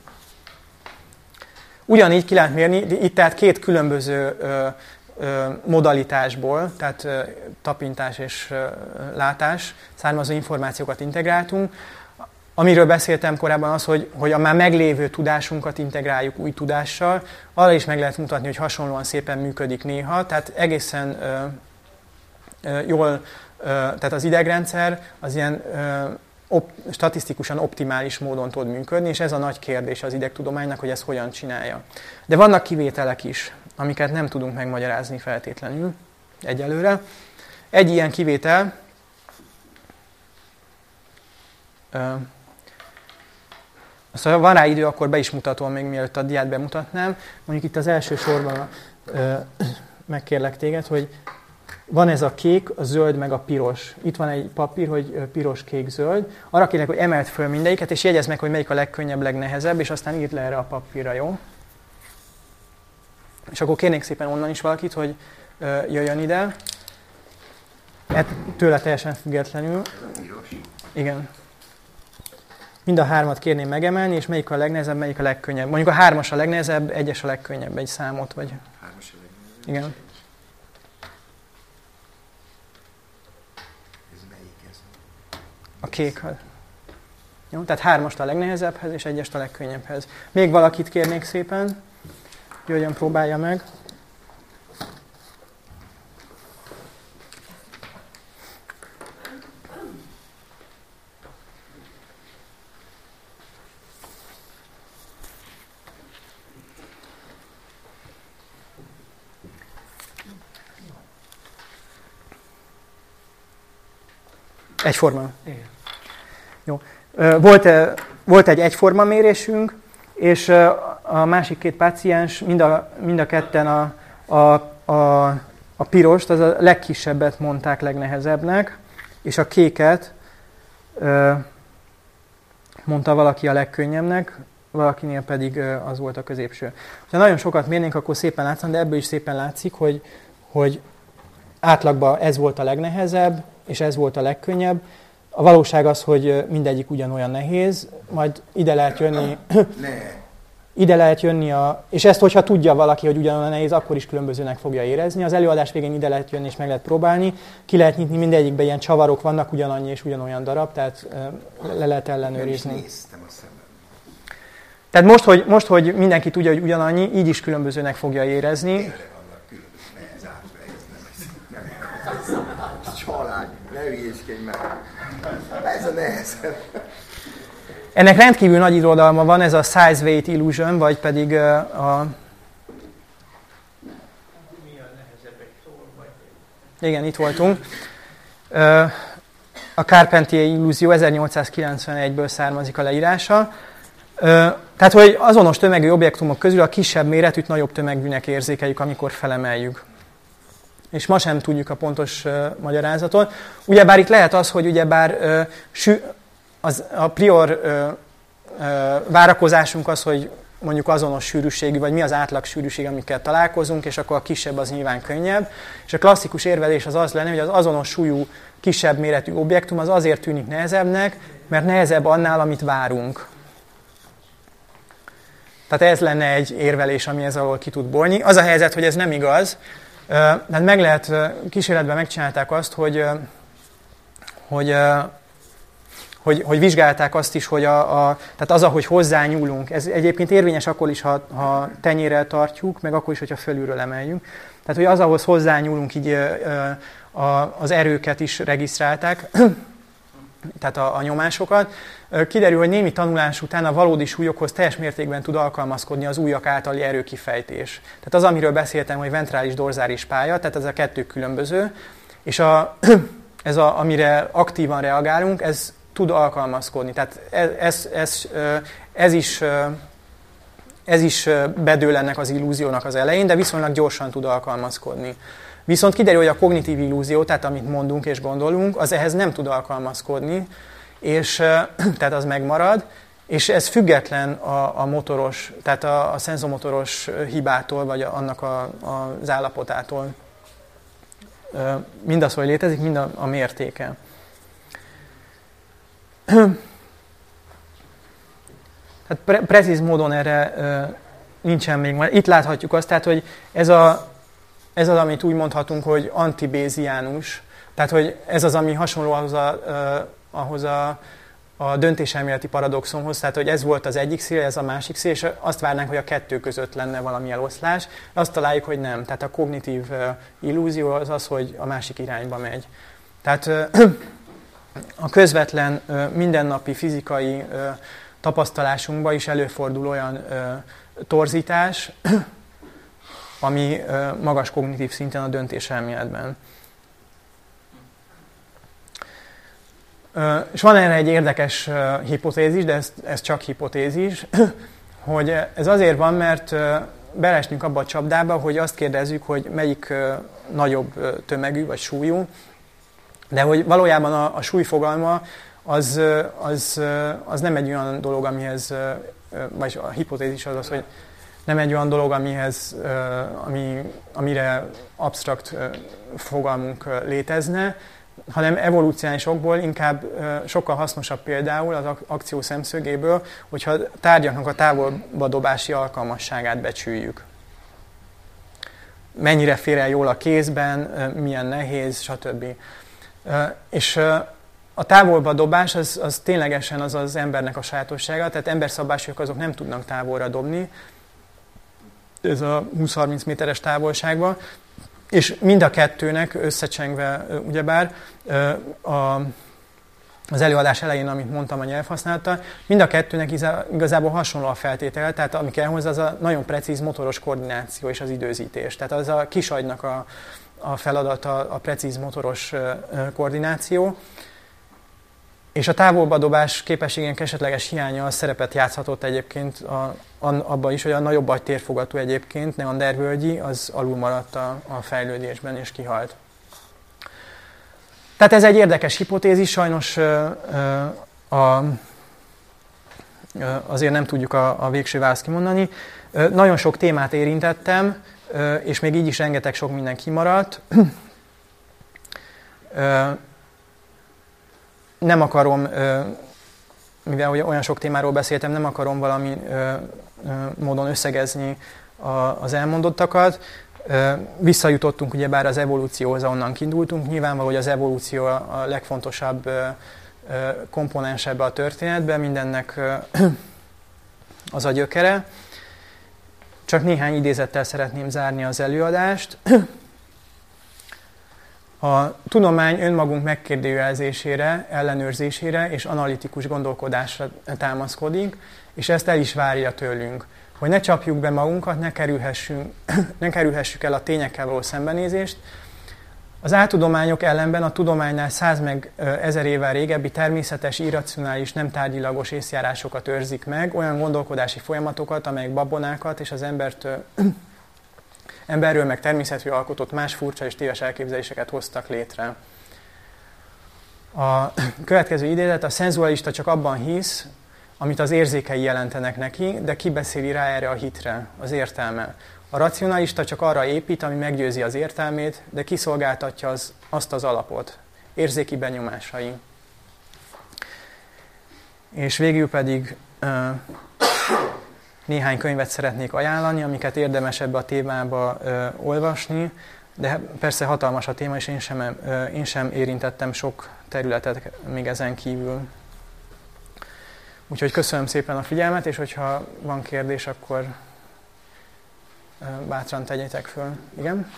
Ugyanígy ki lehet mérni, itt tehát két különböző ö, ö, modalitásból, tehát ö, tapintás és ö, látás származó információkat integráltunk. Amiről beszéltem korábban az, hogy, hogy a már meglévő tudásunkat integráljuk új tudással, arra is meg lehet mutatni, hogy hasonlóan szépen működik néha, tehát egészen ö, ö, jól, ö, tehát az idegrendszer az ilyen ö, Op, statisztikusan optimális módon tud működni, és ez a nagy kérdés az idegtudománynak, hogy ezt hogyan csinálja. De vannak kivételek is, amiket nem tudunk megmagyarázni feltétlenül egyelőre. Egy ilyen kivétel, azt, ha van rá idő, akkor be is mutatom még mielőtt a diát bemutatnám. Mondjuk itt az első sorban megkérlek téged, hogy van ez a kék, a zöld, meg a piros. Itt van egy papír, hogy piros, kék, zöld. Arra kérlek, hogy emeld föl mindegyiket, és jegyezd meg, hogy melyik a legkönnyebb, legnehezebb, és aztán írd le erre a papírra, jó? És akkor kérnék szépen onnan is valakit, hogy jöjjön ide. Tőle teljesen függetlenül. Igen. Mind a hármat kérném megemelni, és melyik a legnehezebb, melyik a legkönnyebb. Mondjuk a hármas a legnehezebb, egyes a legkönnyebb, egy számot, vagy... Hármas a legnehezebb. Igen. Ez melyik ez? A kék. Jó, tehát hármast a legnehezebbhez, és egyest a legkönnyebbhez. Még valakit kérnék szépen. Jöjjön, próbálja meg. Egyforma. Igen. Jó. Volt, volt egy egyforma mérésünk, és a másik két páciens, mind a, mind a ketten a, a, a, a pirost, az a legkisebbet mondták legnehezebbnek, és a kéket mondta valaki a legkönnyebbnek, valakinél pedig az volt a középső. Ha nagyon sokat mérnénk, akkor szépen látszom, de ebből is szépen látszik, hogy, hogy átlagban ez volt a legnehezebb, és ez volt a legkönnyebb. A valóság az, hogy mindegyik ugyanolyan nehéz, majd ide lehet jönni, ide lehet jönni a, és ezt, hogyha tudja valaki, hogy ugyanolyan nehéz, akkor is különbözőnek fogja érezni. Az előadás végén ide lehet jönni, és meg lehet próbálni. Ki lehet nyitni, mindegyikben ilyen csavarok vannak, ugyanannyi és ugyanolyan darab, tehát le lehet ellenőrizni. Nem is néztem a szemem. Tehát most hogy, most, hogy mindenki tudja, hogy ugyanannyi, így is különbözőnek fogja érezni. Tényleg vannak különböző, nehez átvegy, nem, nem, nem. Család, ne hülyéskedj meg. Ez a nehezebb. Ennek rendkívül nagy irodalma van, ez a size weight illusion, vagy pedig uh, a... Mi a nehezebb egy szó, vagy... Igen, itt voltunk. Uh, a Carpentier illúzió ezernyolcszázkilencvenegyből származik a leírása. Uh, tehát, hogy azonos tömegű objektumok közül a kisebb méretűt nagyobb tömegűnek érzékeljük, amikor felemeljük. És ma sem tudjuk a pontos uh, magyarázatot. Ugyebár itt lehet az, hogy ugyebár uh, sü- az, a prior uh, uh, várakozásunk az, hogy mondjuk azonos sűrűségű, vagy mi az átlag sűrűség, amikkel találkozunk, és akkor a kisebb az nyilván könnyebb. És a klasszikus érvelés az az lenne, hogy az azonos súlyú, kisebb méretű objektum az azért tűnik nehezebbnek, mert nehezebb annál, amit várunk. Tehát ez lenne egy érvelés, ami ez alól ki tud bolni. Az a helyzet, hogy ez nem igaz. Tehát meg lehet, kísérletben megcsinálták azt, hogy, hogy, hogy, hogy vizsgálták azt is, hogy a, a, tehát az, ahogy hozzányúlunk, ez egyébként érvényes akkor is, ha, ha tenyérrel tartjuk, meg akkor is, hogyha fölülről emeljünk. Tehát, hogy az, ahhoz hozzányúlunk, így az erőket is regisztrálták, tehát a, a nyomásokat. Kiderül, hogy némi tanulás után a valódi súlyokhoz teljes mértékben tud alkalmazkodni az ujjak általi erőkifejtés. Tehát az, amiről beszéltem, hogy ventrális-dorzális pálya, tehát ez a kettő különböző, és a, ez, a, amire aktívan reagálunk, ez tud alkalmazkodni. Tehát ez, ez, ez, ez, is, ez is bedől ennek az illúziónak az elején, de viszonylag gyorsan tud alkalmazkodni. Viszont kiderül, hogy a kognitív illúzió, tehát amit mondunk és gondolunk, az ehhez nem tud alkalmazkodni, és tehát az megmarad, és ez független a, a motoros, tehát a, a szenzomotoros hibától, vagy a, annak a, a, az állapotától. Mindaz, hogy létezik, mind a, a mértéke. Tehát pre, precíz módon erre nincsen még. Itt láthatjuk azt, tehát, hogy ez, a, ez az, amit úgy mondhatunk, hogy antibéziánus. Tehát, hogy ez az, ami hasonló ahhoz a, ahhoz a, a döntéselméleti paradoxonhoz, tehát, hogy ez volt az egyik szél, ez a másik szél, és azt várnánk, hogy a kettő között lenne valami eloszlás. Azt találjuk, hogy nem. Tehát a kognitív illúzió az az, hogy a másik irányba megy. Tehát a közvetlen mindennapi fizikai tapasztalásunkban is előfordul olyan torzítás, ami magas kognitív szinten a döntéselméletben. És van erre egy érdekes hipotézis, de ez, ez csak hipotézis, hogy ez azért van, mert beleesnünk abba a csapdába, hogy azt kérdezzük, hogy melyik nagyobb tömegű vagy súlyú, de hogy valójában a, a súly fogalma az, az, az nem egy olyan dolog, amihez, vagy a hipotézis az az, hogy nem egy olyan dolog, amihez, ami, amire absztrakt fogalmunk létezne, hanem evolúciális okból inkább sokkal hasznosabb például az akció szemszögéből, hogyha tárgyaknak a távolba dobási alkalmasságát becsüljük. Mennyire fér el jól a kézben, milyen nehéz, stb. És a távolba dobás az, az ténylegesen az az embernek a sajátossága, tehát emberszabásúak azok nem tudnak távolra dobni, ez a húsz-harminc méteres távolságban, és mind a kettőnek összecsengve, ugyebár a, az előadás elején, amit mondtam a nyelvhasználattal, mind a kettőnek igazából hasonló a feltétele, tehát ami kell hozzá, az a nagyon precíz motoros koordináció és az időzítés. Tehát az a kisagynak a, a feladata, a precíz motoros koordináció, és a távolba dobás képességének esetleges hiánya a szerepet játszhatott egyébként a, abban is, hogy a nagyobb agy térfogatú egyébként, neandervölgyi, az alul maradt a, a fejlődésben és kihalt. Tehát ez egy érdekes hipotézis, sajnos ö, ö, a, ö, azért nem tudjuk a, a végső választ kimondani. Ö, nagyon sok témát érintettem, ö, és még így is rengeteg sok minden kimaradt. Ö, Nem akarom, mivel olyan sok témáról beszéltem, nem akarom valami módon összegezni az elmondottakat. Visszajutottunk ugyebár az evolúcióhoz, ahonnan kiindultunk. Nyilvánvaló, hogy az evolúció a legfontosabb komponens ebbe a történetbe, mindennek az a gyökere. Csak néhány idézettel szeretném zárni az előadást. A tudomány önmagunk megkérdőjelezésére, ellenőrzésére és analitikus gondolkodásra támaszkodik, és ezt el is várja tőlünk, hogy ne csapjuk be magunkat, ne kerülhessünk, ne kerülhessük el a tényekkel való szembenézést. Az áltudományok ellenben a tudománynál száz meg ezer évvel régebbi természetes, irracionális, nem tárgyilagos észjárásokat őrzik meg, olyan gondolkodási folyamatokat, amelyek babonákat és az embert emberről meg természetről alkotott más furcsa és téves elképzeléseket hoztak létre. A következő idézet: a szenzualista csak abban hisz, amit az érzékei jelentenek neki, de kibeszéli rá erre a hitre, az értelme. A racionalista csak arra épít, ami meggyőzi az értelmét, de kiszolgáltatja az, azt az alapot. Érzéki benyomásai. És végül pedig uh, néhány könyvet szeretnék ajánlani, amiket érdemes ebbe a témába uh, olvasni, de persze hatalmas a téma, és én sem, uh, én sem érintettem sok területet még ezen kívül. Úgyhogy köszönöm szépen a figyelmet, és hogyha van kérdés, akkor uh, bátran tegyétek föl. Igen?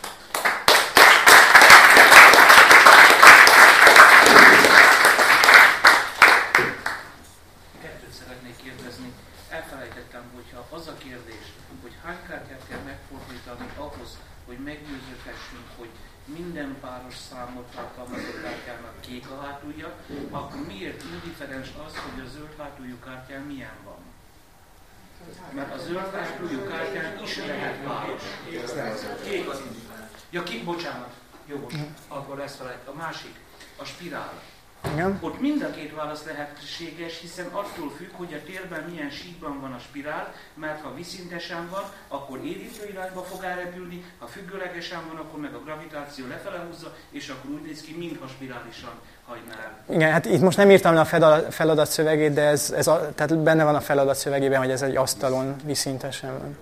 Kettőt szeretnék kérdezni. Elfelejtettem, hogyha az a kérdés, hogy hány kártyát kell megfordítani ahhoz, hogy meggyőződhessünk, hogy minden páros számot alkalmazott kártyának kék a hátulja, akkor miért indifferens az, hogy a zöld hátuljú kártyán milyen van? Mert a zöld hátuljú kártyán is lehet páros. Kék az indifferens. Ja, ki, bocsánat. Jó, akkor ezt felejt. A másik, a spirál. Igen. Ott mind a két válasz lehetséges, hiszen attól függ, hogy a térben milyen síkban van a spirál, mert ha viszintesen van, akkor érintő irányba fog elrepülni, ha függőlegesen van, akkor meg a gravitáció lefele húzza, és akkor úgy néz ki, mintha spirálisan hagyná el. Igen, hát itt most nem írtam le a feladat szövegét, de ez, ez a, tehát benne van a feladat szövegében, hogy ez egy asztalon viszintesen van.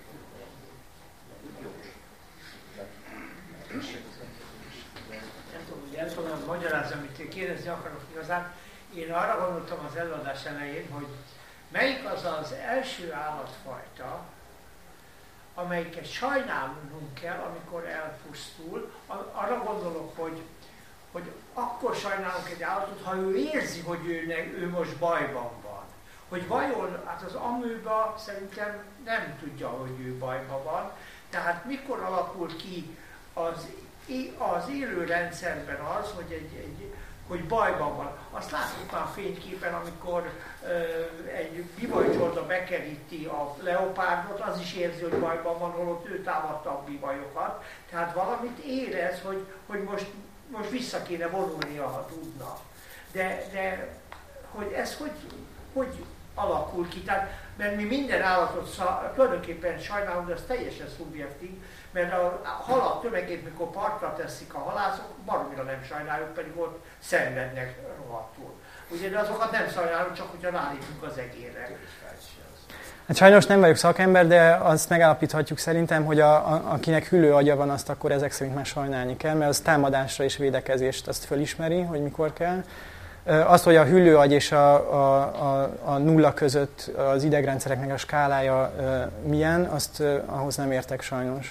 El tudom magyarázni, amit kérdezni akarok igazán. Én arra gondoltam az előadás elején, hogy melyik az az első állatfajta, amelyiket sajnálnunk kell, amikor elpusztul. Arra gondolok, hogy, hogy akkor sajnálunk egy állatot, ha ő érzi, hogy ő, ne, ő most bajban van. Hogy vajon, hát az amőba szerintem nem tudja, hogy ő bajban van. Tehát mikor alakul ki az az élő rendszerben az, hogy egy, egy hogy bajban van. Azt látjuk már fényképen, amikor ö, egy bivajcsorda bekeríti a leopárdot, az is érzi, hogy bajban van, holott ő támadta a bivajokat. Tehát valamit érez, hogy, hogy most, most vissza kéne vonulnia, ha tudna. De, de hogy ez hogy, hogy alakul ki? Tehát, mert mi minden állatot szá, tulajdonképpen sajnálunk, de ez teljesen szubjektív, mert a halak tömegét, mikor partra teszik a halászok, baromira nem sajnáljuk, pedig ott szenvednek rohadtul. Ugye, de azokat nem sajnálunk, csak hogyha rálépünk az egérre. Hát sajnos nem vagyok szakember, de azt megállapíthatjuk szerintem, hogy a, a, akinek hüllő agya van, azt akkor ezek szerint már sajnálni kell, mert az támadásra és védekezést azt fölismeri, hogy mikor kell. Az, hogy a hüllőagy és a, a, a, a nulla között az idegrendszereknek a skálája milyen, azt ahhoz nem értek sajnos.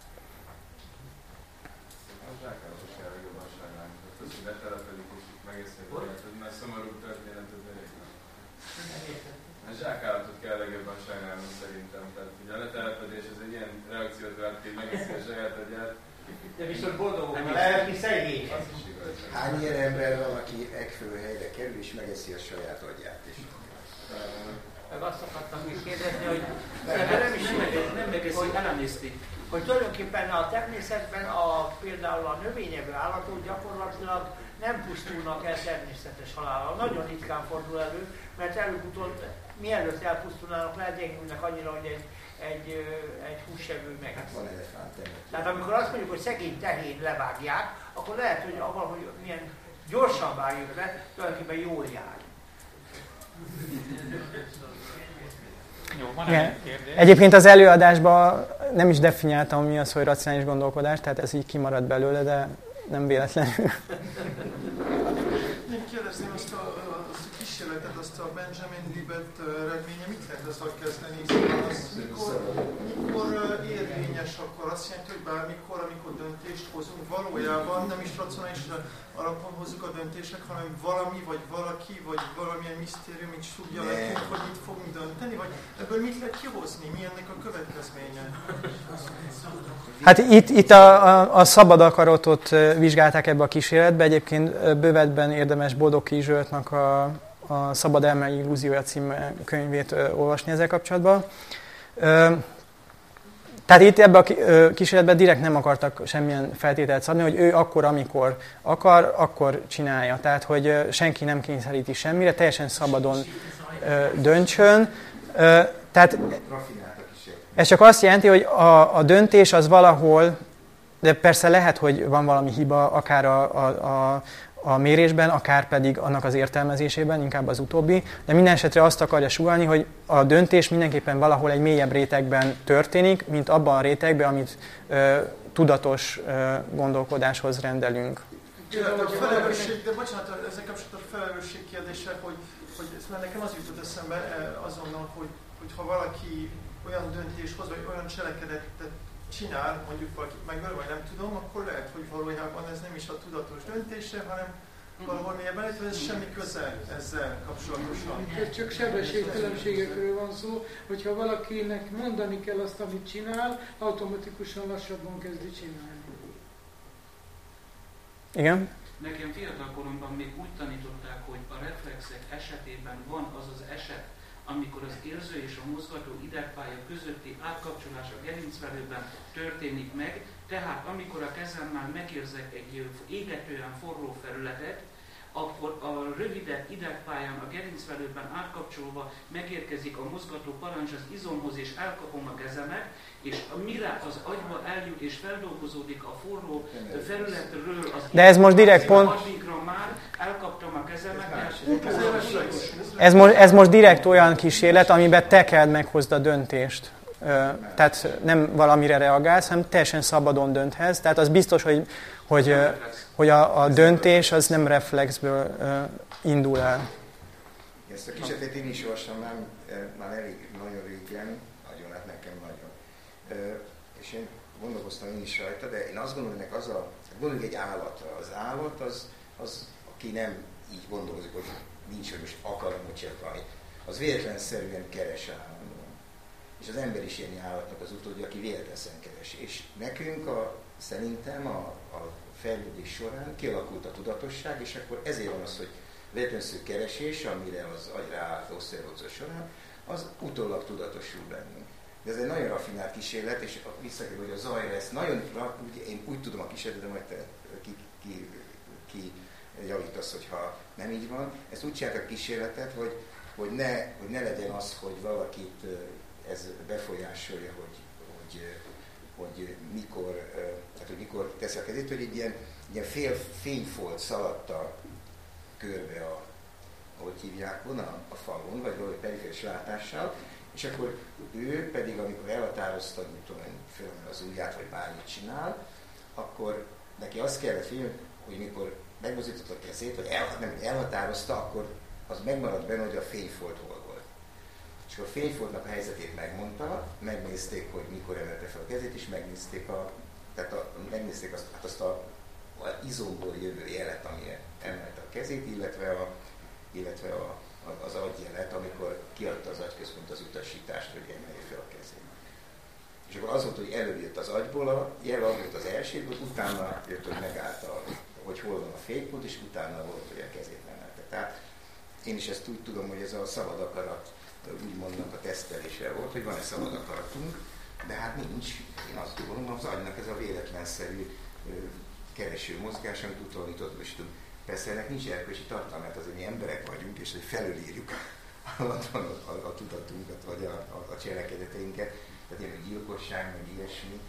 Zsákállatot kell legjobban sajnálnunk szerintem. Tehát ugye a letelepedés ez egy ilyen reakciót vált ki, hogy megeszi a saját agyát. De viszont boldogok, a lelki szegény. Hány ilyen ember van, aki egyfőhelyre kerül és megeszi a saját agyát is? Meg azt akartam is kérdezni, hogy nem, nem is nem megeszi, elemészti. Hogy tulajdonképpen a természetben a, például a növényevő állatok gyakorlatilag nem pusztulnak el természetes halállal. Nagyon ritkán fordul elő, mert előbb-utóbb, mielőtt elpusztulnának, legyengülnek annyira, hogy egy, egy, egy húsevő meg. Hát van elefánt. Tehát amikor azt mondjuk, hogy szegény tehén levágják, akkor lehet, hogy avval, hogy milyen gyorsan vágjuk le, tulajdonképpen jól jár. Jó, van Igen. egy kérdés. Egyébként az előadásban nem is definiáltam, mi az, hogy racionális gondolkodás, tehát ez így kimarad belőle, de nem véletlenül. Én kérdezném azt a, azt a kísérletet, azt a Benjamin Libet eredménye, mit lehet ezzel kezdeni? Az mikor, mikor érvényes, akkor azt jelenti, hogy bármikor, amikor döntést hozunk, valójában nem is racionális alapon hozzuk a döntések, hanem valami, vagy valaki, vagy valamilyen misztérium, így súgja nekünk, hogy mit fogunk dönteni, vagy ebből mit lehet kihozni, mi ennek a következménye? Hát itt, itt a, a, a szabad akaratot vizsgálták ebbe a kísérletbe, egyébként bővetben érdemes Bodoki Zsoltnak a, a Szabad elme illúziója című könyvét olvasni ezzel kapcsolatban. Tehát itt ebben a kísérletben direkt nem akartak semmilyen feltételt szabni, hogy ő akkor, amikor akar, akkor csinálja. Tehát, hogy senki nem kényszeríti semmire, teljesen szabadon döntsön. Tehát ez csak azt jelenti, hogy a, a döntés az valahol, de persze lehet, hogy van valami hiba, akár a, a, a, a mérésben, akár pedig annak az értelmezésében, inkább az utóbbi, de minden esetre azt akarja sugallni, hogy a döntés mindenképpen valahol egy mélyebb rétegben történik, mint abban a rétegben, amit ö, tudatos ö, gondolkodáshoz rendelünk. A felelősség, de bocsánat, ezzel kapcsolatban a felelősség kérdése, hogy, hogy ez már nekem az jutott eszembe azonnal, hogy, hogy ha valaki olyan döntés hoz, vagy olyan cselekedetet csinál, mondjuk valakit megöl, vagy nem tudom, akkor lehet, hogy valójában ez nem is a tudatos döntése, hanem valahol mélyebben, hogy ez semmi köze ezzel kapcsolatosan. Ez csak sebességkülönbségekről van szó, hogyha valakinek mondani kell azt, amit csinál, automatikusan lassabban kezdi csinálni. Igen? Nekem fiatal koromban még úgy tanították, hogy a reflexek esetében van az az eset, amikor az érző és a mozgató idegpálya közötti átkapcsolás a gerincvelőben történik meg, tehát amikor a kezemmel megérzek egy égetően forró felületet, akkor a rövidebb idegpályán a gerincvelőben átkapcsolva megérkezik a mozgató parancs az izomhoz, és elkapom a kezemet, és mire az agyba eljut és feldolgozódik a forró felületről az de ez most direkt pont... addigra már elkaptam a kezemet. Ez most, ez most direkt olyan kísérlet, amiben te kell meghozd a döntést. Tehát nem valamire reagálsz, hanem teljesen szabadon dönthetsz. Tehát az biztos, hogy, hogy, hogy a, a döntés az nem reflexből indul el. Ezt a kísérletet én is olvastam már, már elég nagyon régen, nagyon, hát nekem nagyon. És én gondolkoztam én is rajta, de én azt gondolom, hogy az a, gondoljuk egy állatra. Az állat az, az, aki nem így gondolkozik, hogy nincs, hogy most akarom, hogy csinálni, az véletlenszerűen keres állandóan. És az ember is ilyen állatnak az utódja, aki véletlenszerűen keres. És nekünk a, szerintem a, a fejlődés során kialakult a tudatosság, és akkor ezért van az, hogy véletlenszerű keresés, amire az agy ráállt osztályozó során, az utólag tudatosul bennünk. De ez egy nagyon raffinált kísérlet, és visszakerül, hogy a zaj lesz. Nagyon, ugye én úgy tudom a kísérletet, de majd te ki, ki, ki javítasz, hogy nem így van. Ezt úgy csináltak a kísérletet, hogy, hogy, ne, hogy ne legyen az, hogy valakit ez befolyásolja, hogy, hogy, hogy mikor, tehát, hogy mikor teszi a kezét, hogy egy ilyen, ilyen fél fényfolt szaladta körbe a, ahogy hívják volna, a falon, vagy valahogy periférikus látással, és akkor ő pedig, amikor elhatározta, hogy tudom én, fölmel az ujját, vagy bármit csinál, akkor neki azt kellett figyelni, hogy mikor megmozdította a kezét, vagy el, nem, elhatározta, akkor az megmaradt benne, hogy a fényfolt hol volt. És akkor a fényfoltnak a helyzetét megmondta, megnézték, hogy mikor emelte fel a kezét, és megnézték, a, tehát a, megnézték azt, hát azt a, a izomból jövő jelet, ami emelte a kezét, illetve, a, illetve a, a, az agyjelet, amikor kiadta az agyközpont az utasítást, hogy emelje fel a kezét. És akkor az volt, hogy előbb jött az agyból a jel, az volt az első, utána jött, hogy megállt, a, hogy hol van a fékpont, és utána volt, hogy a kezét emelte. Tehát én is ezt úgy tudom, hogy ez a szabad akarat, úgy mondnak, a tesztelésre volt, hogy van-e szabad akaratunk, de hát nincs. Én azt gondolom, az agynak ez a véletlenszerű kereső mozgás, amit utódítottunk. Persze ennek nincs erkölcsi tartalma, mert azért mi emberek vagyunk, és hogy felülírjuk a, a, a, a tudatunkat, vagy a, a, a cselekedeteinket. Tehát ilyen gyilkosság, meg ilyesmi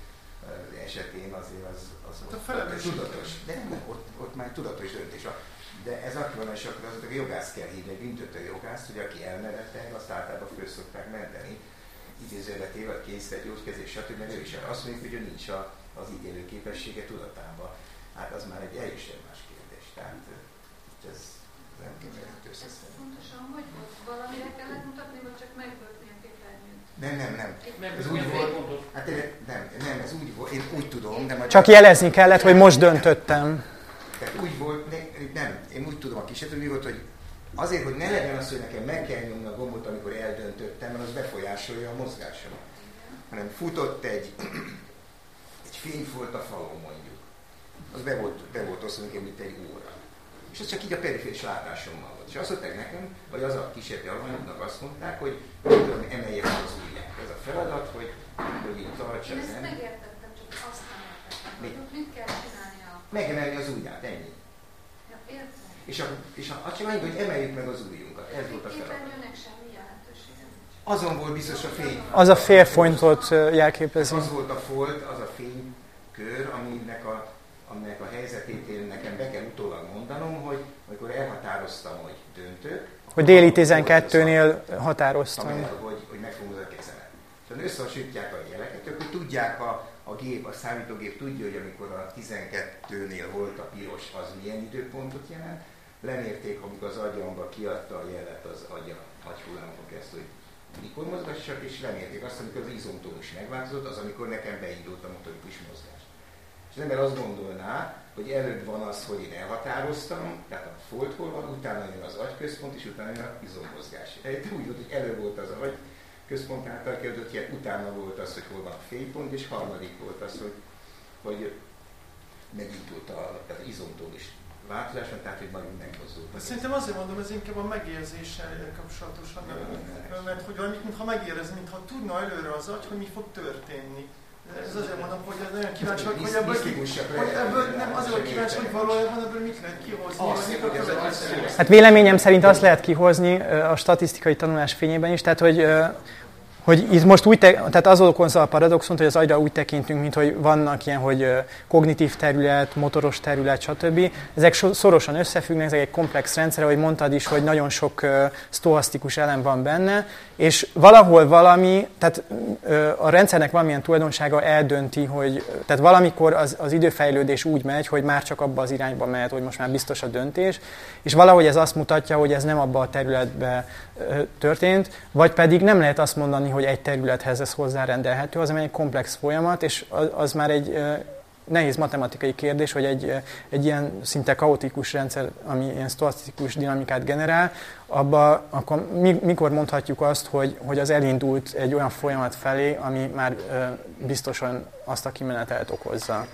esetén azért az, az, az, az tudatos. De nem, ott, ott már tudatos döntés. De ez akkor van, és akkor az, hogy a jogász kell hívni, egy büntető jogászt, hogy aki elnevette, azt általában föl szokták menteni. Idézőleté, vagy kényszergyógykezés, stb. Mert ő is azt mondjuk, hogy nincs a, az ígérő képessége tudatában. Hát az már egy teljesen más kérdés. Tehát ez nem kérdezett összeszedni. Pontosan hogy volt? Valamire kellett mutatni, vagy csak megbökni a képernyőt? Nem, nem, nem. Ez úgy volt, hát nem, nem, ez úgy volt, én úgy tudom, de majd... Csak jelezni kellett, hogy most döntöttem. Tehát úgy volt, nem, én úgy tudom a kísérlet, hogy mi volt, hogy azért, hogy ne legyen az, hogy nekem meg kell nyomni a gombot, amikor eldöntöttem, mert az befolyásolja a mozgásomat. Hanem futott egy, egy fényfolt a falon mondjuk. Az be volt, be volt osztva nekem, mint egy óra. És ez csak így a periférikus látásommal volt. És azt mondták nekem, vagy az a kísérleti alanyoknak azt mondták, hogy tudom, emelje fel az ujját. Ez a feladat, hogy, hogy így tartsa. Én ezt megértettem, csak azt nem értettem. Mit? Mit kell csinálni a... Megemelni az ujját, ennyi. Ja, értem. És, a, és a, azt csak annyi, hogy emeljük meg az ujjunkat. Ez volt a feladat. Képernyőnek semmi jelentősége. Azon volt biztos a fény. Az a félfontot jelképezi. Az volt a folt, az a fénykör, aminek a, aminek a helyzetét én nekem be kell utólag mondanom, hogy amikor elhatároztam, hogy döntök, hogy déli tizenkettőnél határoztam. Hogy, hogy megfogom a kezemet. És összehasonlítják a jeleket, akkor tudják, a, a gép, a számítógép tudja, hogy amikor a tizenkettőnél volt a piros, az milyen időpontot jelent. Lemérték, amikor az agyamba kiadta a jelet az agya agyhullámokon keresztül, hogy mikor mozgassak, és lemérték azt, amikor az izomtónus megváltozott, az, amikor nekem beindult a motorikus mozgás. És az ember azt gondolná, hogy előbb van az, hogy én elhatároztam, tehát a folt hol van, utána jön az agyközpont, és utána jön az izommozgás. De úgy volt, hogy előbb volt az agyközpont által kiadott jel, utána volt az, hogy hol van a fénypont, és harmadik volt az, hogy, hogy megindult az izomtónus változás, tehát hogy majd megmozdult. Szerintem azért mondom, ez inkább a megérzéssel kapcsolatosan, mert hogy valamit, mintha megérez, mintha tudna előre az agy, hogy mi fog történni. Ez azért mondom, hogy ez nagyon kíváncsi, hogy, hogy ebből, hogy ebből nem azért kíváncsi, hogy valójában ebből mit lehet kihozni. Hát véleményem szerint azt lehet kihozni a statisztikai tanulás fényében is, tehát hogy hogy itt most úgy, te, tehát az okozza a paradoxont, hogy az agyra úgy tekintünk, mint hogy vannak ilyen, hogy kognitív terület, motoros terület, stb. Ezek szorosan összefüggnek, ezek egy komplex rendszer, ahogy mondtad is, hogy nagyon sok uh, sztochasztikus elem van benne, és valahol valami, tehát uh, a rendszernek valamilyen tulajdonsága eldönti, hogy tehát valamikor az, az időfejlődés úgy megy, hogy már csak abba az irányba mehet, hogy most már biztos a döntés, és valahogy ez azt mutatja, hogy ez nem abba a területbe uh, történt, vagy pedig nem lehet azt mondani, hogy egy területhez ez hozzárendelhető, az egy komplex folyamat, és az, az már egy uh, nehéz matematikai kérdés, hogy egy, egy ilyen szinte kaotikus rendszer, ami ilyen sztochasztikus dinamikát generál, abba akkor mi, mikor mondhatjuk azt, hogy, hogy az elindult egy olyan folyamat felé, ami már uh, biztosan azt a kimenetelt okozza.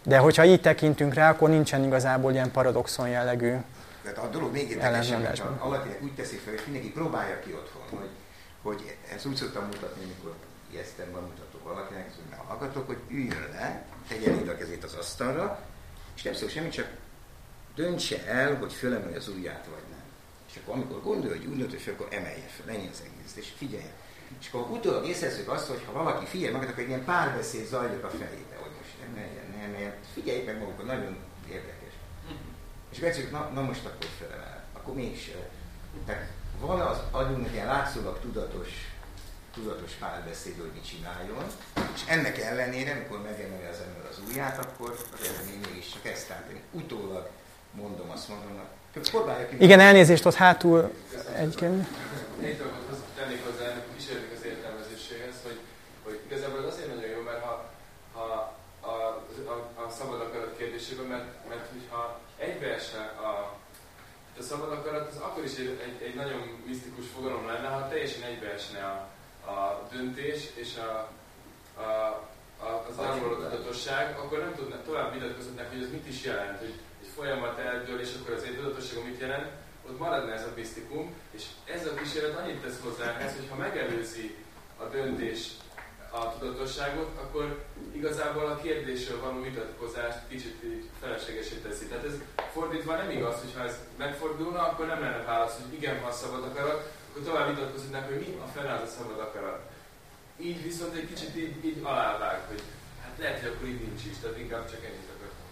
De hogyha így tekintünk rá, akkor nincsen igazából ilyen paradoxon jellegű. Tehát a dolog még érdekesebb, hogyha valakinek úgy teszik fel, és mindenki próbálja ki otthon, hogy, hogy ezt úgy szoktam mutatni, amikor ijesztem, bemutatok valakinek, hogy hallgatok, hogy üljön le, tegye ide a kezét az asztalra, és nem szól semmit, csak döntse el, hogy fölemeli az ujját vagy nem. És akkor amikor gondolja, hogy úgy döntött, akkor emelje fel, ennyi az egész, és figyeljen. És akkor utólag észrezzük azt, hogy ha valaki figyel magad, akkor egy ilyen párbeszéd zajlik a fejébe, hogy most emeljen, ne emeljen. Figyeljék meg magukat, nagyon érdekes. És akkor egyszerűen, na, na most akkor felemel, akkor mégse. Tehát van az agyunknak ilyen látszólag tudatos, tudatos párbeszéd, hogy mit csináljon, és ennek ellenére, amikor megemeli az ember az ujját, akkor az eredmény mégiscsak ezt, tehát én utólag mondom, azt mondom, hogy igen, elnézést, ott hátul egyébként. Egy dolgot tennék hozzá ennek a kísérletnek az értelmezéséhez, hogy, hogy igazából az azért nagyon jó, mert ha, ha a, a, a szabad akarat kérdésében, mert, mert hogyha egybeesne a, a szabad akarat, az akkor is egy, egy, egy nagyon misztikus fogalom lenne, ha teljesen egybeesne a, a döntés és a, a, a, az elmúló tudatosság, akkor nem tudnak, tovább vitatkozhatnak, hogy ez mit is jelent, hogy egy folyamat eldől, és akkor az egy tudatosságon mit jelent, ott maradna ez a misztikum, és ez a kísérlet annyit tesz hozzá ehhez, hogy ha megelőzi a döntés a tudatosságot, akkor igazából a kérdésről való vitatkozást kicsit így feleslegesé teszi. Tehát ez fordítva nem igaz, hogy ha ez megfordulna, akkor nem lenne válasz, hogy igen, ha a szabad akarat, akkor tovább vitatkozhatnánk, hogy mi a fene az a szabad akarat. Így viszont egy kicsit így, így alávág, hogy hát lehet, hogy akkor így nincs is, tehát inkább csak ennyit akartam.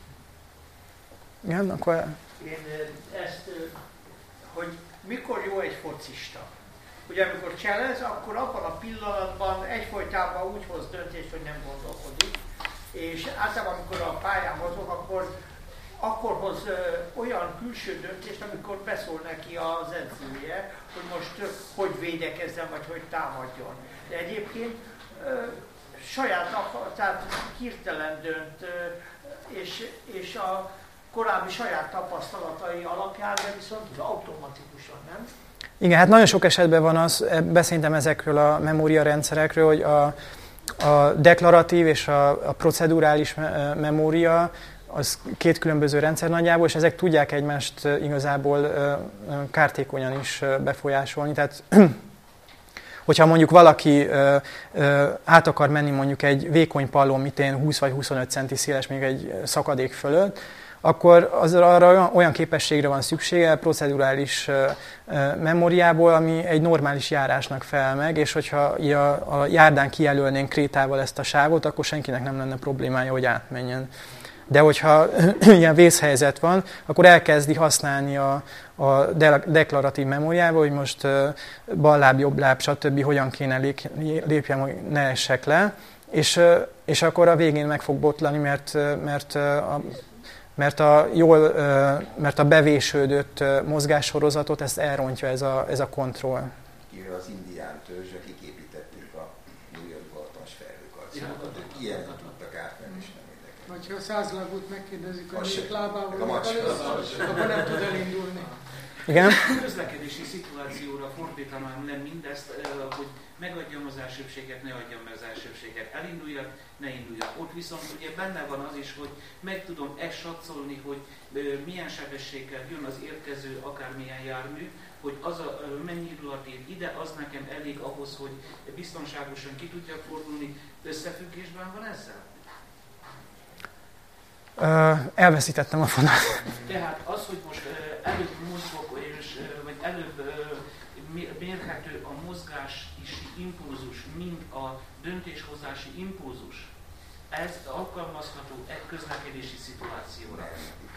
Igen, akkor... Én ezt, hogy mikor jó egy focista. Ugye amikor cselez, akkor abban a pillanatban egyfolytában úgy hoz döntést, hogy nem gondolkodik. És általában amikor a pályán mozog, akkor, akkor hoz ö, olyan külső döntést, amikor beszól neki az edzője, hogy most ö, hogy védekezzen, vagy hogy támadjon. De egyébként ö, saját akar, tehát hirtelen dönt, ö, és, és a korábbi saját tapasztalatai alapján, de viszont automatikusan, nem? Igen, hát nagyon sok esetben van az, beszéltem ezekről a memóriarendszerekről, hogy a, a deklaratív és a, a procedurális memória az két különböző rendszer nagyjából, és ezek tudják egymást igazából kártékonyan is befolyásolni. Tehát, hogyha mondjuk valaki át akar menni mondjuk egy vékony pallon, mitén húsz vagy huszonöt centi széles, még egy szakadék fölött, akkor az, arra olyan, olyan képességre van szüksége procedurális uh, uh, memóriából, ami egy normális járásnak felel meg, és hogyha a, a járdán kijelölnénk krétával ezt a sávot, akkor senkinek nem lenne problémája, hogy átmenjen. De hogyha ilyen vészhelyzet van, akkor elkezdi használni a, a de, deklaratív memóriával, hogy most uh, bal láb, jobb láb, stb. Hogyan kéne lé, lépjem, hogy ne essek le, és, uh, és akkor a végén meg fog botlani, mert, mert uh, a Mert a, jól, mert a bevésődött mozgássorozatot ezt elrontja ez a, ez a kontroll. Kivel az indián törzs, akik építették a New York-ba hatalmas felhőkarcolókat, ők ilyen tudtak átmenni, és nem érdekel. Vagy ha a százlábút megkérdezik, a négy A lábával macska. akkor nem tud elindulni. Igen? Közlekedési szituációra fordítanám le mindezt, hogy megadjam az elsőbséget, ne adjam meg az elsőbséget, elinduljak, ne induljak. Ott viszont ugye benne van az is, hogy meg tudom ezt satszolni, hogy milyen sebességgel jön az érkező akármilyen jármű, hogy az a mennyi idő alatt ér ide, az nekem elég ahhoz, hogy biztonságosan ki tudjak fordulni. Összefüggésben van ezzel? Uh, elveszítettem a fonat. Tehát az, hogy most uh, előbb mozgok, és, uh, vagy előbb uh, mérhető a mozgási impulzus, mint a döntéshozási impulzus, ez alkalmazható egy közlekedési szituációra.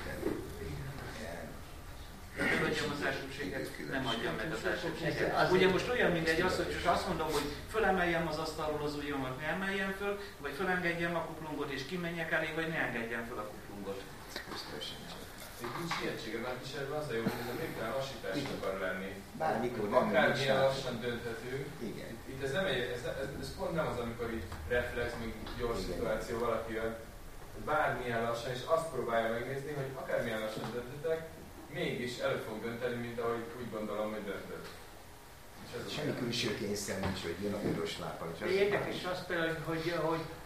Nem adjam az elsőbséget, nem adjam meg az elsőbséget. Ugye most olyan mindegy az, hogy azt mondom, hogy fölemeljem az asztalról az ujjamat, ne emeljem föl, vagy fölengedjem a kuplungot és kimenjek elé, vagy ne engedjem föl a kuplungot. Még nincs ilyetsége, mert kísérletben az a jó, hogy ez a végtelen lassítás akar lenni. Bármikor nem akármilyen lassan dönthetünk. Igen. Itt ez, nem egy, ez, ez, ez pont nem az, amikor itt reflex, még gyors igen. Szituáció valaki jön. Bármilyen lassan, és azt próbálja megnézni, hogy akármilyen lassan döntetek, mégis elő fog dönteni, mint ahogy úgy gondolom, hogy döntött. Semmi külső kényszer nincs, hogy jön a piros lápa. Érdekes az például, hogy, hogy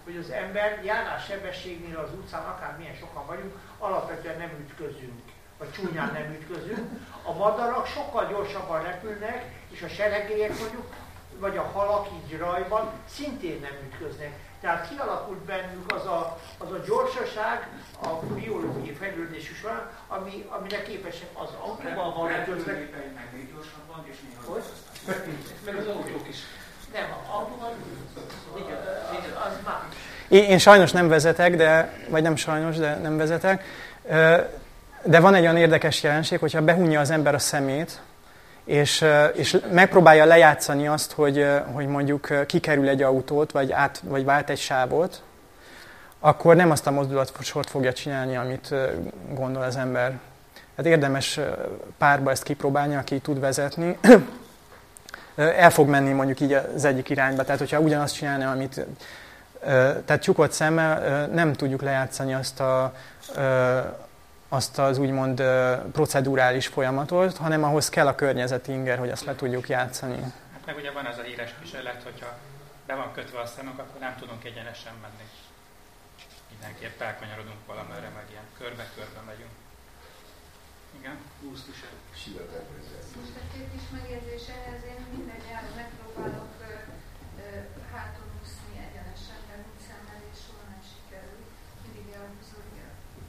hogy az ember járássebességnél az utcán, akármilyen sokan vagyunk, alapvetően nem ütközünk, vagy csúnyán nem ütközünk. A madarak sokkal gyorsabban repülnek, és a seregélyek mondjuk, vagy a halak így rajban szintén nem ütköznek. Tehát kialakult bennünk az a, az a gyorsaság a biológiai fejlődésük során, ami, amire képesek az autóval való közlekedni. meg még gyorsabban, és néha Hogy? meg az autók is. Nem, az autóval az más. Én, én sajnos nem vezetek, de, vagy nem sajnos, de nem vezetek. De van egy olyan érdekes jelenség, hogyha behunja az ember a szemét, és, és megpróbálja lejátszani azt, hogy, hogy mondjuk kikerül egy autót, vagy, át, vagy vált egy sávot, akkor nem azt a mozdulatsort fogja csinálni, amit gondol az ember. Hát érdemes párba ezt kipróbálni, aki tud vezetni. El fog menni mondjuk így az egyik irányba. Tehát, hogyha ugyanazt csinálni, amit... Tehát csukott szemmel nem tudjuk lejátszani azt a... azt az úgymond procedurális folyamatot, hanem ahhoz kell a környezeti inger, hogy azt le tudjuk játszani. Hát meg ugye van az a híres kísérlet, hogyha be van kötve a szemünk, akkor nem tudunk egyenesen menni. Mindenképp elkanyarodunk valamerre, meg ilyen körbe-körbe megyünk. Igen? Húszt is el. Most egy két kis megjegyzés ehhez, én minden nyáron megpróbálok ö, ö, hátul úszni egyenesen, de úgy szenvedés soha nem sikerül. Mindig elhúzódja.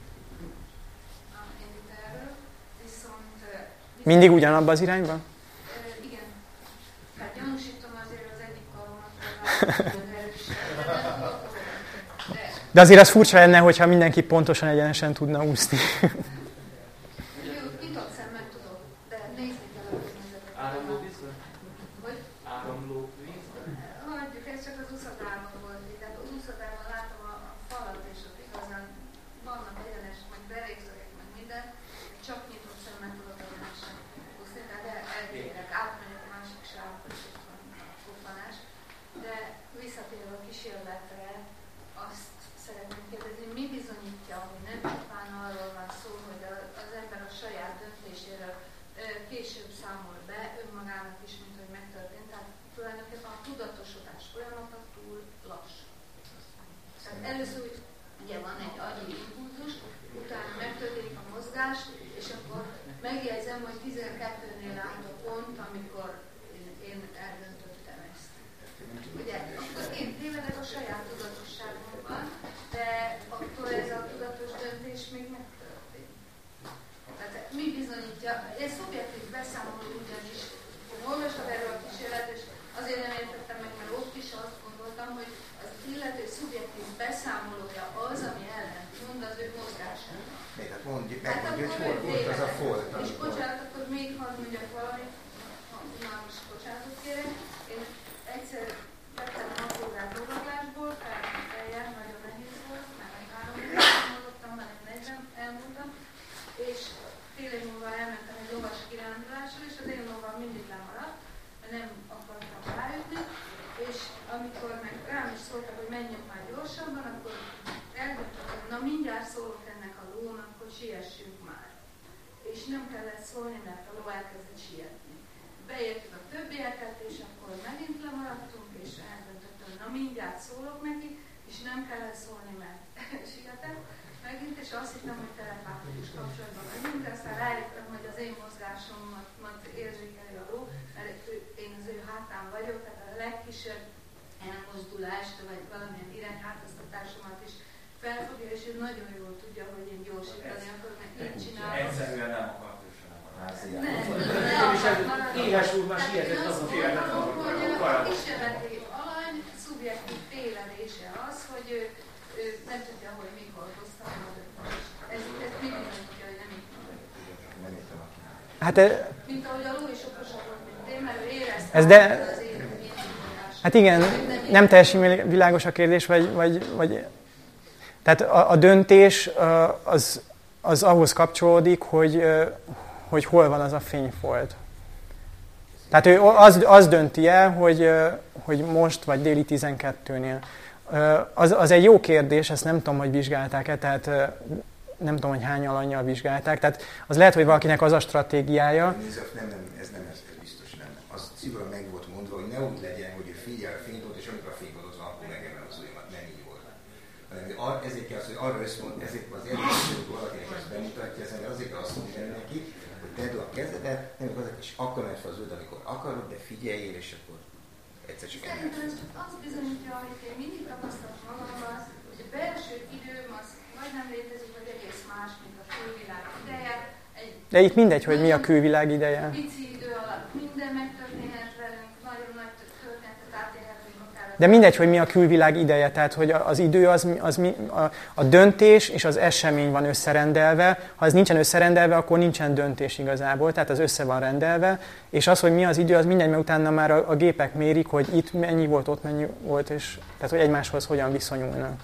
Viszont, Mindig ugyanabba az irányba? Igen. Hát gyanúsítom azért az egyik karomat, hogy erősebb. De azért az furcsa lenne, hogyha mindenki pontosan egyenesen tudna úszni. Nyitott szemmel tudok, de nézni kell a környezetet. Áramló vízben? Hogy? Áramló vízben? Hagyjuk, ez csak az úszodában volt. Tehát az úszodában látom a falat, és ott igazán vannak egyenes, meg berékszögek, meg minden. Csak nyitott szemmel tudok egyenesen úszni, tehát el, eltérek, átmegyek a másik sávba, és ott van a koppanás. De visszatérve a kísérletre, azt szeretném kérdezni, mi bizonyítja, hogy nem csupán arról van szó, hogy az ember a saját döntéséről később számol be önmagának is, mint hogy megtörtént. Tehát tulajdonképpen a tudatosodás folyamata túl lassú. Tehát először ugye van egy agyi impulzus, utána megtörténik a mozgás, és akkor megjegyzem, hogy tizenkettőnél állt a pont, amikor én, én eldöntöttem ezt. Ugye, akkor én tévedek a saját tudatosságomban, de akkor ez a tudatos döntés még megtörtént. Tehát mi bizonyítja, ez szubjektív beszámoló ugyanis, olvastam erről a kísérlet, és azért nem értettem meg, mert ott is azt gondoltam, hogy az illető szubjektív beszámolója az, ami ellen mond az ő mozgásának. Még hát mondjuk, megmondja, hogy hol volt az a folt. És bocsánat, akkor még hadd mondjak valamit, ha már most bocsánatot kérek. Én egyszer vettem a napórát lovaglásból, felment eljár, nagyon nehéz volt, mert egy három évben hallottam, már egy negyven elmúltam, és fél év múlva elmentem egy lovas kirándulásra, és az én lovam mindig lemaradt, mert nem akartam rájutni, és amikor meg rám is szóltak, hogy menjünk már gyorsabban, akkor eldöntöttem, na mindjárt szólok ennek a lónak, hogy siessünk már. És nem kellett szólni, mert a ló elkezdett sietni. Beértük a többieket, és akkor megint lemaradtunk, és eldöntöttem, na mindjárt szólok neki, és nem kellett szólni, mert sietett megint, és azt hittem, hogy telepátikus kapcsolatban vagyunk, de aztán rájöttem, hogy az én mozgásomat érzékeli a ló, mert én az ő hátán vagyok, tehát a legkisebb elmozdulást, vagy valamilyen irányváltoztatásomat is felfogja, és ő nagyon jól tudja, hogy én gyorsítani akarok, mert így csinálom. Egyszerűen nem akart ő sem Nem, Éhes úr már sietett az a félret. A kísérleti alany szubjektív tévedése az, hogy ő, ő nem tudja, hogy mikor hozta a döntést. Ez, ez mindig mondja, hogy nem így van. Hát, e, Mint ahogy a ló is okosabb volt, mint én, mert ő érezte ez de, az én indulását. hát igen, nem teljesen világos a kérdés, vagy, vagy, vagy tehát a, a döntés az, az ahhoz kapcsolódik, hogy, hogy hol van az a fényfolt. Tehát ő az, az dönti el, hogy, hogy most vagy déli tizenkettőnél. Az, az egy jó kérdés, ezt nem tudom, hogy vizsgálták-e, tehát nem tudom, hogy hány alannyal vizsgálták. Tehát az lehet, hogy valakinek az a stratégiája. Nem, nem, ez nem, ez, ez biztos nem. Az szigorúan meg volt mondva, hogy ne úgy legyen, hogy ő figyel a fénypolt, és amikor a fénypolt ott van, akkor megemel az ujjamat, nem így volt. ar, ezért kell az, hogy arra összpont, ezért az előző, hogy valakinek ezt bemutatja, ezért azért kell azt mondani neki, hogy tedd a kezedet, nem az, és akkor menj fel az öld, amikor akarod, de figyeljél, és akkor egyszer csak elmegy. Szerintem ez csak azt bizonyítja, hogy én mindig tapasztalom magamban, hogy a belső időm az vagy nem létezik, vagy egész más, mint a külvilág ideje. Egy De itt mindegy, hogy mi a külvilág ideje. pici idő alatt minden megtörténhet velünk, nagyon nagy történetet átélhetünk akár. De mindegy, hogy mi a külvilág ideje, tehát hogy az idő, az, az a, a döntés és az esemény van összerendelve. Ha ez nincsen összerendelve, akkor nincsen döntés igazából, tehát az össze van rendelve. És az, hogy mi az idő, az mindegy, mert utána már a, a gépek mérik, hogy itt mennyi volt, ott mennyi volt, és tehát hogy egymáshoz hogyan viszonyulnak.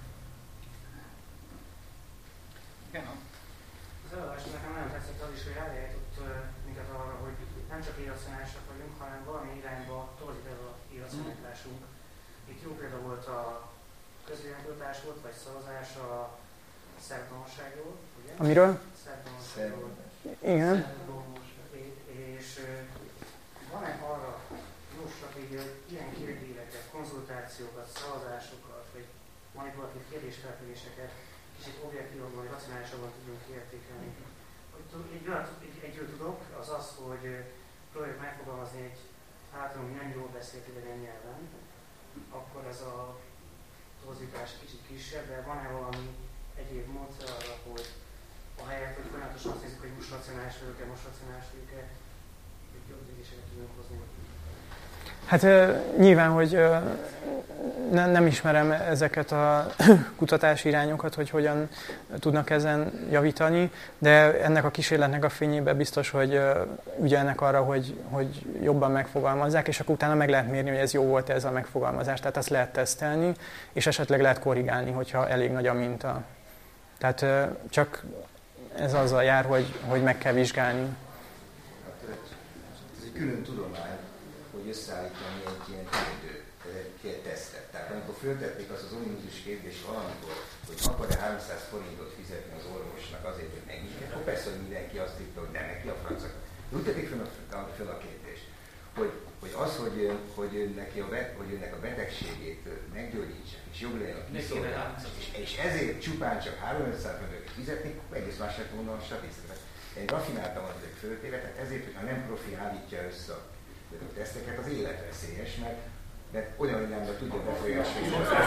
Igen, az előadás nekem nagyon tetszett az is, hogy rájátott minket arra, hogy nem csak irracionálisak vagyunk, hanem valami irányba torzít ez az irracionalitásunk. Itt jó példa volt a közvéleménykutatás volt, vagy szavazás a szervtanúságról, ugye? Amiről? Szervtanúságról. Igen. És van-e arra jó stratégia, hogy ilyen kérdéseket, konzultációkat, szavazásokat, vagy manipulatív kérdésfeltevéseket kicsit objektívabban, vagy racionálisabban tudunk értékelni. Egy olyat egyről tudok, az az, hogy próbáljuk megfogalmazni egy általunk nem jól beszélt idegen nyelven, akkor ez a torzítás kicsit kisebb, de van-e valami egyéb módszer arra, hogy ahelyett, hogy folyamatosan azt nézzük, hogy most racionális vagyok-e, most racionális vagyok-e, hogy jobb döntéseket tudunk hozni. Hát nyilván, hogy ne, nem ismerem ezeket a kutatási irányokat, hogy hogyan tudnak ezen javítani, de ennek a kísérletnek a fényében biztos, hogy ügyelnek arra, hogy, hogy jobban megfogalmazzák, és akkor utána meg lehet mérni, hogy ez jó volt ez a megfogalmazás, tehát azt lehet tesztelni, és esetleg lehet korrigálni, hogyha elég nagy a minta. Tehát csak ez azzal jár, hogy, hogy meg kell vizsgálni. Hát, ez egy külön tudomány, hogy összeállítani egy ilyen kérdő tesztet. Tehát amikor föltették azt az ominózus kérdést valamikor, hogy akar-e háromszáz forintot fizetni az orvosnak azért, hogy megnyitja, akkor persze, hogy mindenki azt írta, hogy nem, neki a francok. Úgy tették föl a, föl a kérdést, hogy, hogy az, hogy, hogy, neki a, hogy önnek a betegségét meggyógyítsák, és jobb legyen a kiszolgálás, és, és ezért csupán csak háromszáz forintot fizetni, egész más lett volna a statisztika. Én rafináltam az egy föltéve, tehát ezért, hogyha nem profi állítja össze a teszteket, az életveszélyes, mert, mert olyan irányba tudja befolyásolni.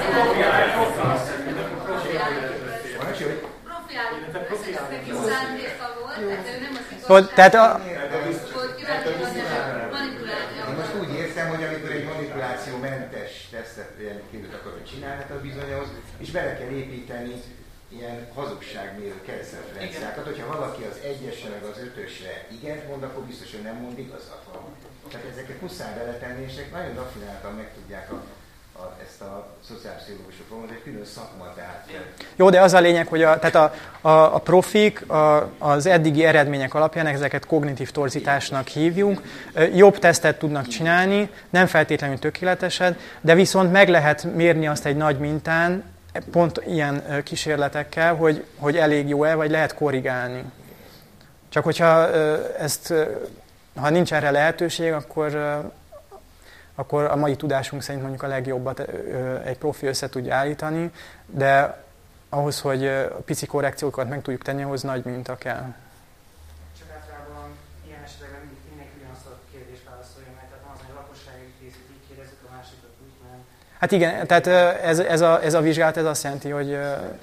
Profi állítás, ez neki szándéka volt, tehát ő nem az igazság. Tehát a... Volt kíváncsi, manipulálni. Én most úgy értem, hogy amikor egy manipulációmentes tesztet kérdőt akarod csinálni, hát az bizonyos, és bele kell építeni ilyen hazugságmérő keresztreferenciákat, hogyha valaki az egyesre meg az ötösre igent mond, akkor biztos, hogy nem mond igazat van. Tehát ezeket muszáj beletenni, és nagyon raffináltan meg tudják a, a, ezt a szociálpszichológusok mondani, egy külön szakma, tehát... Jó, de az a lényeg, hogy a, tehát a, a, a profik a, az eddigi eredmények alapján ezeket kognitív torzításnak hívjuk. Jobb tesztet tudnak csinálni, nem feltétlenül tökéleteset, de viszont meg lehet mérni azt egy nagy mintán, pont ilyen kísérletekkel, hogy, hogy elég jó-e, vagy lehet korrigálni. Csak hogyha ezt, ha nincs erre lehetőség, akkor, akkor a mai tudásunk szerint mondjuk a legjobbat egy profi össze tudja állítani, de ahhoz, hogy pici korrekciókat meg tudjuk tenni, ahhoz nagy minta kell. Csak általában ilyen esetekben mindig mindenki ugyanazt a kérdést válaszolja meg, tehát az, hogy a lakosság egy részét így kérdezik, a másikat úgy nem. Hát igen, tehát ez, ez, a, ez a vizsgálat ez azt jelenti, hogy,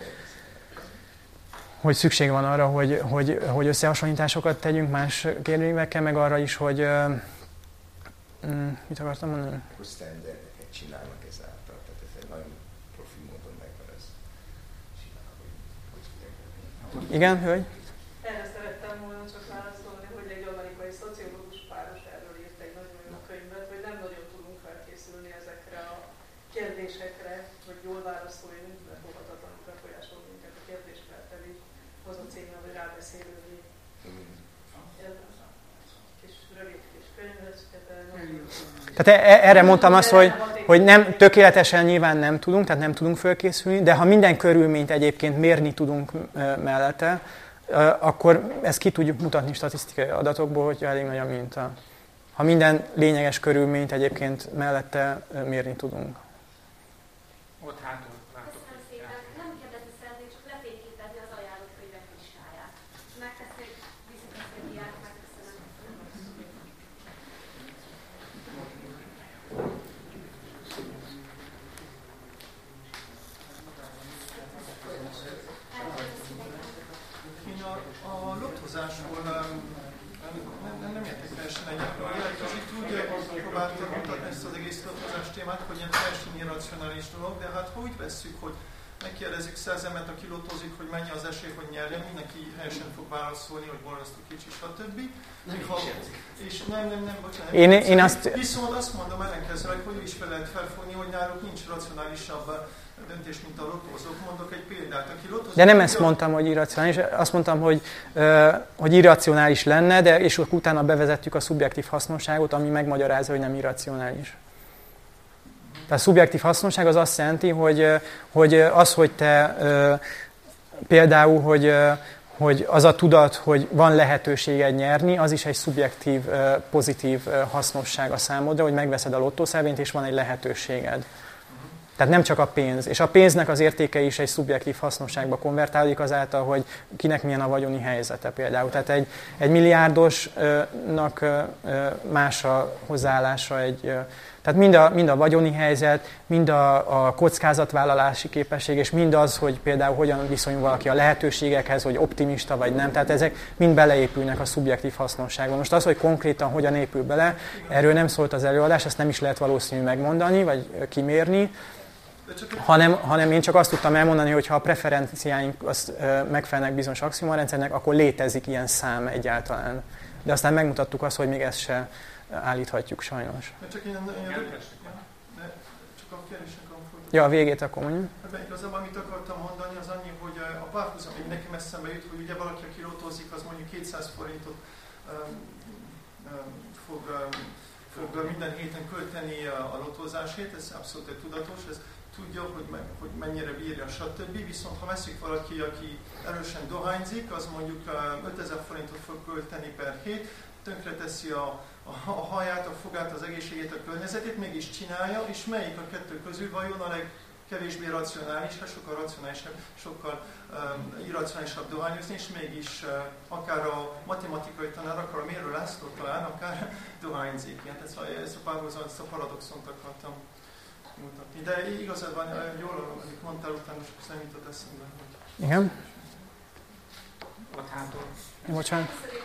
hogy szükség van arra, hogy, hogy, hogy összehasonlításokat tegyünk más kérdőívekkel, meg arra is, hogy... Mit akartam mondani? Hogy standardeket csinálnak ezáltal, tehát ez egy nagyon profi módon megvan ez csinálva. Igen, hölgy? Erre szerettem volna csak válaszolni, hogy egy amerikai szociológus páros erről írt egy nagyon jó könyvet, hogy nem nagyon tudunk felkészülni ezekre a kérdésekre, hogy jól válaszoljunk, mert óhatatlanul befolyásol minket a kérdésfeltevés. Az a címe, hogy rábeszélővé. Kis rövid kis könyvet. Tehát erre mondtam azt, hogy, hogy nem, tökéletesen nyilván nem tudunk, tehát nem tudunk fölkészülni, de ha minden körülményt egyébként mérni tudunk mellette, akkor ezt ki tudjuk mutatni statisztikai adatokból, hogy elég nagy a minta. Ha minden lényeges körülményt egyébként mellette mérni tudunk. Ott hátul látok. Köszönöm szépen. Nem lottozásról nem, nem, nem értek teljesen egyet. Ez itt úgy próbáltam mutatni ezt az egész lottozás témát, hogy ilyen teljesen irracionális dolog, de hát ha úgy vesszük, hogy megkérdezik száz embert, aki lottozik, hogy mennyi az esély, hogy nyerjen, mindenki helyesen fog válaszolni, hogy borzasztó kicsi, stb. Ha, és nem, nem, nem, bocsánat. Én, én azt... Viszont azt mondom ellenkezőleg, hogy is fel lehet felfogni, hogy náluk nincs racionálisabb döntés, mint a lottozók. Mondok egy példát, aki lottozik... De nem ezt mondtam, hogy irracionális, azt mondtam, hogy, hogy irracionális lenne, de és utána bevezettük a szubjektív hasznosságot, ami megmagyarázza, hogy nem irracionális. Tehát a szubjektív hasznosság az azt jelenti, hogy, hogy az, hogy te például, hogy, hogy az a tudat, hogy van lehetőséged nyerni, az is egy szubjektív, pozitív hasznosság a számodra, hogy megveszed a lottószervényt, és van egy lehetőséged. Tehát nem csak a pénz. És a pénznek az értéke is egy szubjektív hasznosságba konvertálódik azáltal, hogy kinek milyen a vagyoni helyzete például. Tehát egy, egy milliárdosnak más a hozzáállása egy... Tehát mind a, mind a vagyoni helyzet, mind a, a kockázatvállalási képesség, és mind az, hogy például hogyan viszonyul valaki a lehetőségekhez, hogy optimista vagy nem. Tehát ezek mind beleépülnek a szubjektív hasznosságba. Most az, hogy konkrétan hogyan épül bele, erről nem szólt az előadás, ezt nem is lehet valószínű megmondani, vagy kimérni, hanem, hanem én csak azt tudtam elmondani, hogy ha a preferenciáink azt, ö, megfelelnek bizonyos axiomarendszernek, akkor létezik ilyen szám egyáltalán. De aztán megmutattuk azt, hogy még ezt se állíthatjuk sajnos. Csak én, én, de csak a kérdésnek a Ja, a végét akkor mondjuk. Ebben igazából, amit akartam mondani, az annyi, hogy a párhuzam, hogy nekem eszembe jut, hogy ugye valaki, aki lottozik, az mondjuk kétszáz forintot um, um, fog, um, fog minden héten költeni a, a lottozásért, ez abszolút egy tudatos, ez tudja, hogy, me, hogy mennyire bírja, stb. Viszont ha veszik valaki, aki erősen dohányzik, az mondjuk ötezer forintot fog költeni per hét, tönkreteszi a, a, a haját, a fogát, az egészségét, a környezetét, mégis csinálja, és melyik a kettő közül vajon a legkevésbé racionális, ha sokkal racionálisabb, sokkal um, irracionálisabb dohányozni, és mégis uh, akár a matematikai tanár, akár a Mérő László talán, akár dohányzik. Igen, ezt, ezt a párhuzam, ezt a paradoxont akartam mutatni. De igazad van, jól, amit mondtál utána, most nem jutott eszembe. Hogy... Igen. Ott hátul. Bocsánat.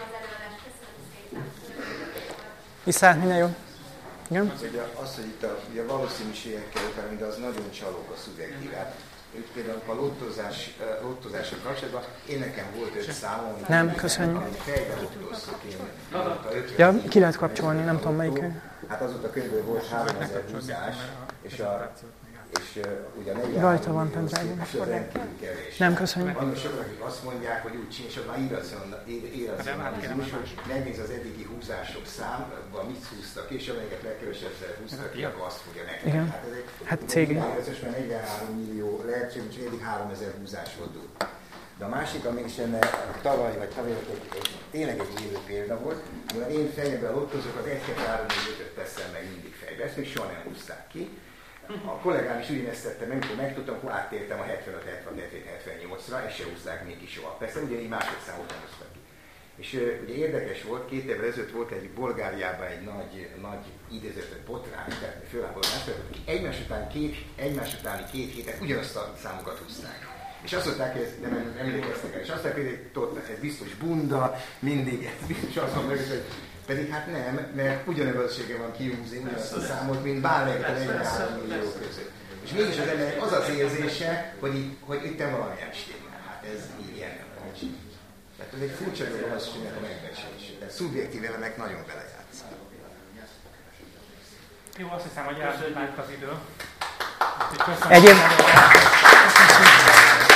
Viszont minden jó. Igen? Az, hogy a, az, hogy itt a, a valószínűségekkel utána, de az nagyon csalók a szubjektívát. Ők például a lottozás, lottozással kapcsolatban, én nekem volt öt számom, amit nem, köszönjük. Amit fejbe lottoztuk én. Ja, ki lehet kapcsolni, nem tudom melyik. Hát azóta körülbelül volt háromezer húzás, és a és uh, ugye a negyvenhárom millió rendkívül kevés. Nem, köszönjük. Vannak sokan, akik azt mondják, hogy úgy csinálják, és már irracionalizmus, hogy megnéz az eddigi húzások számban, mit húztak, és amelyeket legkevesebbre húztak ki, akkor azt fogja nekik. Igen. Hát ez egy, hát cég. negyvenhárom millió lehetőség, és eddig háromezer húzás volt. De a másik, ami is ennek tavaly vagy tavaly egy, egy, tényleg egy élő példa volt, mivel én fejemben lottozok, az egy kettő három négy ötöt teszem meg mindig fejbe, ezt még soha nem húzták ki. A kollégám is ugyanezt tette meg, amikor megtudtam, akkor áttértem a hetvenöt hetvenhét hetvennyolcra, és se húzzák még is soha. Persze ugyanígy másodszámot nem hoztak ki. És uh, ugye érdekes volt, két évvel ezelőtt volt egy Bulgáriában egy nagy, nagy idézőtött botrány, tehát főlábolás, egymás után két, egymás utáni két héten ugyanazt a számokat húzták. És azt mondták, hogy ez, de nem emlékeztek el, és azt mondták, hogy ez biztos bunda, mindig, ez biztos azt mondták, hogy pedig hát nem, mert ugyanebbensége van kihúzni ugyanazt a számot, mint bármelyik a negyvenhárom millió között. És mégis az embernek az az érzése, hogy itt, hogy itt valamilyen stimmel. Hát ez így ilyen nem lehet. Tehát ez egy furcsa dolog, az csinálja a megbecsülés. De szubjektív elemek nagyon belejátszanak. Jó, azt hiszem, hogy elmúlt az idő. Egyéb...